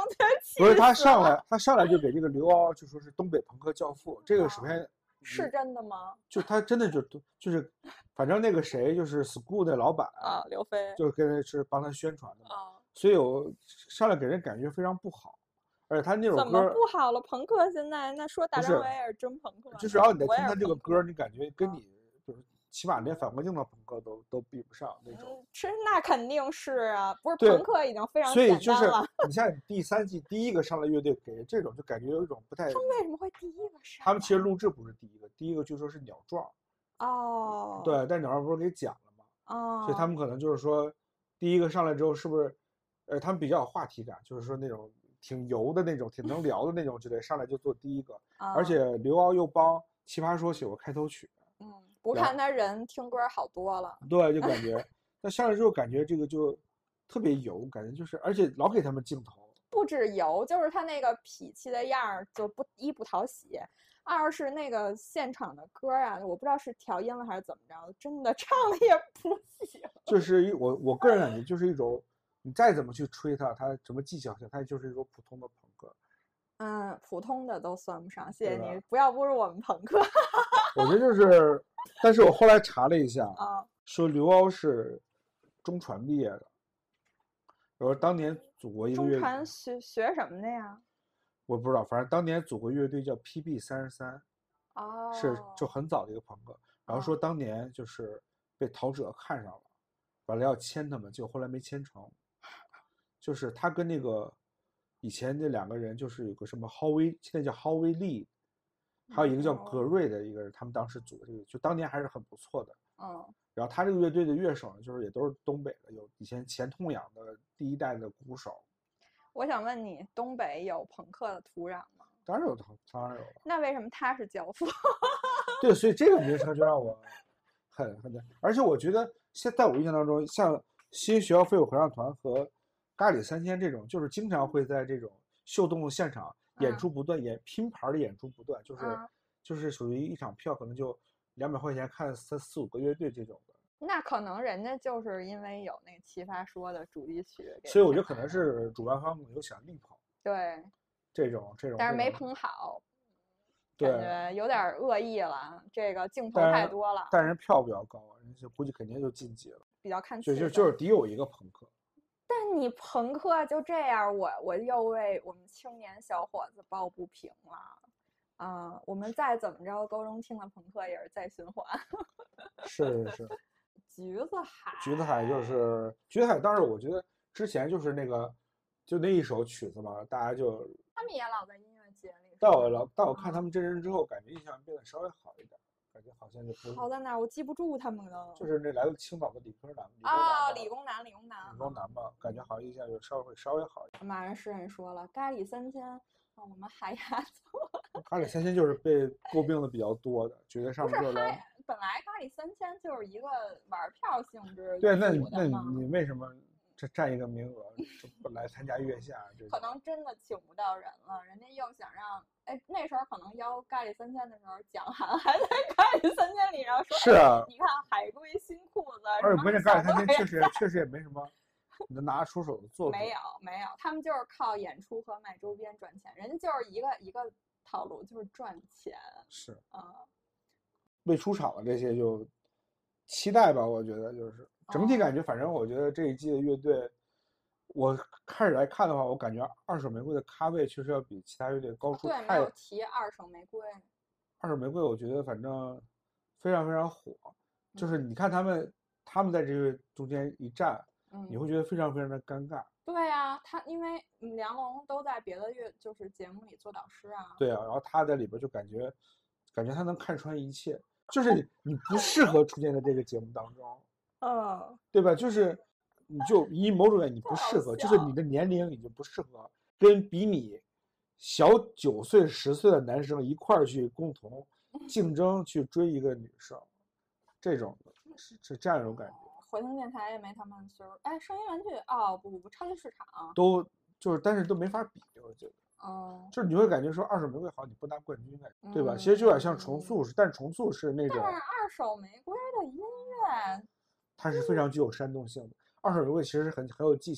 不是他上来，他上来就给这个刘骜就说是东北朋克教父，这个首先。 是真的吗？ 就他真的就就是，反正那个谁就是 school 的老板啊，刘飞， 就是跟是帮他宣传的嘛， 啊、 所以我上来给人感觉非常不好，而且他那首歌怎么不好了？朋克现在那说大张伟也是真朋克， 就是然后你再听他这个歌，你感觉跟你就是起码连反光镜的朋克都都比不上那种。 是、嗯、那肯定是啊，不是朋克已经非常简单了。 所以就是你像第三季第一个上了乐队给这种就感觉有一种不太。 他们为什么会第一个上？ 他们其实录制不是第一个，第一个据说是鸟壮。 哦。 对，但鸟壮不是给讲了吗？ 哦。 所以他们可能就是说，第一个上来之后是不是，呃，他们比较有话题感，就是说那种挺油的那种，挺能聊的那种之类，上来就做第一个。 哦、 而且刘骜又帮奇葩说写过开头曲。 嗯。不看他人，听歌好多了。 对，就感觉，那上来之后感觉这个就特别油，感觉就是，而且老给他们镜头。 不止油，就是他那个痞气的样儿，就不一不讨喜；二是那个现场的歌啊，我不知道是调音了还是怎么着，真的唱的也不行。 就是一我我个人感觉就是一种，你再怎么去吹它，它什么技巧性，它就是一种普通的朋克。 嗯，普通的都算不上，谢谢你，不要侮辱我们朋克。 我觉得就是，但是我后来查了一下啊， 说刘骜是中传毕业的，然后当年组过一个乐队。 中传学学什么的呀？ 我不知道，反正当年组过乐队叫 P B 三十三， 哦， 是就很早的一个朋克。然后说当年就是被陶喆看上了，完了要签他们，结果后来没签成。就是他跟那个以前那两个人，就是有个什么郝威，现在叫郝威利，还有一个叫葛瑞的一个人，他们当时组的这个，就当年还是很不错的。 嗯。 然后他这个乐队的乐手呢，就是也都是东北的，有以前前痛痒的第一代的鼓手。 我想问你，东北有朋克的土壤吗？ 当然有，当然有了。 那为什么他是教父？ 对，所以这个名称就让我很很，而且我觉得现在我印象当中，像新学校飞舞合唱团和咖喱三千这种，就是经常会在这种秀动物现场演出不断，演、嗯、拼盘的演出不断，就是、嗯、就是属于一场票可能就两百块钱看三四五个乐队这种的。 那可能人家就是因为有那个奇葩说的主题曲， 所以我觉得可能是主办方有想力捧。 对， 这种这种， 但是没捧好， 感觉有点恶意了。这个镜头太多了， 但是票比较高，人家估计肯定就晋级了。 比较看就就就是得有一个朋克。 但你朋克就这样，我我又为我们青年小伙子抱不平了。啊、呃，我们再怎么着，高中听的朋克也是在循环。 是是。 橘子海， 橘子海就是橘子海，当时我觉得之前就是那个，就那一首曲子嘛，大家就他们也老在音乐节里。 但我老但我看他们真人之后，感觉印象变得稍微好一点，感觉好像就不好在哪儿？我记不住他们了。 就是那来自青岛的理科男啊，理工男，理工男， 理工男嘛，感觉好像印象就稍微会稍微好一点。 马上诗人说了，咖喱三千，哦、我们海牙做。 咖喱三千就是被诟病的比较多的，觉得上面就来。 本来咖喱三千就是一个玩票性质， 对，那那你为什么这占一个名额就不来参加月下？这可能真的请不到人了，人家又想让，哎，那时候可能邀咖喱三千的时候，蒋涵还在咖喱三千里，然后说， 是啊， 你看海龟新裤子， 而且关键咖喱三千确实确实也没什么你能拿出手的作品， 没有没有，他们就是靠演出和卖周边赚钱，人家就是一个一个套路，就是赚钱， 是啊。 嗯未出场的这些就期待吧，我觉得就是整体感觉，反正我觉得这一季的乐队，我开始来看的话，我感觉二手玫瑰的咖位确实要比其他乐队高出太。 对，没有提二手玫瑰。 二手玫瑰，我觉得反正非常非常火，就是你看他们他们在这个中间一站， 嗯， 你会觉得非常非常的尴尬。 对啊，他因为梁龙都在别的乐就是节目里做导师啊。 对啊，然后他在里边就感觉感觉他能看穿一切。就是你，你不适合出现在这个节目当中， 嗯， 对吧？就是你就以某种原因你不适合，就是你的年龄已经不适合跟比你小九岁、十岁的男生一块儿去共同竞争去追一个女生，这种是是这样一种感觉。 回声电台也没他们岁数，哎，声音玩具哦，不不不，超级市场都就是，但是都没法比，我觉得。 嗯， 就是你会感觉说二手玫瑰好，你不拿冠军感觉，对吧？嗯、其实就有点像重塑是，但是重塑是那种。 但是二手玫瑰的音乐， 它是非常具有煽动性的。二手玫瑰其实是很很有技巧的。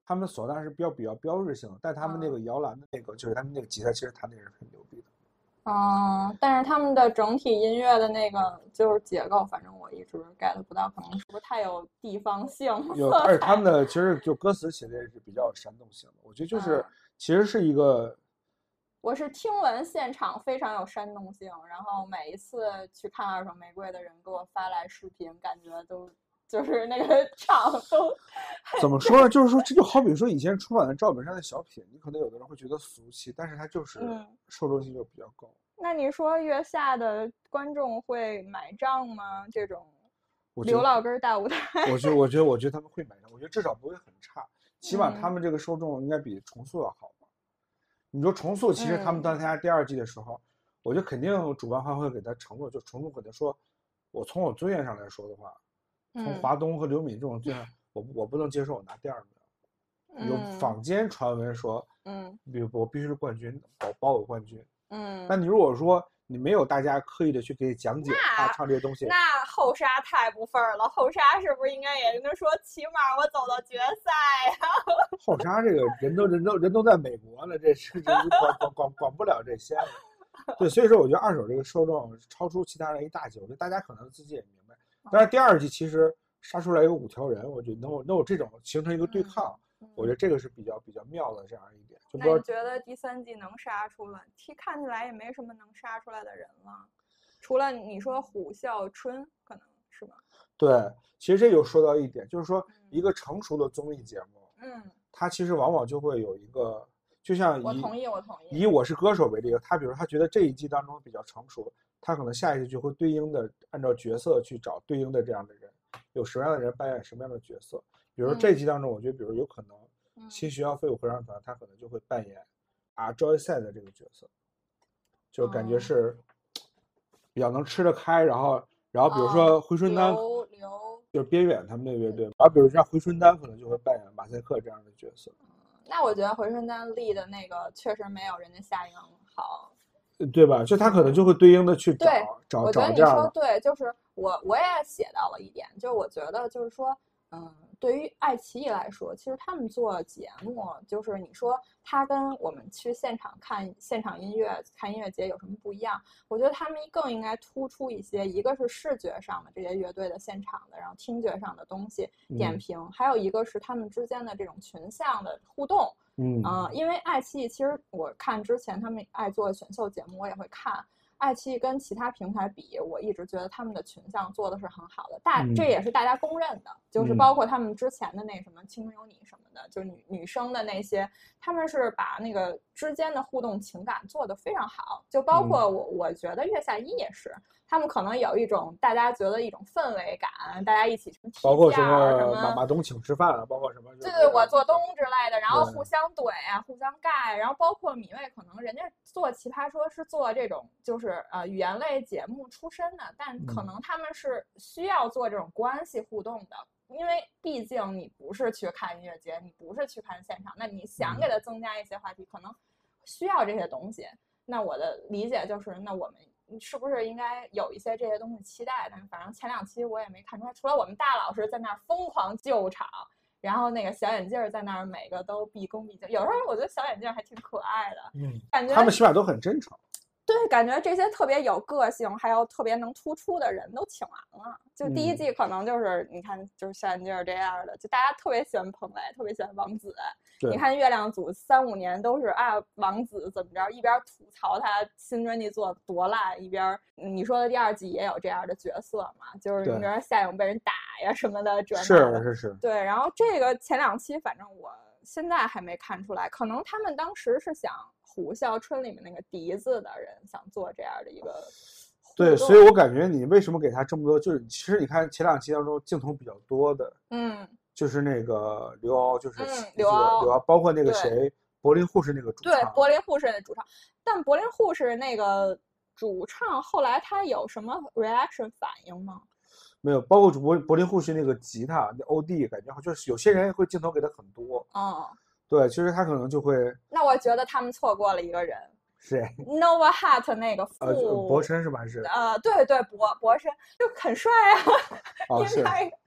他们唢呐是比较比较标志性的，但他们那个摇篮的那个、嗯、就是他们那个吉他其实弹的也是很牛逼的。 嗯，但是他们的整体音乐的那个就是结构，反正我一直 get 不到，可能是不是太有地方性？ 有，而且他们的其实就歌词写的也是比较有煽动性的，我觉得就是、嗯、其实是一个。 我是听闻现场非常有煽动性，然后每一次去看二手玫瑰的人给我发来视频，感觉都就是那个场都怎么说呢？就是说这就好比说以前出版的赵本山的小品，你可能有的人会觉得俗气，但是它就是受众性就比较高。 嗯、那你说月下的观众会买账吗？这种刘老根大舞台， 我觉得我觉得我觉得他们会买账，我觉得至少不会很差，起码他们这个受众应该比重塑要好。你说重塑，其实他们当参加第二季的时候，嗯、我觉得肯定主办方会给他承诺，就重塑可能说，我从我尊严上来说的话，嗯、从华东和刘敏这种尊严，我我不能接受我拿第二名。嗯、有坊间传闻说，嗯，比如我必须是冠军，保保我冠军。嗯，但你如果说你没有大家刻意的去给你讲解他唱这些东西， 那后沙太不分了。后沙是不是应该也能说，起码我走到决赛呀、啊？ 后沙这个人都人都人都在美国了，这是管管管管不了这些。对，所以说我觉得二手这个受众超出其他人一大截，我觉得大家可能自己也明白。但是第二季其实杀出来有五条人，我觉得能有能有这种形成一个对抗，嗯、我觉得这个是比较比较妙的这样一点。就那你觉得第三季能杀出来？其看起来也没什么能杀出来的人了，除了你说虎啸春，可能是吧？ 对，其实这有说到一点，就是说一个成熟的综艺节目，嗯，它其实往往就会有一个，就像以我同意，我同意。 以我是歌手为例，他比如他觉得这一季当中比较成熟，他可能下一季就会对应的按照角色去找对应的这样的人，有什么样的人扮演什么样的角色。比如说这一季当中，我觉得，比如有可能。新学校飞舞合唱团，他可能就会扮演啊 Joyce 的这个角色，就感觉是比较能吃得开，然后然后比如说回春丹， 刘刘就是边远他们那个乐队，然后比如像回春丹可能就会扮演马赛克这样的角色。 嗯、那我觉得回春丹立的那个确实没有人家夏莹好， 对吧？就他可能就会对应的去找找我觉得你说对，就是我我也写到了一点，就是我觉得就是说。嗯，对于爱奇艺来说，其实他们做节目，就是你说他跟我们去现场看现场音乐、看音乐节有什么不一样？我觉得他们更应该突出一些，一个是视觉上的这些乐队的现场的，然后听觉上的东西点评，嗯、还有一个是他们之间的这种群像的互动。嗯，呃、因为爱奇艺其实我看之前他们爱做选秀节目，我也会看。爱奇艺跟其他平台比，我一直觉得他们的群像做的是很好的，大、嗯、这也是大家公认的，就是包括他们之前的那什么《青春有你》什么的，就是女女生的那些，他们是把那个之间的互动情感做得非常好，就包括我，嗯、我觉得月下一也是，他们可能有一种大家觉得一种氛围感，大家一起什么提包括什么马马东请吃饭啊，包括什么对对我做东之类的，然后互相怼啊，互相盖，然后包括米未可能人家做奇葩说是做这种就是呃语言类节目出身的，但可能他们是需要做这种关系互动的，嗯、因为毕竟你不是去看音乐节，你不是去看现场，那你想给它增加一些话题，嗯、可能需要这些东西。那我的理解就是，那我们是不是应该有一些这些东西期待？但是反正前两期我也没看出来，除了我们大老师在那儿疯狂救场，然后那个小眼镜在那儿每个都毕恭毕敬，有时候我觉得小眼镜还挺可爱的，嗯，感觉他们起码都很真诚。 对，感觉这些特别有个性，还有特别能突出的人都请完了。就第一季可能就是、嗯、你看，就是小眼镜这样的，就大家特别喜欢彭磊，特别喜欢王子。你看月亮组三五年都是啊，王子怎么着，一边吐槽他新专辑做多烂，一边你说的第二季也有这样的角色嘛，就是你比如说夏颖被人打呀什么的，这是是是。 对，然后这个前两期反正我现在还没看出来，可能他们当时是想。虎啸春里面那个笛子的人想做这样的一个， 对，所以我感觉你为什么给他这么多，就是其实你看前两期当中镜头比较多的，嗯，就是那个刘骜，就是、 嗯、刘骜， 刘骜，包括那个谁，柏林护士那个主唱， 对，柏林护士的主唱，但柏林护士那个主唱后来他有什么 reaction 反应吗？ 没有，包括柏柏林护士那个吉他，那 O D 感觉就是有些人会镜头给他很多， 嗯。 对，其实他可能就会。 那我觉得他们错过了一个人。 谁 ？Nova Hut 那个副。 呃，博申是吧？还是？ 呃，对对，博博申就很帅啊。 哦， 因为他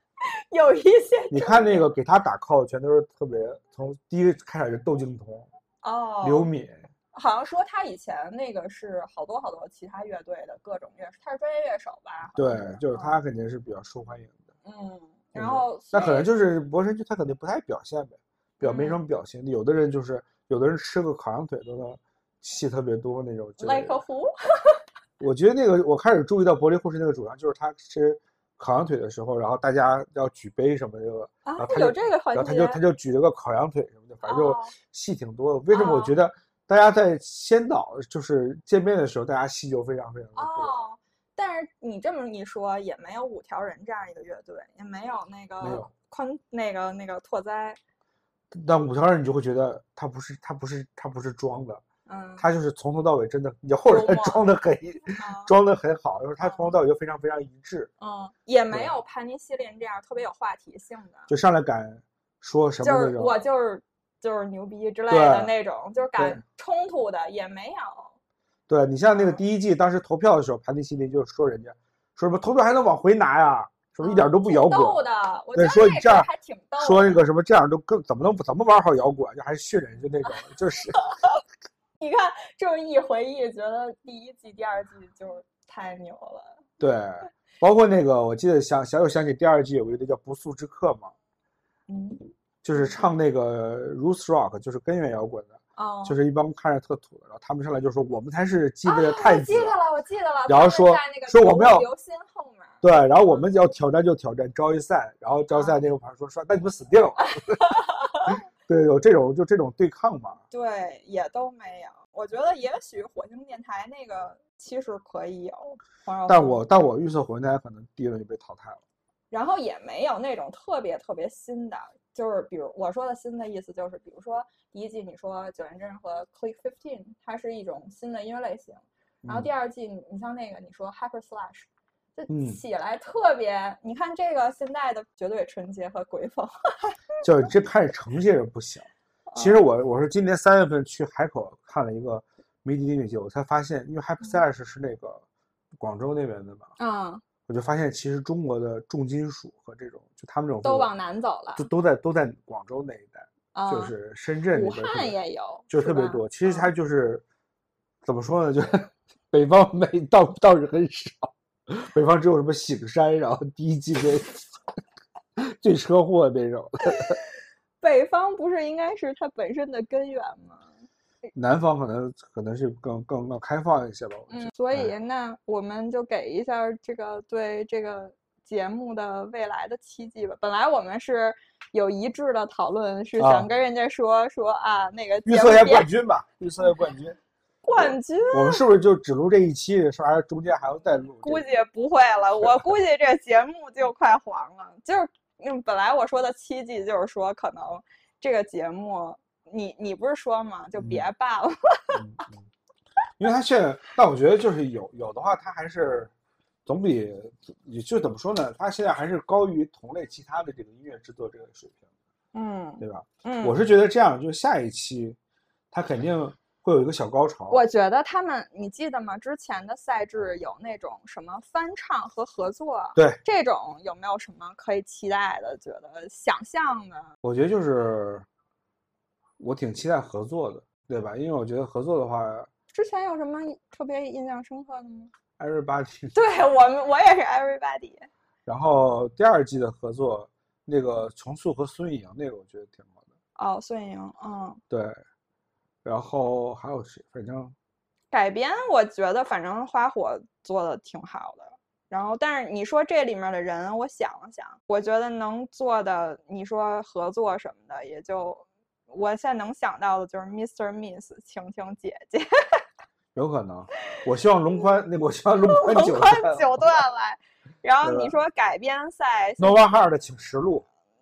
有一些你看那个给他打 call 全都是特别从第一个开始是窦靖童哦， 刘敏， 好像说他以前那个是好多好多其他乐队的各种乐手，他是专业乐手吧？ 对，就是他肯定是比较受欢迎的。 嗯，然后那可能就是博神就他肯定不太爱表现呗，表没什么表情。 嗯、 有的人就是有的人吃个烤羊腿都能戏特别多那种。 赖可胡。 我觉得那个我开始注意到伯利护士那个主张，就是他吃烤羊腿的时候，然后大家要举杯什么的， 啊， 然后他有这个环节， 然后他就他就举了个烤羊腿什么的，反正就戏挺多的。哦、为什么我觉得大家在先导就是见面的时候，大家戏就非常非常的多。 哦，但是你这么一说，也没有五条人这样一个乐队，也没有那个宽那个那个拓哉。 但五条人你就会觉得他不是他不是他不是装的。 嗯， 他就是从头到尾真的，你后来装的很，装的很好，就是他从头到尾就非常非常一致。 嗯，也没有盘尼西林这样特别有话题性的， 就上来敢说什么那种， 就是我就是就是牛逼之类的那种，就是敢冲突的也没有。 对你像那个第一季，当时投票的时候，盘尼西林就说人家说什么投票还能往回拿呀，什么一点都不摇滚。 逗的，我觉得说你这样还挺逗。 说那个什么这样都更怎么能怎么玩好摇滚，就还训人就那种，就是。 你看，这么一回忆，觉得第一季、第二季就太牛了。 对，包括那个，我记得想想又想起第二季有一个叫《不速之客》嘛， 嗯， 就是唱那个 Roots Rock， 就是根源摇滚的， 哦， 就是一帮看着特土的，然后他们上来就说我们才是继位的太子， 啊、我记得了，我记得了。 然后说说我们要刘鑫后面， 对，然后我们要挑战就挑战招一赛，然后招一赛那个朋友说说那你们死定了。对，有这种就这种对抗嘛？ 对，也都没有。我觉得也许火星电台那个其实可以有， 但我但我预测火星电台可能第一轮就被淘汰了。 然后也没有那种特别特别新的，就是比如我说的新的意思就是，比如说第一季你说九元真和 Click Fifteen， 它是一种新的音乐类型，然后第二季你你像那个你说 Hyper Slash。就起来特别，嗯、你看这个现在的绝对纯洁和鬼风， 就是这看成绩是不行。其实我我是今年三月份去海口看了一个迷笛音乐节，我才发现，因为 Hyper Slash 是那个广州那边的嘛， 嗯， 我就发现其实中国的重金属和这种就他们这种都往南走了， 就都在都在广州那一带， 嗯、 就是深圳那边， 武汉也有， 就特别多。其实它就是、嗯、怎么说呢，就北方没倒倒是很少。北方只有什么醒山，然后第一季那最车祸那种。 北方不是应该是它本身的根源吗？ 南方可能可能是更更更开放一些吧。 嗯，所以那我们就给一下这个对这个节目的未来的期冀吧。本来我们是有一致的讨论，是想跟人家说、啊、说啊那个预测一下冠军吧，预测一下冠军。 冠军， 我们是不是就只录这一期？是还是中间还要再录？ 估计不会了，我估计这节目就快黄了。就是嗯，本来我说的七季，就是说可能这个节目，你你不是说嘛，就别办了。 嗯嗯、因为他现在，但我觉得就是有有的话，他还是总比也就怎么说呢？他现在还是高于同类其他的这个音乐制作这个水平， 嗯， 对吧？ 嗯， 我是觉得这样，就下一期他肯定。会有一个小高潮。 我觉得他们，你记得吗？之前的赛制有那种什么翻唱和合作， 对这种有没有什么可以期待的？觉得想象的？ 我觉得就是我挺期待合作的，对吧？因为我觉得合作的话， 之前有什么特别印象深刻的吗 ？Everybody， 对我们我也是 Everybody。 然后第二季的合作，那个重塑和孙颖那个，我觉得挺好的。 哦，孙颖，嗯， 对。然后还有谁？反正改编，我觉得反正花火做的挺好的。然后，但是你说这里面的人，我想了想，我觉得能做的，你说合作什么的，也就我现在能想到的就是 Mister Miss 晴晴姐姐。 有可能，我希望龙宽那个，我希望龙宽九段九段来。然后你说改编赛 ，Nova Heart 请实录。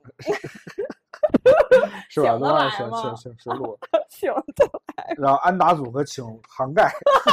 是吧？ 请得来吗？请请实录， 请得来。 然后安达组合请杭盖，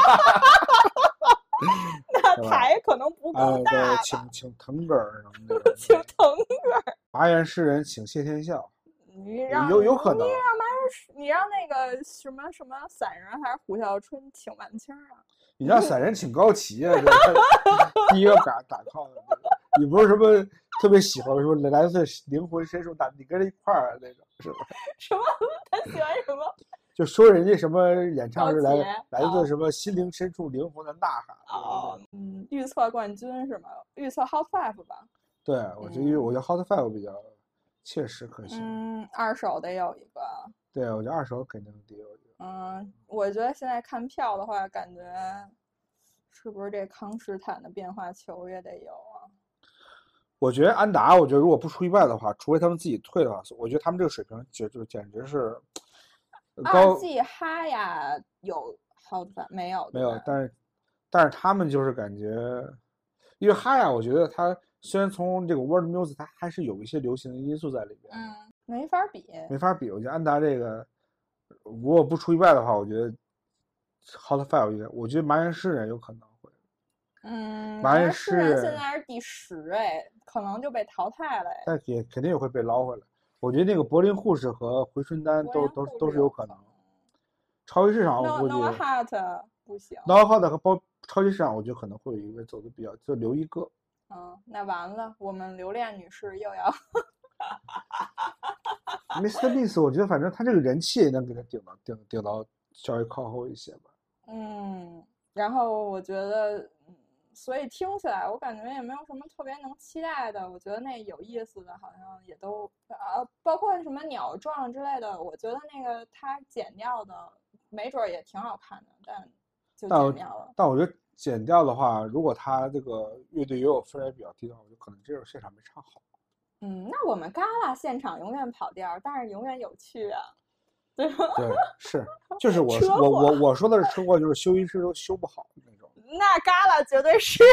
那台可能不够大、 呃。请请腾格尔什么的， 请腾格尔。 拔岩诗人请谢天笑， 你让有有可能。 你让拔岩，你让那个什么什么散人还是胡小春请万青啊？ 你让散人请高旗啊？第一个打打 call 的。 你不是什么特别喜欢什么来自灵魂深处大，你跟着一块儿那种是吧？ 什么？他喜欢什么？ 就说人家什么演唱是来来自什么心灵深处灵魂的呐喊。 哦，嗯，预测冠军是吗？预测 Hot Five 吧。 对，我觉得、嗯、我觉得 Hot Five 比较切实可行。 嗯，二手得有一个。 对，我觉得二手肯定得有一个。 嗯，我觉得现在看票的话，感觉是不是这康斯坦的变化球也得有啊？ 我觉得安达，我觉得如果不出意外的话，除非他们自己退的话，我觉得他们这个水平就就简直是高。二季哈雅有 Hot Five 没有？ 没有，但是但是他们就是感觉，因为哈雅，我觉得他虽然从这个 World Music 它还是有一些流行的因素在里边， 嗯，没法比， 没法比。我觉得安达这个，如果不出意外的话，我觉得 Hot Five 应该，我觉得麻原诗人有可能会。 嗯， 麻原诗人现在是第十哎，可能就被淘汰了哎。 但也肯定也会被捞回来。我觉得那个柏林护士和回春丹都都都是有可能。超级市场我估计 No Hot 不行。 No Hot 和包超级市场，我觉得可能会有一个走的比较，就留一个。 嗯，那完了，我们留恋女士又要。 Mister Miss， 我觉得反正他这个人气也能给他顶到顶顶到稍微靠后一些吧。 嗯，然后我觉得，所以听起来我感觉也没有什么特别能期待的。我觉得那有意思的，好像也都啊，包括什么鸟撞之类的，我觉得那个他剪掉的，没准也挺好看的，但就剪掉了。 但, 但我觉得剪掉的话，如果他这个乐队也有分也比较低的话，我就可能这首现场没唱好。 嗯，那我们嘎啦现场永远跑调，但是永远有趣啊，对吧？ 对，是，就是我我我我说的是车祸，就是修音师都修不好那种。 那嘎啦绝对是。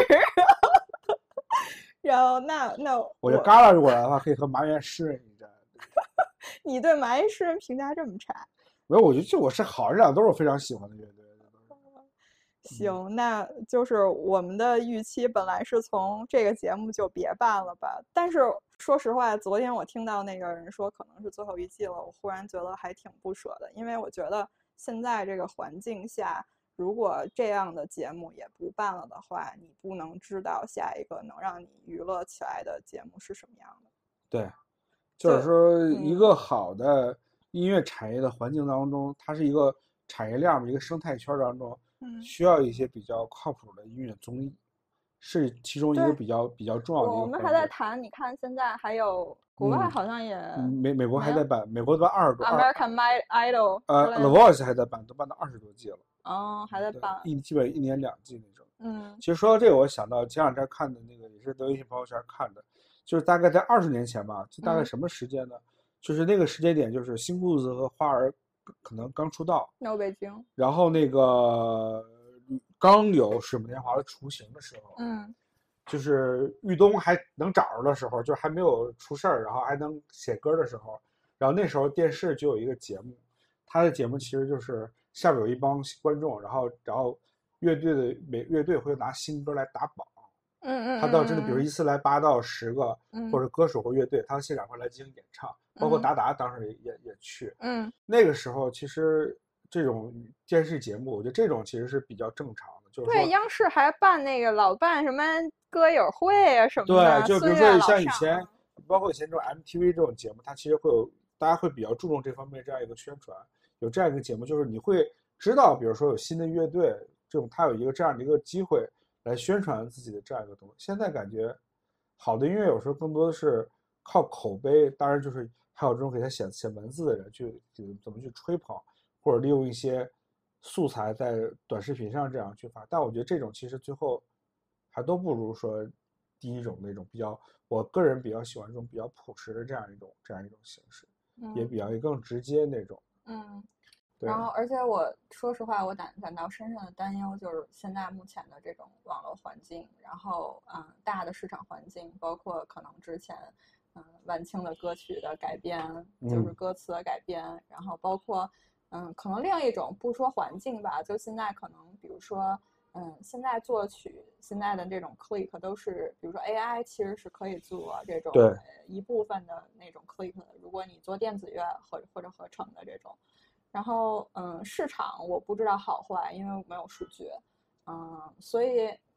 然后那那我我觉得嘎啦如果来的话，可以和麻原诗人一战。 你对麻原诗人评价这么差？ 没有，我觉得这我是好，这俩都是我非常喜欢的乐队。 行，那就是我们的预期本来是从这个节目就别办了吧，但是说实话，昨天我听到那个人说可能是最后一季了，我忽然觉得还挺不舍的，因为我觉得现在这个环境下，如果这样的节目也不办了的话，你不能知道下一个能让你娱乐起来的节目是什么样的。 对，就是说一个好的音乐产业的环境当中，它是一个产业链一个生态圈当中。 嗯， 需要一些比较靠谱的音乐综艺，是其中一个比较比较重要的一个。 我们还在谈，你看现在还有国外好像也， 嗯、美美国还在办，美国都办二十多。 American Idol， 呃 ，The Voice 还在办，都办到二十多季了。 哦，还在办， 一基本一年两季那种。 嗯， 其实说到这个，我想到前两天看的那个，也是在微信朋友圈看的，就是大概在二十年前吧，就大概什么时间呢？嗯、就是那个时间点，就是新裤子和花儿。可能刚出道 ，No 北京， 然后那个刚有水木年华的雏形的时候， 嗯， 就是玉东还能找着的时候，就还没有出事儿，然后还能写歌的时候，然后那时候电视就有一个节目，他的节目其实就是下边有一帮观众，然后然后乐队的每乐队会拿新歌来打榜， 嗯嗯， 他到真的比如一次来八到十个， 嗯、 或者歌手或乐队，他现场会来进行演唱。包括达达当时也、嗯、也也去， 嗯， 那个时候其实这种电视节目，我觉得这种其实是比较正常的，就是对，央视还办那个老办什么歌友会啊什么的，对，就比如说像以前，包括以前这种 M T V 这种节目，它其实会有大家会比较注重这方面这样一个宣传，有这样一个节目，就是你会知道，比如说有新的乐队，这种它有一个这样的一个机会来宣传自己的这样一个东西。现在感觉好的音乐有时候更多的是靠口碑，当然就是。还有这种给他写写文字的人去怎么去吹捧，或者利用一些素材在短视频上这样去发，但我觉得这种其实最后还都不如说第一种那种比较，我个人比较喜欢这种比较朴实的这样一种这样一种形式， 嗯、 也比较更直接那种。 嗯，然后而且我说实话，我感感到深深的担忧就是现在目前的这种网络环境，然后嗯大的市场环境，包括可能之前。嗯，晚清的歌曲的改编，就是歌词的改编，嗯、然后包括，嗯，可能另一种不说环境吧，就现在可能，比如说，嗯，现在作曲现在的这种 click 都是，比如说 A I 其实是可以做这种一部分的那种 click 的，如果你做电子乐或或者合成的这种，然后，嗯，市场我不知道好坏，因为我没有数据，嗯，所以。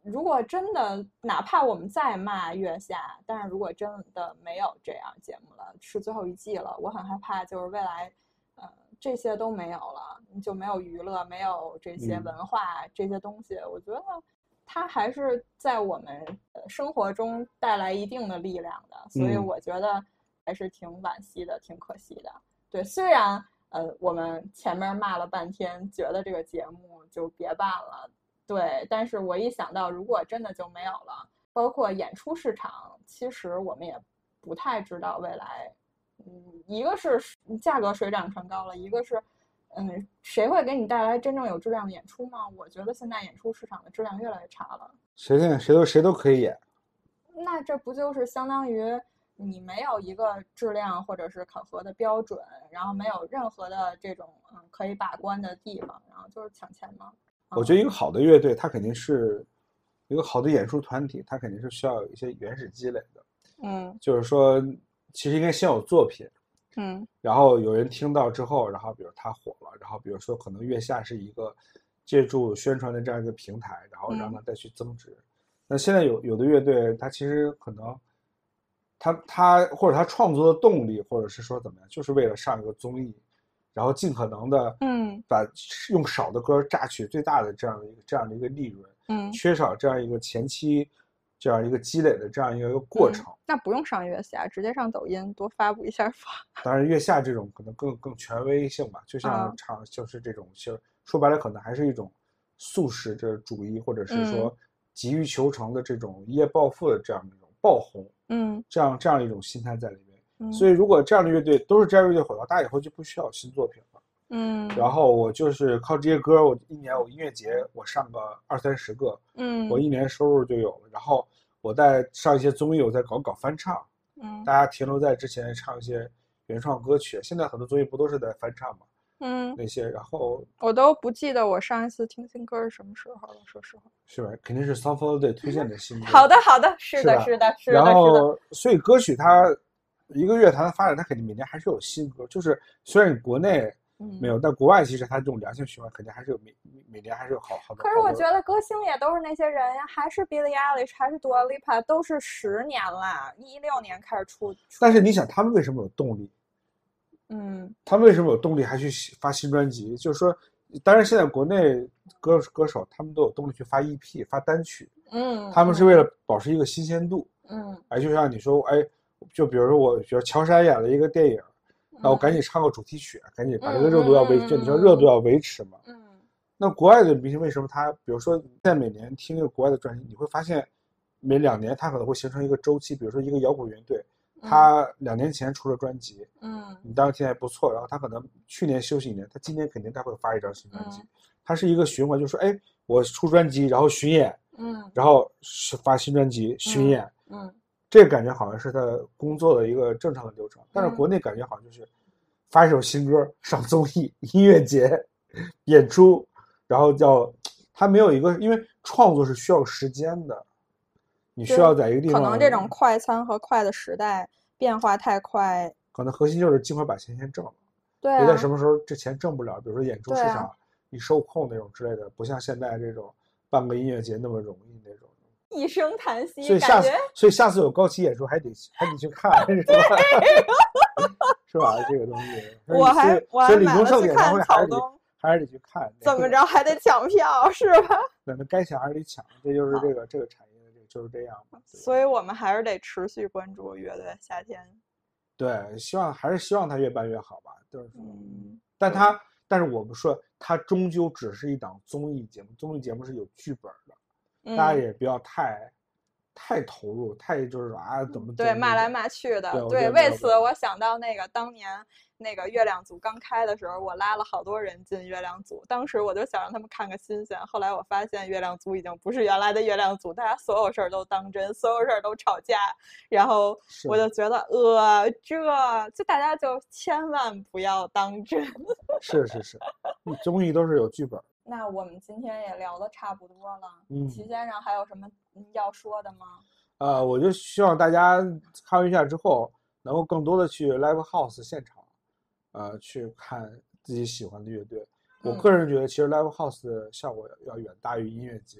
如果真的，哪怕我们再骂月下，但是如果真的没有这样节目了，是最后一季了，我很害怕，就是未来，呃，这些都没有了，就没有娱乐，没有这些文化、嗯、这些东西，我觉得它还是在我们生活中带来一定的力量的，所以我觉得还是挺惋惜的，挺可惜的。对，虽然呃我们前面骂了半天，觉得这个节目就别办了。对，但是我一想到如果真的就没有了，包括演出市场，其实我们也不太知道未来，嗯，一个是价格水涨船高了，一个是，嗯，谁会给你带来真正有质量的演出吗？我觉得现在演出市场的质量越来越差了。 谁现在谁都谁都可以演， 那这不就是相当于你没有一个质量或者是考核的标准，然后没有任何的这种嗯可以把关的地方，然后就是抢钱吗？ 我觉得一个好的乐队，它肯定是一个好的演出团体，它肯定是需要有一些原始积累的。 嗯， 就是说，其实应该先有作品， 嗯， 然后有人听到之后，然后比如他火了，然后比如说可能月下是一个借助宣传的这样一个平台，然后让它再去增值。嗯、那现在有有的乐队，它其实可能他他或者他创作的动力，或者是说怎么样，就是为了上一个综艺。然后尽可能的， 嗯， 把用少的歌榨取最大的这样的一个这样的一个利润， 嗯， 缺少这样一个前期这样一个积累的这样一个过程。嗯、 那不用上月下，直接上抖音多发布一下发。 当然，月下这种可能更更权威性吧，就像唱、嗯、就是这种，其实说白了可能还是一种速食这主义，或者是说急于求成的这种一夜暴富的这样一种爆红， 嗯， 这样这样一种心态在里面。 嗯、 所以，如果这样的乐队都是这样乐队火了，大家以后就不需要新作品了。 嗯， 然后我就是靠这些歌，我一年我音乐节我上个二三十个， 嗯， 我一年收入就有了。然后我再上一些综艺，我再搞搞翻唱， 嗯， 大家停留在之前唱一些原创歌曲，现在很多综艺不都是在翻唱吗？ 嗯， 那些，然后我都不记得我上一次听新歌是什么时候了，说实话。 是吧？肯定是 Song for the Day 推荐的新歌。 好的，好的，是的，是的，是的。 然后，所以歌曲它一个乐坛的发展，它肯定每年还是有新歌。就是虽然你国内没有，嗯、但国外其实它这种良性循环肯定还是有每每年还是有好好的。 可是我觉得歌星也都是那些人呀，还是 Billie Eilish， 还是 Dua Lipa， 都是十年了，一六年开始出。 但是你想，他们为什么有动力？ 嗯， 他们为什么有动力还去发新专辑？就是说，当然现在国内歌歌手他们都有动力去发 E P、发单曲。 嗯， 他们是为了保持一个新鲜度。 嗯， 哎，就像你说，哎，就比如说我觉得乔杉演了一个电影，那我赶紧唱个主题曲，赶紧把这个热度要维，就你说热度要维持嘛。 嗯， 那国外的明星为什么他，比如说在每年听一个国外的专辑，你会发现每两年他可能会形成一个周期，比如说一个摇滚乐队。他两年前出了专辑， 嗯， 你当时听还不错，然后他可能去年休息一年，他今年肯定他会发一张新专辑，嗯、他是一个循环，就是说，哎，我出专辑，然后巡演， 嗯， 然后发新专辑，巡演， 嗯，嗯这个感觉好像是他工作的一个正常的流程，但是国内感觉好像就是发一首新歌，上综艺、音乐节演出，然后叫他没有一个，因为创作是需要时间的。你需要在一个地方， 可能这种快餐和快的时代变化太快， 可能核心就是尽快把钱先挣了。 对、啊， 别在什么时候这钱挣不了，比如说演出市场、 啊、 你受控那种之类的，不像现在这种办个音乐节那么容易那种。 一声叹息， 所以下次，所以下次有高旗演出还得还得去看，是吧？是吧？这个东西， 我还我还买了去看草东， 还是得去看。 怎么着还得抢票，是吧？ 那那该抢还是得抢，这就是这个这个产业。就是这样嘛， 所以我们还是得持续关注乐队夏天。 对，希望还是希望它越办越好吧。就是， 嗯， 但它但是我们说，它终究只是一档综艺节目，综艺节目是有剧本的， 嗯、 大家也不要太太投入，太就是啊怎么对骂来骂去的。 对， 对为此我想到那个当年那个月亮组刚开的时候，我拉了好多人进月亮组，当时我就想让他们看个新鲜，后来我发现月亮组已经不是原来的月亮组，大家所有事儿都当真，所有事儿都吵架，然后我就觉得呃这就大家就千万不要当真。 是是是，综艺都是有剧本。 那我们今天也聊得差不多了， 嗯， 齐先生还有什么要说的吗？ 呃，我就希望大家看完月下之后，能够更多的去 live house 现场，呃，去看自己喜欢的乐队。我个人觉得，其实 live house 的效果要远大于音乐节，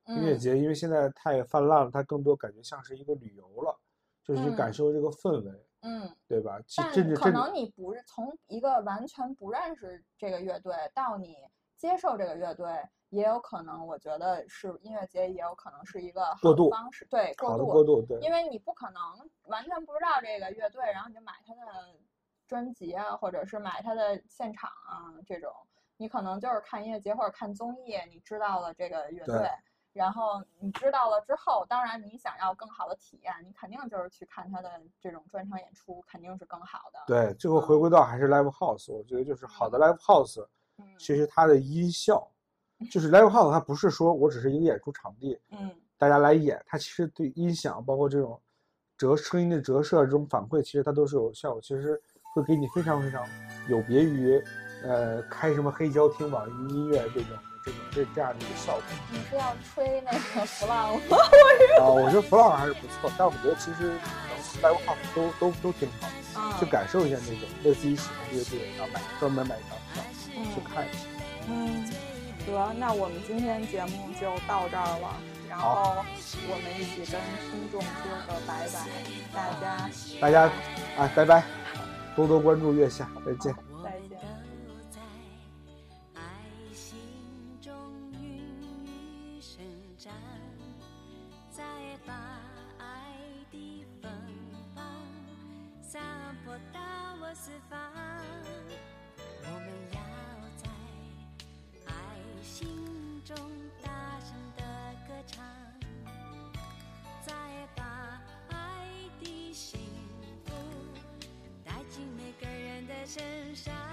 音乐节，因为现在太泛滥了，它更多感觉像是一个旅游了，就是去感受这个氛围， 嗯， 对吧？ 但可能你不是从一个完全不认识这个乐队到你接受这个乐队，也有可能，我觉得是音乐节也有可能是一个好的方式，对，过渡， 过渡，对， 因为你不可能完全不知道这个乐队，然后你就买他的专辑啊，或者是买他的现场啊这种，你可能就是看音乐节或者看综艺，你知道了这个乐队。然后你知道了之后，当然你想要更好的体验，你肯定就是去看他的这种专场演出，肯定是更好的。 对，最后回归到还是 live house，、嗯、我觉得就是好的 live house，、嗯、其实它的音效，就是 live house 它不是说我只是一个演出场地， 嗯， 大家来演，它其实对音响包括这种折声音的折射这种反馈，其实它都是有效果，其实会给你非常非常有别于呃开什么黑胶听网易音乐这种。这种这这样的一个效果， 你是要吹那个弗朗吗？ 啊，我觉得弗朗还是不错，但我觉得其实能 live house 都都都挺好， 嗯， 去感受一下那种为自己喜欢乐队，然后买专门买一张票、嗯、去看一下。 嗯，得，那我们今天节目就到这儿了，然后我们一起跟听众说个拜拜，大家大家啊，拜拜，多多关注月下，再见。 再见。四方，我们要在爱心中大声的歌唱，再把爱的幸福带进每个人的身上。